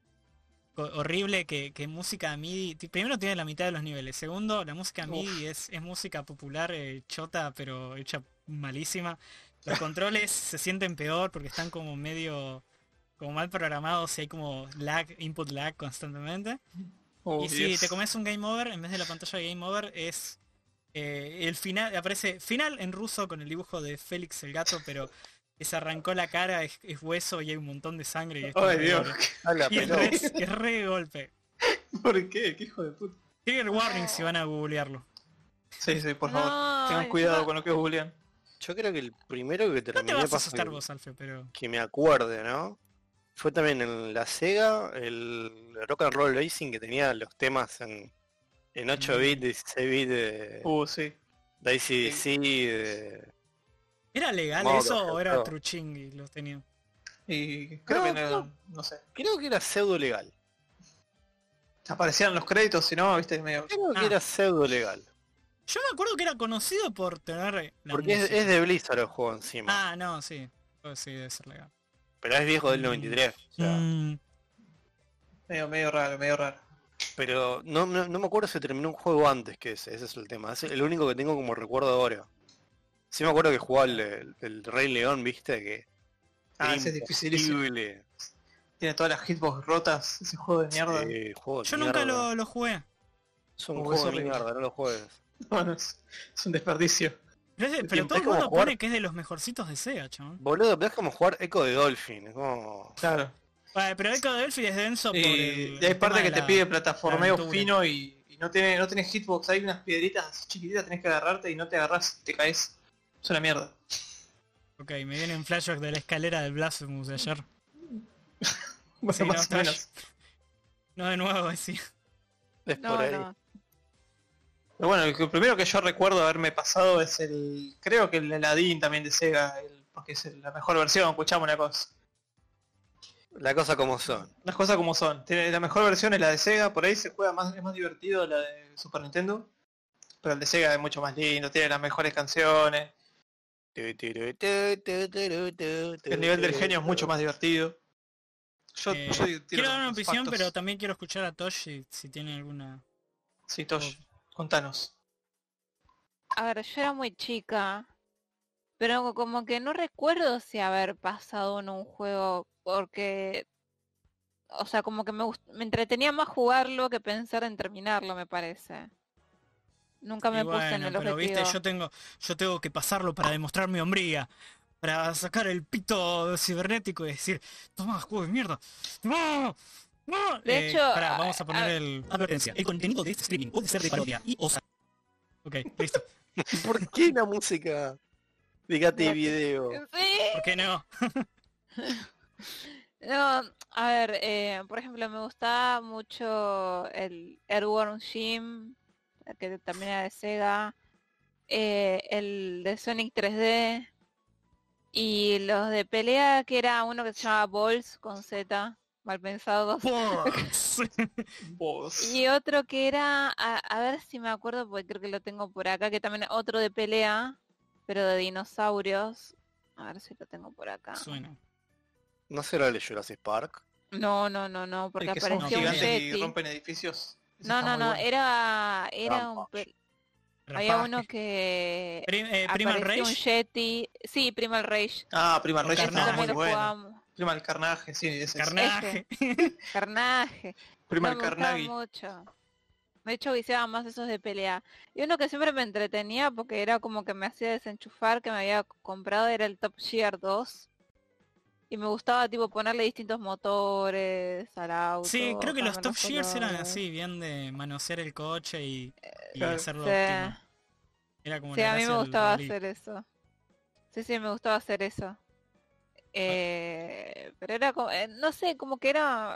co- horrible que, que música MIDI ti- primero tiene la mitad de los niveles, segundo la música MIDI es, es música popular eh, chota pero hecha malísima, los controles se sienten peor porque están como medio como mal programados y hay como lag, input lag constantemente. Oh, Y si Dios. te comes un game over, en vez de la pantalla de game over es eh, el final, aparece final en ruso con el dibujo de Félix el gato, pero que se arrancó la cara, es, es hueso y hay un montón de sangre y es Ay, terrible. Dios. A la Y es pelota. re, es re golpe. ¿Por qué? ¿Qué hijo de puta? Trigger warning si van a googlearlo. Sí, sí, por No, favor. Tengan encima- cuidado con lo que googlean. Yo creo que el primero que No te terminé vas a pasa asustar que, vos, Alfe, pero... que me acuerde, ¿no? Fue también en la Sega, el Rock and Roll Racing que tenía los temas en, en ocho Mm. bits, dieciséis bits de, Uh, sí. de A C D C, de... ¿Era legal Modo, eso o era todo. truchingui los tenía? Y creo No, que no, no. no sé. Creo que era pseudo legal. Aparecían los créditos, si no, viste, medio... Creo que Ah. era pseudo legal. Yo me acuerdo que era conocido por tener la Porque es, música. es de Blizzard el juego encima. Ah, no, sí. Pues sí, debe ser legal. Pero es viejo del noventa y tres. O sea, Mm, medio, medio raro, medio raro. Pero no, no, no me acuerdo si terminó un juego antes que ese, ese es el tema. Es el único que tengo como recuerdo ahora. Sí me acuerdo que jugaba el, el- el Rey León, viste, que Ah, era ese es dificilísimo. imposible. Tiene todas las hitbox rotas, ese juego de mierda. Sí, juego de yo nunca mierda. lo, lo jugué. Es un Uh, juego es de horrible. mierda, no lo juegues. No, no, es, es un desperdicio. Pero, es de- Es pero que todo es el como mundo jugar- pone que es de los mejorcitos de Sega, chabón. Boludo, pero es como jugar Echo de Dolphin. Es como... Claro. Vale, pero Echo de Delphi es denso por Y, el, y el hay tema parte de que te la- pide plataformeo aventura. fino y, y no tiene no tiene hitbox, hay unas piedritas chiquititas, tenés que agarrarte y no te agarras, te caes. Es una mierda. Ok, me viene un flashback de la escalera del Blasphemous de ayer. Bueno, Sí, no, más o está- menos. No de nuevo, así. Es No, por ahí. no. Pero bueno, el que- primero que yo recuerdo haberme pasado es el, creo que el Aladdin también de Sega, el- porque es el- la mejor versión, escuchamos una cosa. La cosa como son. Las cosas como son. Tiene, la mejor versión es la de Sega, por ahí se juega más, es más divertido la de Super Nintendo. Pero el de Sega es mucho más lindo, tiene las mejores canciones. El nivel del genio es mucho más divertido. Yo, Eh, yo tiro quiero dar una los opinión, factos. pero también quiero escuchar a Tosh si, si tiene alguna... Sí, Tosh, contanos. A ver, yo era muy chica, pero como que no recuerdo si haber pasado en un juego porque, o sea, como que me, gust- me entretenía más jugarlo que pensar en terminarlo, me parece. Nunca me Y puse en bueno, el pero objetivo. viste, yo tengo, yo tengo que pasarlo para demostrar mi hombría. Para sacar el pito cibernético y decir, toma, juego de mierda. ¡No! ¡No! De Eh, hecho, pará, a- vamos a poner a- el... Advertencia. El contenido de este streaming puede ser de parodia y o sa- Ok, listo. ¿Por qué la música de Gate No, video? Sí. ¿Por qué no? No, a ver, eh, por ejemplo, me gustaba mucho el Earthworm Jim, que también era de Sega, eh, el de Sonic tres D, y los de pelea que era uno que se llamaba Balls con Z, mal pensados. Balls. Vos. Y otro que era, a, a ver si me acuerdo, porque creo que lo tengo por acá, que también otro de pelea, pero de dinosaurios. A ver si lo tengo por acá. Suena. ¿No será el de Jurassic Park? No, no, no, no, porque El que son aparecía un gigantes y Yeti. rompen edificios. Ese No, está no, muy no, bueno. era, era un... Rampage. pe- Había Rapaje. uno que Prim- eh, Primal aparecía un Rage. Yeti. Sí, Primal Rage. Ah, Primal O Rage Ese está Carnage. muy también lo bueno. jugábamos. Primal Carnage, sí, ese es. Carnage. Carnage. Primal No, me gustaba Carnage. mucho. De hecho, viciaba más esos de pelea. Y uno que siempre me entretenía porque era como que me hacía desenchufar, que me había comprado, era el Top Gear dos. Y me gustaba tipo ponerle distintos motores al auto. Sí, creo que los cambiar Top Gears eran colores. así, bien de manosear el coche y, y claro. hacerlo Sí. óptimo. Era como Sí, la a mí me gracia del gustaba rally. hacer eso. Sí, sí, me gustaba hacer eso. Eh, pero era como, eh, no sé, como que era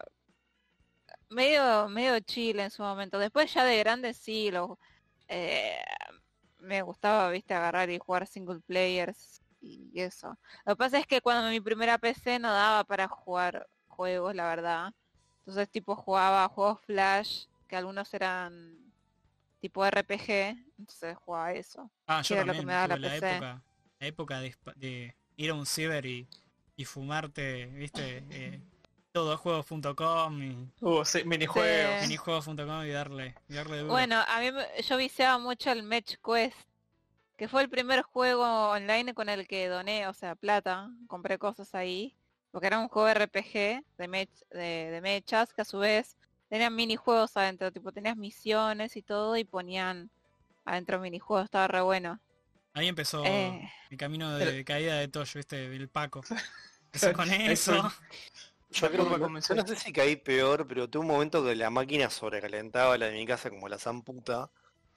medio, medio chill en su momento. Después ya de grande sí, lo, eh, me gustaba, viste, agarrar y jugar single players y eso. Lo que pasa es que cuando mi primera P C no daba para jugar juegos, la verdad. Entonces tipo jugaba juegos Flash, que algunos eran tipo R P G, entonces jugaba eso. Ah, que yo era lo que también me daba tuve la la P C. época, la época de, espa- de ir a un ciber y, y fumarte, viste, eh, todo juegos punto com y Uh, sí, minijuegos. Sí. minijuegos punto com y darle, y darle duro. Bueno, a mí me- yo viciaba mucho el Match Quest, que fue el primer juego online con el que doné, o sea, plata, compré cosas ahí, porque era un juego R P G de, mech, de, de mechas, que a su vez tenían minijuegos adentro, tipo tenías misiones y todo y ponían adentro minijuegos, estaba re bueno. Ahí empezó Eh. el camino de, Pero- de caída de Toyo, viste, el Paco. Empezó con Ahí eso. fue. Yo La creo curva que no, comenzó. yo no sé si caí peor, pero tuve un momento que la máquina sobrecalentaba la de mi casa como la zamputa.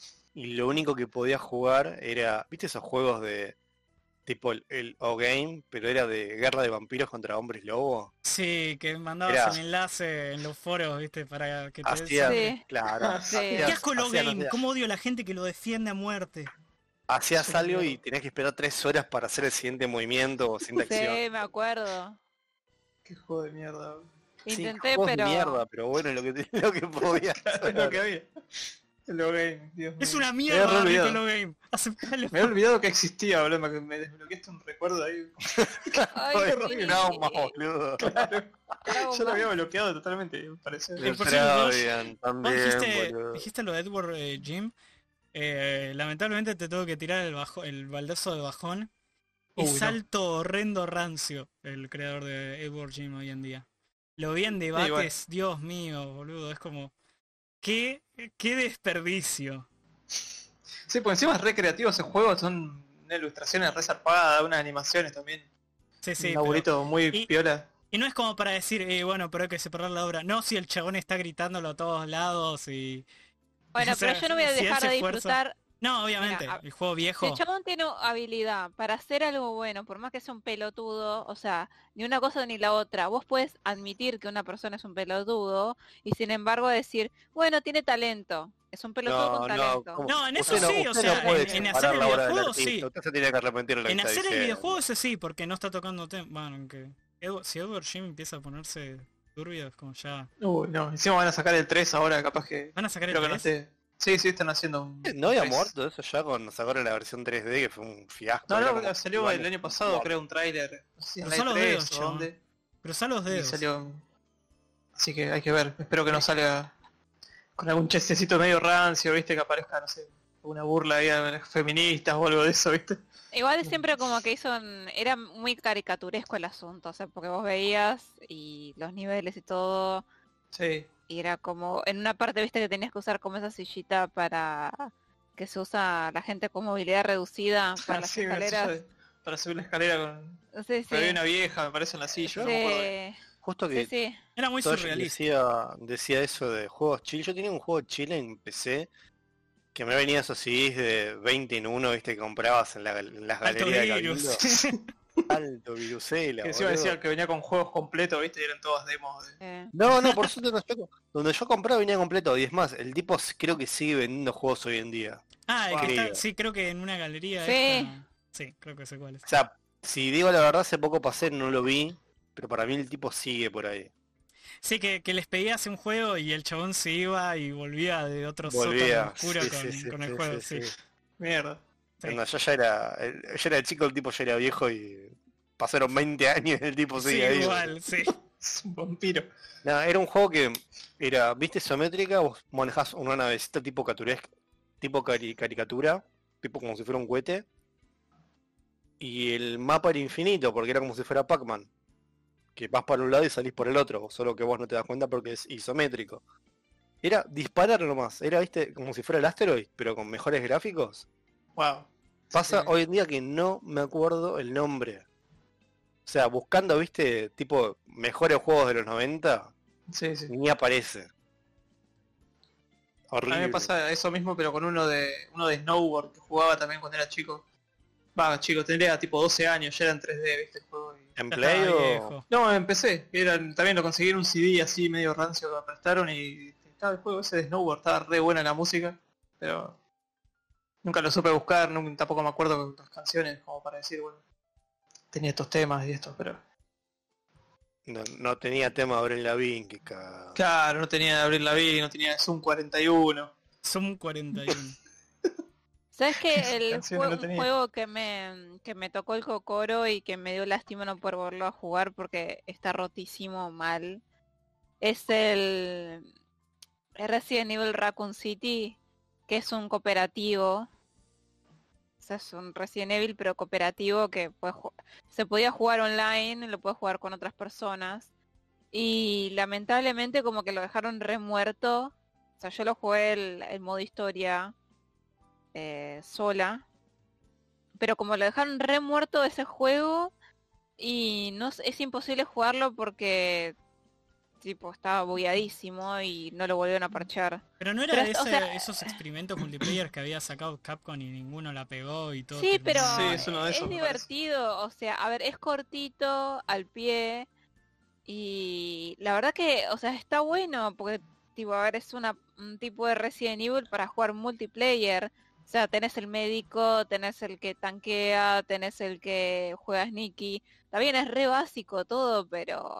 Y lo único que podía jugar era, ¿viste esos juegos de tipo el, el O-Game, pero era de guerra de vampiros contra hombres lobo? Sí, que mandabas Era- el enlace en los foros, viste, para que te Hacía, Sí. claro, Sí. hacías- Qué asco lo hacías, no game, sé, cómo odio a la gente que lo defiende a muerte. hacías algo y tenías que esperar tres horas para hacer el siguiente movimiento o siguiente acción. Sí, me acuerdo. Qué juego de mierda. bro. Sí, Intenté, juegos de pero... mierda, pero bueno, lo que, te- lo que podía Es lo que había. El game, Dios Es mío. una Me había mierda, olvidado. Piccolo Game. Aceptalo. Me había olvidado que existía, boludo. Me, me desbloqueaste un recuerdo ahí. Ay, Joder, sí. no, más boludo. Claro. Dragon Yo lo había Ball. bloqueado totalmente, me parece. Y El por cierto, vos- Travian Vos también, dijiste, boludo. dijiste lo de Edward eh, Jim. Eh, lamentablemente te tengo que tirar el bajo, el baldazo de bajón. Y Uy, no. salto horrendo rancio, el creador de Edward Jim hoy en día. Lo vi en bueno. debates, Dios mío, boludo, es como... ¡Qué, qué desperdicio! Sí, pues encima es recreativo ese juego, son unas ilustraciones re zarpadas, unas animaciones también. Sí, sí, un pero- laburito muy y- piola. Y no es como para decir, eh, bueno, pero hay que separar la obra. No, si el chabón está gritándolo a todos lados y... Bueno, o sea, pero yo no voy a si él dejar se de esfuerza- disfrutar. No, obviamente, Mira, a- el juego Si viejo... el chabón tiene habilidad para hacer algo bueno, por más que sea un pelotudo, o sea, ni una cosa ni la otra, vos puedes admitir que una persona es un pelotudo y sin embargo decir, bueno, tiene talento, es un pelotudo No, con no, talento. ¿cómo? No, en eso Usted no- sí, o usted sea, no puede en- en separar hacer el la obra del videojuego, artista, sí. Usted se tiene que arrepentir de lo que En está hacer el diciendo. videojuego ese sí, porque no está tocando temas. Bueno, aunque Edu- si Edward Jim empieza a ponerse turbio, es como ya... Uy, no, encima van a sacar el tres ahora, capaz que... ¿Van a sacar el Creo que no tres? esté. Sí, sí, están haciendo un... ¿No había tres. muerto eso ya cuando sacaron la versión tres D, que fue un fiasco? No, Era no, como- salió el año pasado, Igual. creo, un tráiler. No sé si en Cruzá la los E tres dedos, o chabón. dónde. Cruzá los Y dedos. salió... Así que hay que ver, espero que no salga con algún chistecito medio rancio, viste, que aparezca, no sé, una burla ahí a las feministas o algo de eso, viste. Igual siempre como que hizo, un- era muy caricaturesco el asunto, o sea, porque vos veías y los niveles y todo, Sí. y era como, en una parte viste que tenías que usar como esa sillita para que se usa la gente con movilidad reducida para las Sí, una silla escaleras. de- para subir la escalera con... Sí, sí. Había una vieja, me parece, en la silla, no me acuerdo bien. Sí, Justo sí, que sí. Era muy Tosh surrealista. decía, decía eso de juegos chill. Yo tenía un juego chill en P C que me venía esos C Ds de veinte en uno, viste, que comprabas en, la- en las Alto galerías de virus. Cabildo. Alto virusela, Que encima boludo. decía que venía con juegos completos, viste, y eran todas demos. de- Eh, No, no, por suerte no, yo- donde yo compraba venía completo. Y es más, el tipo s- creo que sigue vendiendo juegos hoy en día. Ah, el que Creo. está, sí, creo que en una galería Sí. esta- Sí, creo que sé cuál es. O sea, si digo la verdad, hace poco pasé, no lo vi. Pero para mí el tipo sigue por ahí. Sí, que, que les pedías un juego y el chabón se iba y volvía de otro Volvía. sótano oscuro Sí, con, sí, sí, con el sí, juego, sí, sí. sí. Mierda. Sí. No, yo ya era, el- yo era el chico, el tipo ya era viejo y pasaron veinte años y el tipo Sí, sigue ahí. igual, sí. Es un vampiro. No, era un juego que era, viste, isométrica, vos manejás una navecita tipo caturesca, tipo cari- caricatura, tipo como si fuera un cohete. Y el mapa era infinito, porque era como si fuera Pac-Man. Que vas para un lado y salís por el otro, solo que vos no te das cuenta porque es isométrico. Era disparar nomás, era, viste, como si fuera el Asteroid, pero con mejores gráficos. Wow. Pasa Sí. hoy en día que no me acuerdo el nombre. O sea, buscando, viste, tipo mejores juegos de los noventa, Sí, sí. ni aparece. A mí Horrible. me pasa eso mismo, pero con uno de uno de snowboard que jugaba también cuando era chico. Va, chico, tendría tipo doce años, ya era en tres D, viste el juego. y- ¿En Ya Play estaba o...? viejo. No, empecé. Eran, también lo conseguí en un C D así medio rancio que me prestaron y estaba el juego ese de snowboard, estaba re buena la música, pero nunca lo supe buscar, nunca, tampoco me acuerdo las canciones como para decir, bueno, tenía estos temas y estos, pero No, no tenía tema Abril Lavigne, que ca- claro, no tenía Abril Lavigne, no tenía Zoom cuarenta y uno. Zoom cuarenta y uno. ¿Sabes que el canciones jue- no un tenía. juego que me, que me tocó el cocoro y que me dio lástima no poder volverlo a jugar porque está rotísimo mal? Es el Resident Evil Raccoon City, que es un cooperativo. O sea, es un Resident Evil pero cooperativo que puede ju- se podía jugar online, lo puedes jugar con otras personas. Y lamentablemente como que lo dejaron re muerto. O sea, yo lo jugué el, el modo historia eh, sola. Pero como lo dejaron re muerto ese juego y no s- es imposible jugarlo porque tipo estaba bugueadísimo y no lo volvieron a parchear. Pero no era Pero de es- o ese- sea, esos experimentos multiplayer que había sacado Capcom y ninguno la pegó y todo. Sí, pero terminó- Sí, es uno de esos, es me parece. divertido, o sea, a ver, es cortito, al pie, y la verdad que, o sea, está bueno, porque, tipo, a ver, es una, un tipo de Resident Evil para jugar multiplayer. O sea, tenés el médico, tenés el que tanquea, tenés el que juega sneaky. También es re básico todo, pero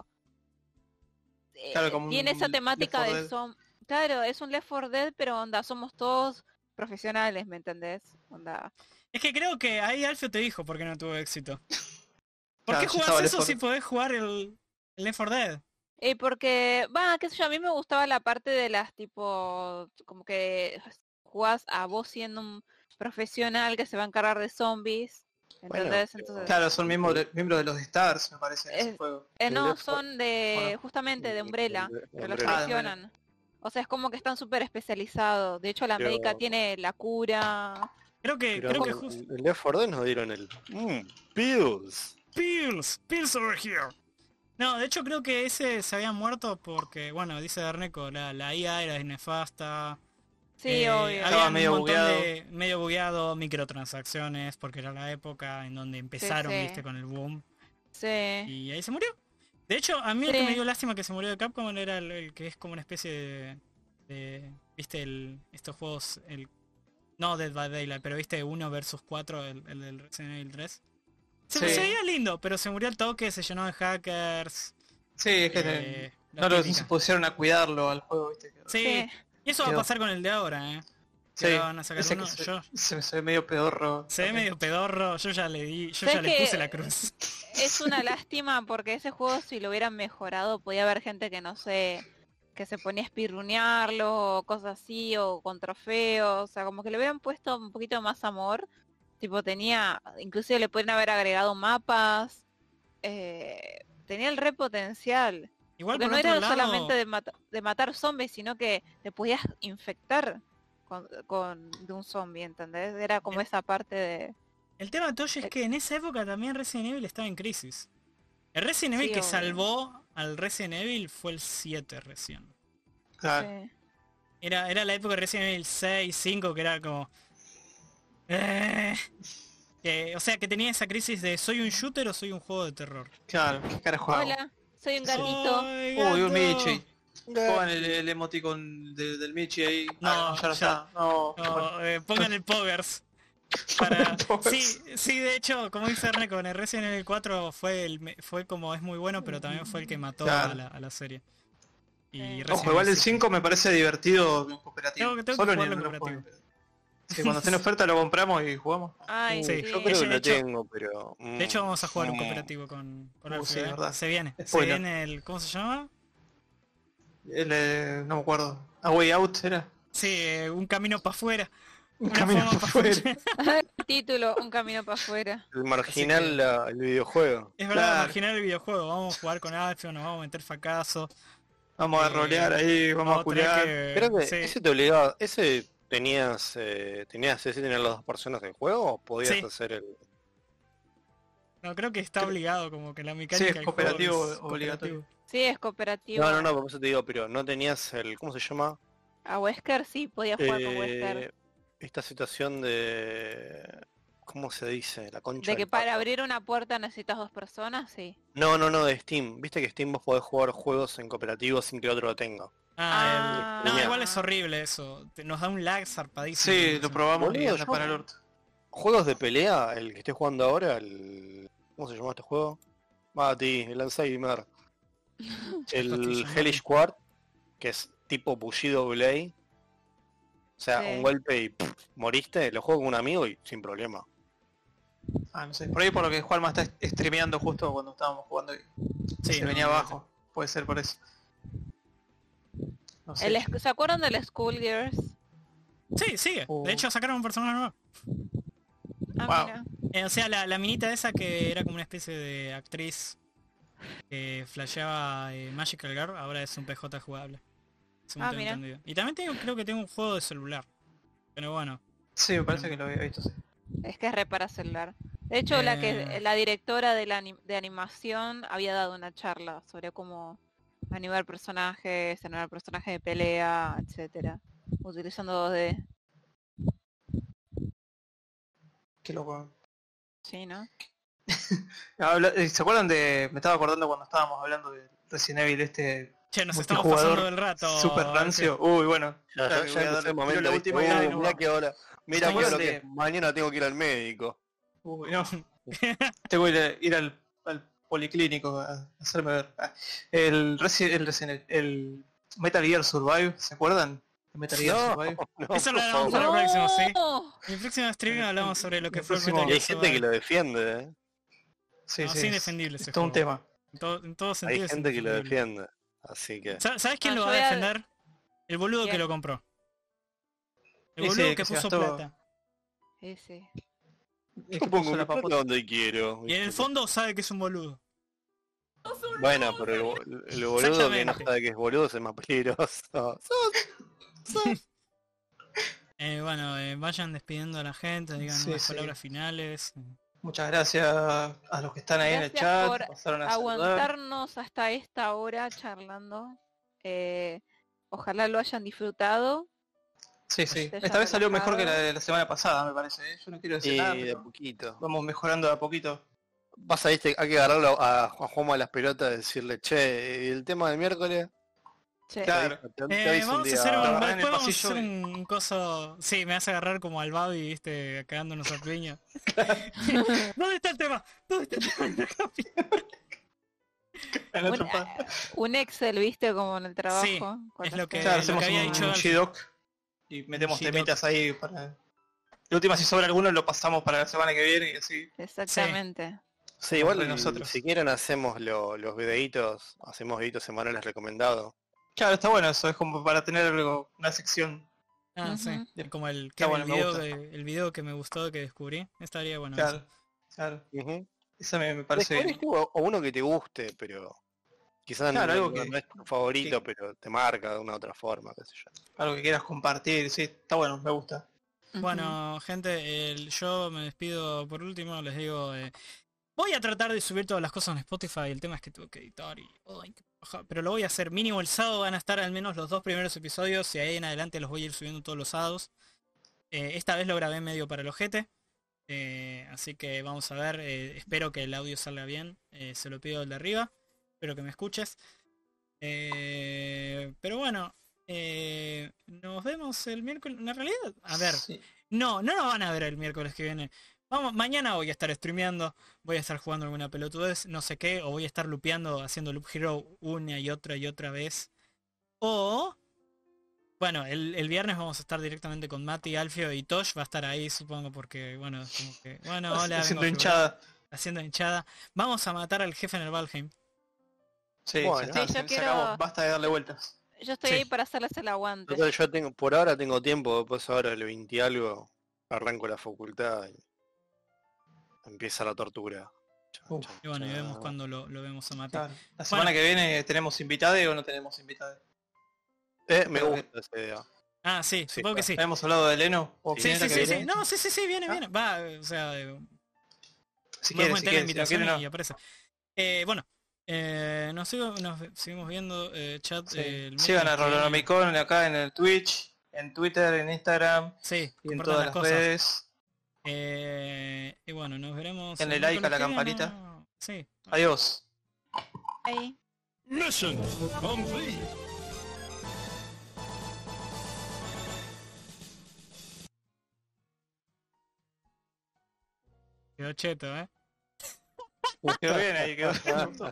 eh, Claro, como tiene un esa Left temática four de Dead. son, claro, es un Left four Dead, pero onda, somos todos profesionales, ¿me entendés? Onda. Es que creo que ahí Alfio te dijo por qué no tuvo éxito. ¿Por Claro, qué ya jugás estaba Left eso four si Dead. podés jugar el, el Left four Dead? Eh, porque, va, qué sé yo, a mí me gustaba la parte de las tipo, como que jugás a vos siendo un profesional que se va a encargar de zombies, Bueno, ¿entendés? pero- Entonces, Claro, son miembros de, miembros de los Stars, me parece, en ese Es- juego. eh, el no, Left four- son de, Bueno, justamente de de- Umbrella, de- de que los Umbrella. Ah, de seleccionan. O sea, es como que están súper especializados. De hecho, la Pero- médica tiene la cura. Creo que, Pero creo que en justo... el Left four Dead nos dieron el... Mmm, pills. Pills, pills over here. No, de hecho creo que ese se había muerto porque, bueno, dice Darneco, la, la I A era nefasta. Sí, eh, obvio. había Estaba un medio montón bugueado. de medio bugueado, microtransacciones, porque era la época en donde empezaron, sí. viste, con el boom. Sí. Y ahí se murió. De hecho, a mí el Sí. que me dio lástima que se murió de Capcom era el, el que es como una especie de... de- viste, el, estos juegos... el no Dead by Daylight, pero viste uno versus cuatro, el, el del Resident Evil tres. Se, Sí. se veía lindo, pero se murió al toque, se llenó de hackers. Sí, es que eh, la no lo típica. se pusieron a cuidarlo al juego, viste. que- Sí, Sí. y eso va a Quedó. pasar con el de ahora, eh. Que Sí, ahora van a sacar ese uno. que se, Yo, se, se ve medio pedorro. se ve también. medio pedorro, yo ya le di, yo ¿Sabes ya le qué? puse la cruz. Es una lástima porque ese juego si lo hubieran mejorado podía haber gente que no sé, que se ponía a espirrunearlo o cosas así o con trofeos, o sea, como que le hubieran puesto un poquito más amor, tipo tenía, inclusive le pueden haber agregado mapas, eh, tenía el re potencial, Igual porque por no otro era lado, solamente de, mata- de matar zombies, sino que te podías infectar con, con- de un zombie, ¿entendés? Era como esa parte de... el tema Toshi es que en esa época también Resident Evil estaba en crisis. El Resident Evil Sí, que obvio. salvó al Resident Evil fue el siete recién. Claro. Sí. Era, era la época de Resident Evil seis, cinco, que era como... eh, Que, o sea, que tenía esa crisis de ¿soy un shooter o soy un juego de terror? Claro, ¿qué carajo hago? Hola, soy un gatito. ¡Soy Uy, un gato! Michi. Pongan el, el emoticon de- del Michi ahí. No, Ah, ya no ya. está. No, No, bueno. eh, pongan el Poggers. Para... Poggers. Sí, sí, de hecho, como dice Erne, con el Resident Evil cuatro fue el me- fue como es muy bueno, pero también fue el que mató Claro. a, la, a la serie. Y Sí. Resident Ojo, igual Evil el cinco me parece divertido en cooperativo. Tengo que- tengo que Solo en jugarlo el en no cooperativo. juego. Sí, cuando esté en oferta lo compramos y jugamos. Ay, Sí, sí. Yo creo Ese, que de lo hecho- tengo, pero... mm, De hecho vamos a jugar un mm, cooperativo con, con Uh, Alfio, sí, ¿eh? verdad. Se viene. Se Spoiler. viene el. ¿Cómo se llama? El, eh, no me acuerdo. A Way Out era. Sí, eh, un camino para afuera. Un Una camino forma por pa' fuera. Título, un camino para afuera. El marginal, la- el videojuego. Es verdad, Claro. imaginar el videojuego. Vamos a jugar con Alfio, nos vamos a meter fracaso. Vamos a Eh, rolear ahí, vamos a tener culiar. que- Creo que sí. ese te obligaba, ese tenías, eh, tenías ese tener las dos personas en juego o podías Sí. hacer el... No, creo que está obligado, como que la mecánica Sí, es del juego cooperativo, es obligatorio. cooperativo. Sí, es cooperativo. No, no, no, por eso te digo, pero no tenías el, ¿cómo se llama? A Wesker sí, podía jugar con Eh, Wesker. esta situación de... ¿Cómo se dice? La concha De que del para pato. abrir una puerta necesitas dos personas, sí. No, no, no, de Steam. Viste que Steam vos podés jugar juegos en cooperativo sin que otro lo tenga. Ah, el- no, Mira. igual es horrible eso. Te- Nos da un lag zarpadísimo. Sí, eso. lo probamos y Boludo, anda yo- para el orto. Juegos de pelea, el que estoy jugando ahora, el... ¿Cómo se llama este juego? Mati, el Alzheimer. El Fastidio, Hellish Quad, que es tipo Bushido Blade. O sea, Sí. un golpe y pff, moriste, lo juego con un amigo y sin problema. Ah, no sé. Por ahí por lo que Juanma está streameando justo cuando estábamos jugando y Sí, se no, venía no, abajo. Puede ser por eso. No sé. El esc- ¿Se acuerdan del Schoolgirls? Sí, sigue. Oh. De hecho sacaron un personaje nuevo. Ah, Wow. mira. Eh, o sea, la, la minita esa que era como una especie de actriz que flasheaba eh, Magical Girl, ahora es un P J jugable. Según Ah, tengo mira. entendido. Y también tengo, creo que tengo un juego de celular. Pero bueno. Sí, me parece que lo había visto, sí. Es que es re para celular. De hecho, la que Eh. la directora de la anim- de animación había dado una charla sobre cómo animar personajes, animar personajes de pelea, etcétera, utilizando dos D. Qué loco. Sí, ¿no? Habla- eh, ¿Se acuerdan de...? Me estaba acordando cuando estábamos hablando de Resident Evil este Che, nos estamos multijugador pasando del rato. super rancio. Uy, bueno. Ya, claro ya, que ya voy a empezó darle- el momento, tiro la ¿viste? última y Uh, dale, no mirá va. que ahora, mira ¿Se que, acuerdan lo de- que mañana tengo que ir al médico. Uy, no. Tengo que ir, a- ir al, al policlínico a hacerme ver. Ah, El, Resi- el, Resident- el Metal Gear Survive, ¿se acuerdan? El Metal Gear No, Survive. no, Eso lo por hablamos favor. para el próximo, sí. ¡No! En el próximo streaming hablamos sobre lo que El fue el próximo- Metal Y hay Gear gente que Survive. lo defiende, ¿eh? Sí, No, sí. es es- indefendible Es ese todo un juego. tema. En todo, en todo sentido Hay es gente que lo indefendible. defiende. Así que... Sa- ¿Sabes quién Ah, lo yo va a voy a- defender? El boludo que ¿Quién? lo compró. El Sí, boludo sí, que que se puso gastó- plata. Ese. Es Yo que pongo puso mi la plata papota. donde quiero. Y en el ¿viste? fondo sabe que es un boludo. Bueno, pero el, bo- el boludo que no Exactamente. sabe que es boludo es el más peligroso. Eh, bueno, eh, vayan despidiendo a la gente, digan Sí, unas sí. palabras finales. Muchas gracias a los que están ahí en el Gracias chat. por Pasaron a saludar. Aguantarnos hasta esta hora charlando. Eh, ojalá lo hayan disfrutado. Sí, sí. Esté Esta ya vez salió mejor que la relajado. de la semana pasada, me parece. ¿eh? Yo no quiero decir Y nada, de pero poquito. vamos mejorando de a poquito. Pasa, viste, hay que agarrarlo a, a Juanma a las pelotas y decirle, che, ¿y el tema del miércoles? Che, Claro. Te- te Eh, aviso un vamos a día. hacer un, agarrar en el después vamos a pasillo hacer y- un coso. Sí, me vas a agarrar como al Babi, viste, cagándonos a piña. ¿Dónde está el tema? ¿Dónde está el tema? En la un, trompada. ah, un Excel, viste, como en el trabajo. Sí, con es las lo que- cosas. Claro, lo hacemos había un, dicho un Alfie. G-Doc y metemos Un G-Doc. temitas ahí para... La última, si sobra alguno, lo pasamos para la semana que viene y así. Exactamente. Sí, igual Entre nosotros. si quieren hacemos lo- los videitos, hacemos videitos semanales recomendados. Claro, está bueno eso, es como para tener algo, una sección. Ah, Ujú. sí. Como el, Está que bueno, el, me video gusta. que, el video que me gustó, que descubrí. Estaría bueno. Claro, eso. claro. Ujú. Esa me, me parece Descubrís bien. tú, o o uno que te guste, pero quizás Claro, no, algo no- que- no es tu favorito, pero te marca de una otra forma, qué sé yo. Algo que quieras compartir, sí, está bueno, me gusta. Ujú. Bueno, gente, el- yo me despido por último, les digo, eh, voy a tratar de subir todas las cosas en Spotify, el tema es que tengo que editar y... ay, qué paja, pero lo voy a hacer mínimo el sábado, van a estar al menos los dos primeros episodios y ahí en adelante los voy a ir subiendo todos los sábados. Eh, esta vez lo grabé medio para el ojete, Eh, así que vamos a ver, eh, espero que el audio salga bien, eh, se lo pido al de arriba, espero que me escuches. Eh, pero bueno, eh, nos vemos el miércoles, en realidad, a ver, Sí. no, no nos van a ver el miércoles que viene. Vamos, mañana voy a estar streameando, voy a estar jugando alguna pelotudez, no sé qué, o voy a estar lupeando, haciendo Loop Hero una y otra y otra vez. O, bueno, el, el viernes vamos a estar directamente con Mati, Alfio y Tosh, va a estar ahí supongo porque, bueno, es como que, bueno, hola, Haciendo vengo a hinchada. jugar, haciendo hinchada. Vamos a matar al jefe en el Valheim. Sí, Bueno. ya está, Sí, yo se, se quiero- acabó. Basta de darle vueltas. Yo estoy Sí. ahí para hacerles el aguante. Total, yo tengo, por ahora tengo tiempo, después ahora el veinte y algo, arranco la facultad y empieza la tortura. Chan, Uf. chan, Y bueno, y vemos chan. cuando lo, lo vemos a Mati. Claro. La semana que viene tenemos invitado o no tenemos invitado. Eh, me Creo gusta esa idea. Ah, sí, Sí, supongo que sí. Habíamos hablado de Leno. ¿O Sí, quién sí, era sí, que sí. viene? No, sí, sí, sí, viene, ¿Ah? viene. Va, o sea, eh, Si voy a quiere, si meter la quiere, si no invitación quiere, no. y aparece. Eh, bueno, eh, nos, sigo- nos seguimos viendo, eh, chat. Sí. eh, el Sigan a miércoles que viene. Rolonomicon acá en el Twitch, en Twitter, en Instagram Sí, y en compartan todas las las cosas. redes. Eh, y bueno, nos veremos. Denle el like a la miércoles que viene, campanita. ¿no? Sí. Adiós. Ahí. Mission complete. Quedó cheto, ¿eh? Quedó bien ahí, quedó me gustó.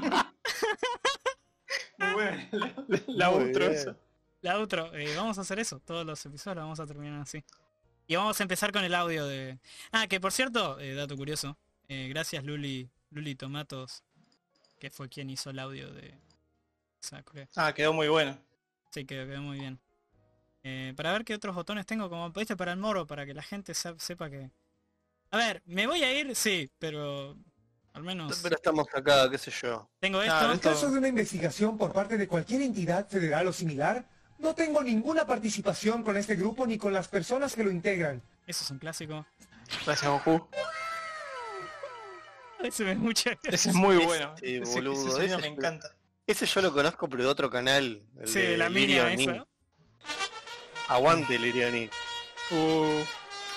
Muy bueno. La, la Muy outro bien. esa. La outro, eh, vamos a hacer eso. Todos los episodios vamos a terminar así. Y vamos a empezar con el audio de... Ah, que por cierto, eh, dato curioso. eh, gracias Luli, Luli Tomatos, que fue quien hizo el audio de... Sakura. Ah, quedó muy bueno. Sí, quedó, quedó muy bien. Eh, para ver qué otros botones tengo, como pediste para el moro, para que la gente se- sepa que... A ver, ¿me voy a ir? Sí, pero... Al menos... Pero estamos acá, qué sé yo. Tengo esto. Claro, En esto- caso de una investigación por parte de cualquier entidad federal o similar, no tengo ninguna participación con este grupo ni con las personas que lo integran. Eso es un clásico. Gracias, Goku. Ese me mucha Ese es muy Ese, bueno. Ese, ese boludo, sonido ese me es- encanta. Ese yo lo conozco pero de otro canal. El Sí, de la Lirio mía Nin. esa. Aguante Lirio Nin. Uh,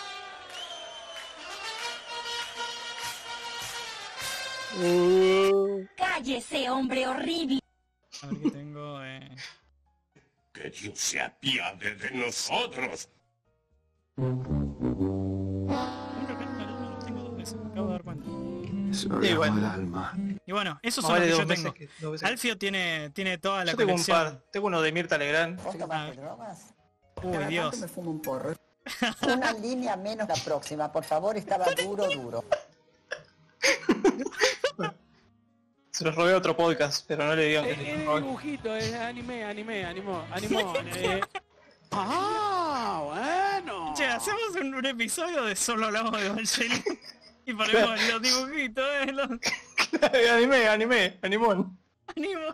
Cállese, hombre horrible. A ver qué tengo. Eh... Que Dios se apiade de nosotros. Creo que no, no tengo dos veces, me acabo de dar cuenta. sí, bueno. Y bueno, esos Más son los vale que dos yo veces tengo. que- dos veces. Alfio tiene, tiene toda la Yo tengo un colección. par. Tengo uno de Mirta Legrand. Ah, uy, Dios. me fumo un porro. Una línea menos la próxima, por favor, estaba duro, duro. Se los robé a otro podcast, pero no le digan que Es, les es robé. dibujito, es anime, anime, animó, animó. eh. Ah, bueno. Che, hacemos un, un episodio de solo hablamos de Evangelion y ponemos los dibujitos, eh, los anime, anime, animón. animos.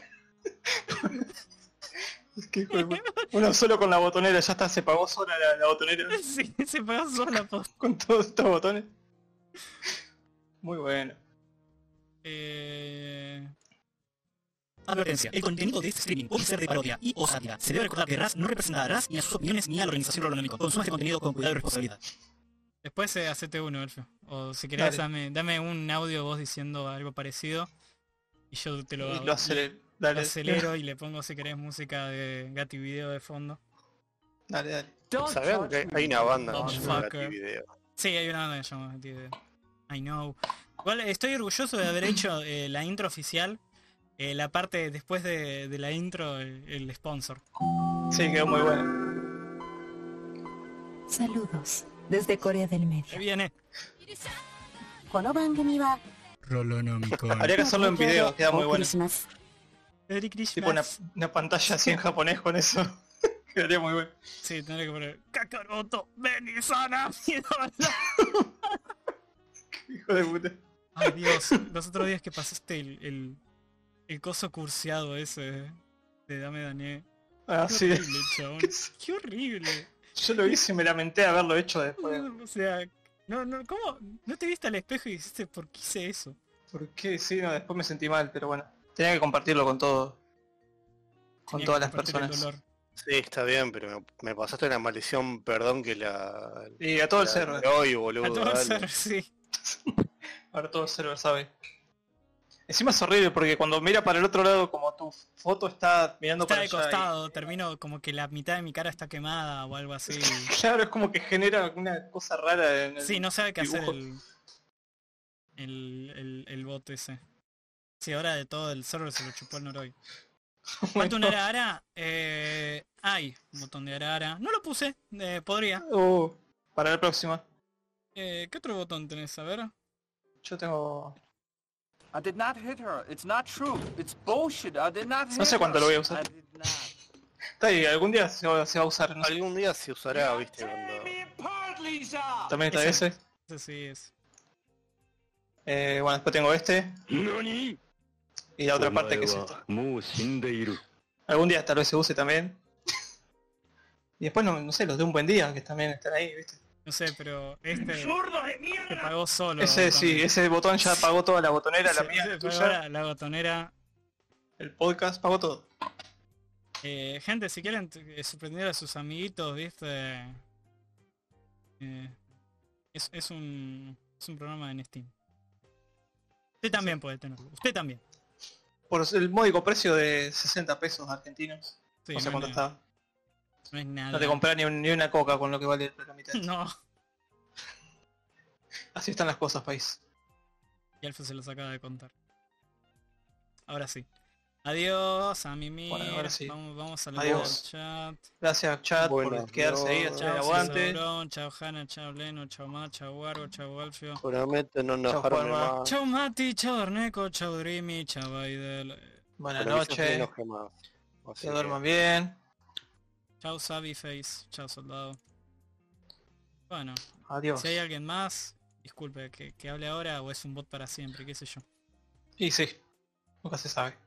Es que, hijo de puta. Uno solo con la botonera, ya está, se pagó sola la, la botonera Sí, se pagó sola post. con todos estos botones. Muy bueno. Eh... Advertencia. El contenido de este streaming puede ser de parodia y o sátira. Se debe recordar que Raz no representa a Raz ni a sus opiniones ni a la organización Rolonómico. Consuma este contenido con cuidado y responsabilidad. Después eh, hacete uno, Alfio. O si querés, Dale. dame, dame un audio vos diciendo algo parecido. Y yo te lo Y hago. lo acelero. Lo Dale, acelero y le pongo si querés música de Gatti Video de fondo. dale, dale. ¿Sabían que hay una banda Don't que se llama fucker. Gatti Video? Sí, hay una banda que se llama Gatti Video. I know. Igual estoy orgulloso de haber hecho eh, la intro oficial. eh, la parte después de, de la intro, el, el sponsor. Sí, quedó muy bueno. Saludos desde Corea del Ahí Medio. viene. Rolonómico. Habría que hacerlo en video, queda muy bueno. Merry Tipo una, Christmas. una pantalla así en japonés con eso. Quedaría muy bueno. Sí, tendré que poner Kakaroto, ven y sana mi dolor. Hijo de puta. Ay Dios, los otros días que pasaste el, el, el coso curseado ese de Dame Dané. Ah, Qué sí. horrible, chabón. ¿Qué es? Qué horrible. Yo lo hice y me lamenté de haberlo hecho después. O sea, no, no, ¿cómo? ¿No te viste al espejo y dijiste por qué hice eso? ¿Por qué? Sí, no, después me sentí mal, pero bueno. Tenía que compartirlo con todo. Con Tenía todas que las compartir el personas. dolor. Sí, está bien, pero me, me pasaste la maldición, perdón, que la... Y a todo el la server. de hoy, boludo, A todos dale. ser, sí. Ahora todo el server sabe. Encima es horrible porque cuando mira para el otro lado, como tu foto está mirando Está para de allá. costado, termino como que la mitad de mi cara está quemada o algo así. y- Claro, es como que genera una cosa rara en el Sí, no sabe qué hacer dibujo. el, el, el, el bot ese. Sí, ahora de todo el server se lo chupó el Noroi. ¿Cuánto un ara ara? Eh, hay un botón de ara ara. No lo puse, eh, podría. Uh, para la próxima. Eh, ¿Qué otro botón tenés? A ver. Yo tengo... I did not hit her. It's not true. It's bullshit. I did not hit No sé cuánto her. lo voy a usar. I did not. Está ahí, algún día se va, se va a usar. No sé. Algún día se usará, viste, cuando... También está ese. Ese sí es. Eh, bueno, después tengo este. Y la otra parte que es esta. Algún día tal vez se use también. Y después, no, no sé, los de un buen día, que también están ahí, ¿viste? No sé, pero este se pagó solo. Ese sí, también. ese botón ya pagó toda la botonera, la Se- mía, se la pagó tuya, la, la botonera. el podcast, pagó todo. Eh, gente, si quieren t- eh, sorprender a sus amiguitos, viste. Eh, es, es un es un programa en Steam. Usted también puede tenerlo. Usted también. Por el módico precio de sesenta pesos argentinos. Sí, no sé no, cuánto no, está. no es nada. No te compras ni, un- ni una coca con lo que vale la mitad. No. Así están las cosas, país. Y Alfa se los acaba de contar. Ahora sí. Adiós, a mimir. Bueno, ahora sí. Vamos, vamos a leer Adiós. el chat. Gracias, chat, Bueno, por quedarse ahí, no. hacer el Chao, aguante. Cisaurón, chao Hanna, chao Leno, chao Ma, chao Wargo, chao Alfio. Seguramente no nos Chau, dejaron Juanma. más. Chao Mati, chao Arneco, chao Dreamy, chao Baidel. eh, Buenas Pero quizás noches, menos que más. Así que que- duerman bien. Chao Face, chao Soldado. Bueno, Adiós. si hay alguien más, disculpe, que, que hable ahora o es un bot para siempre, qué sé yo. Y sí, nunca se sabe.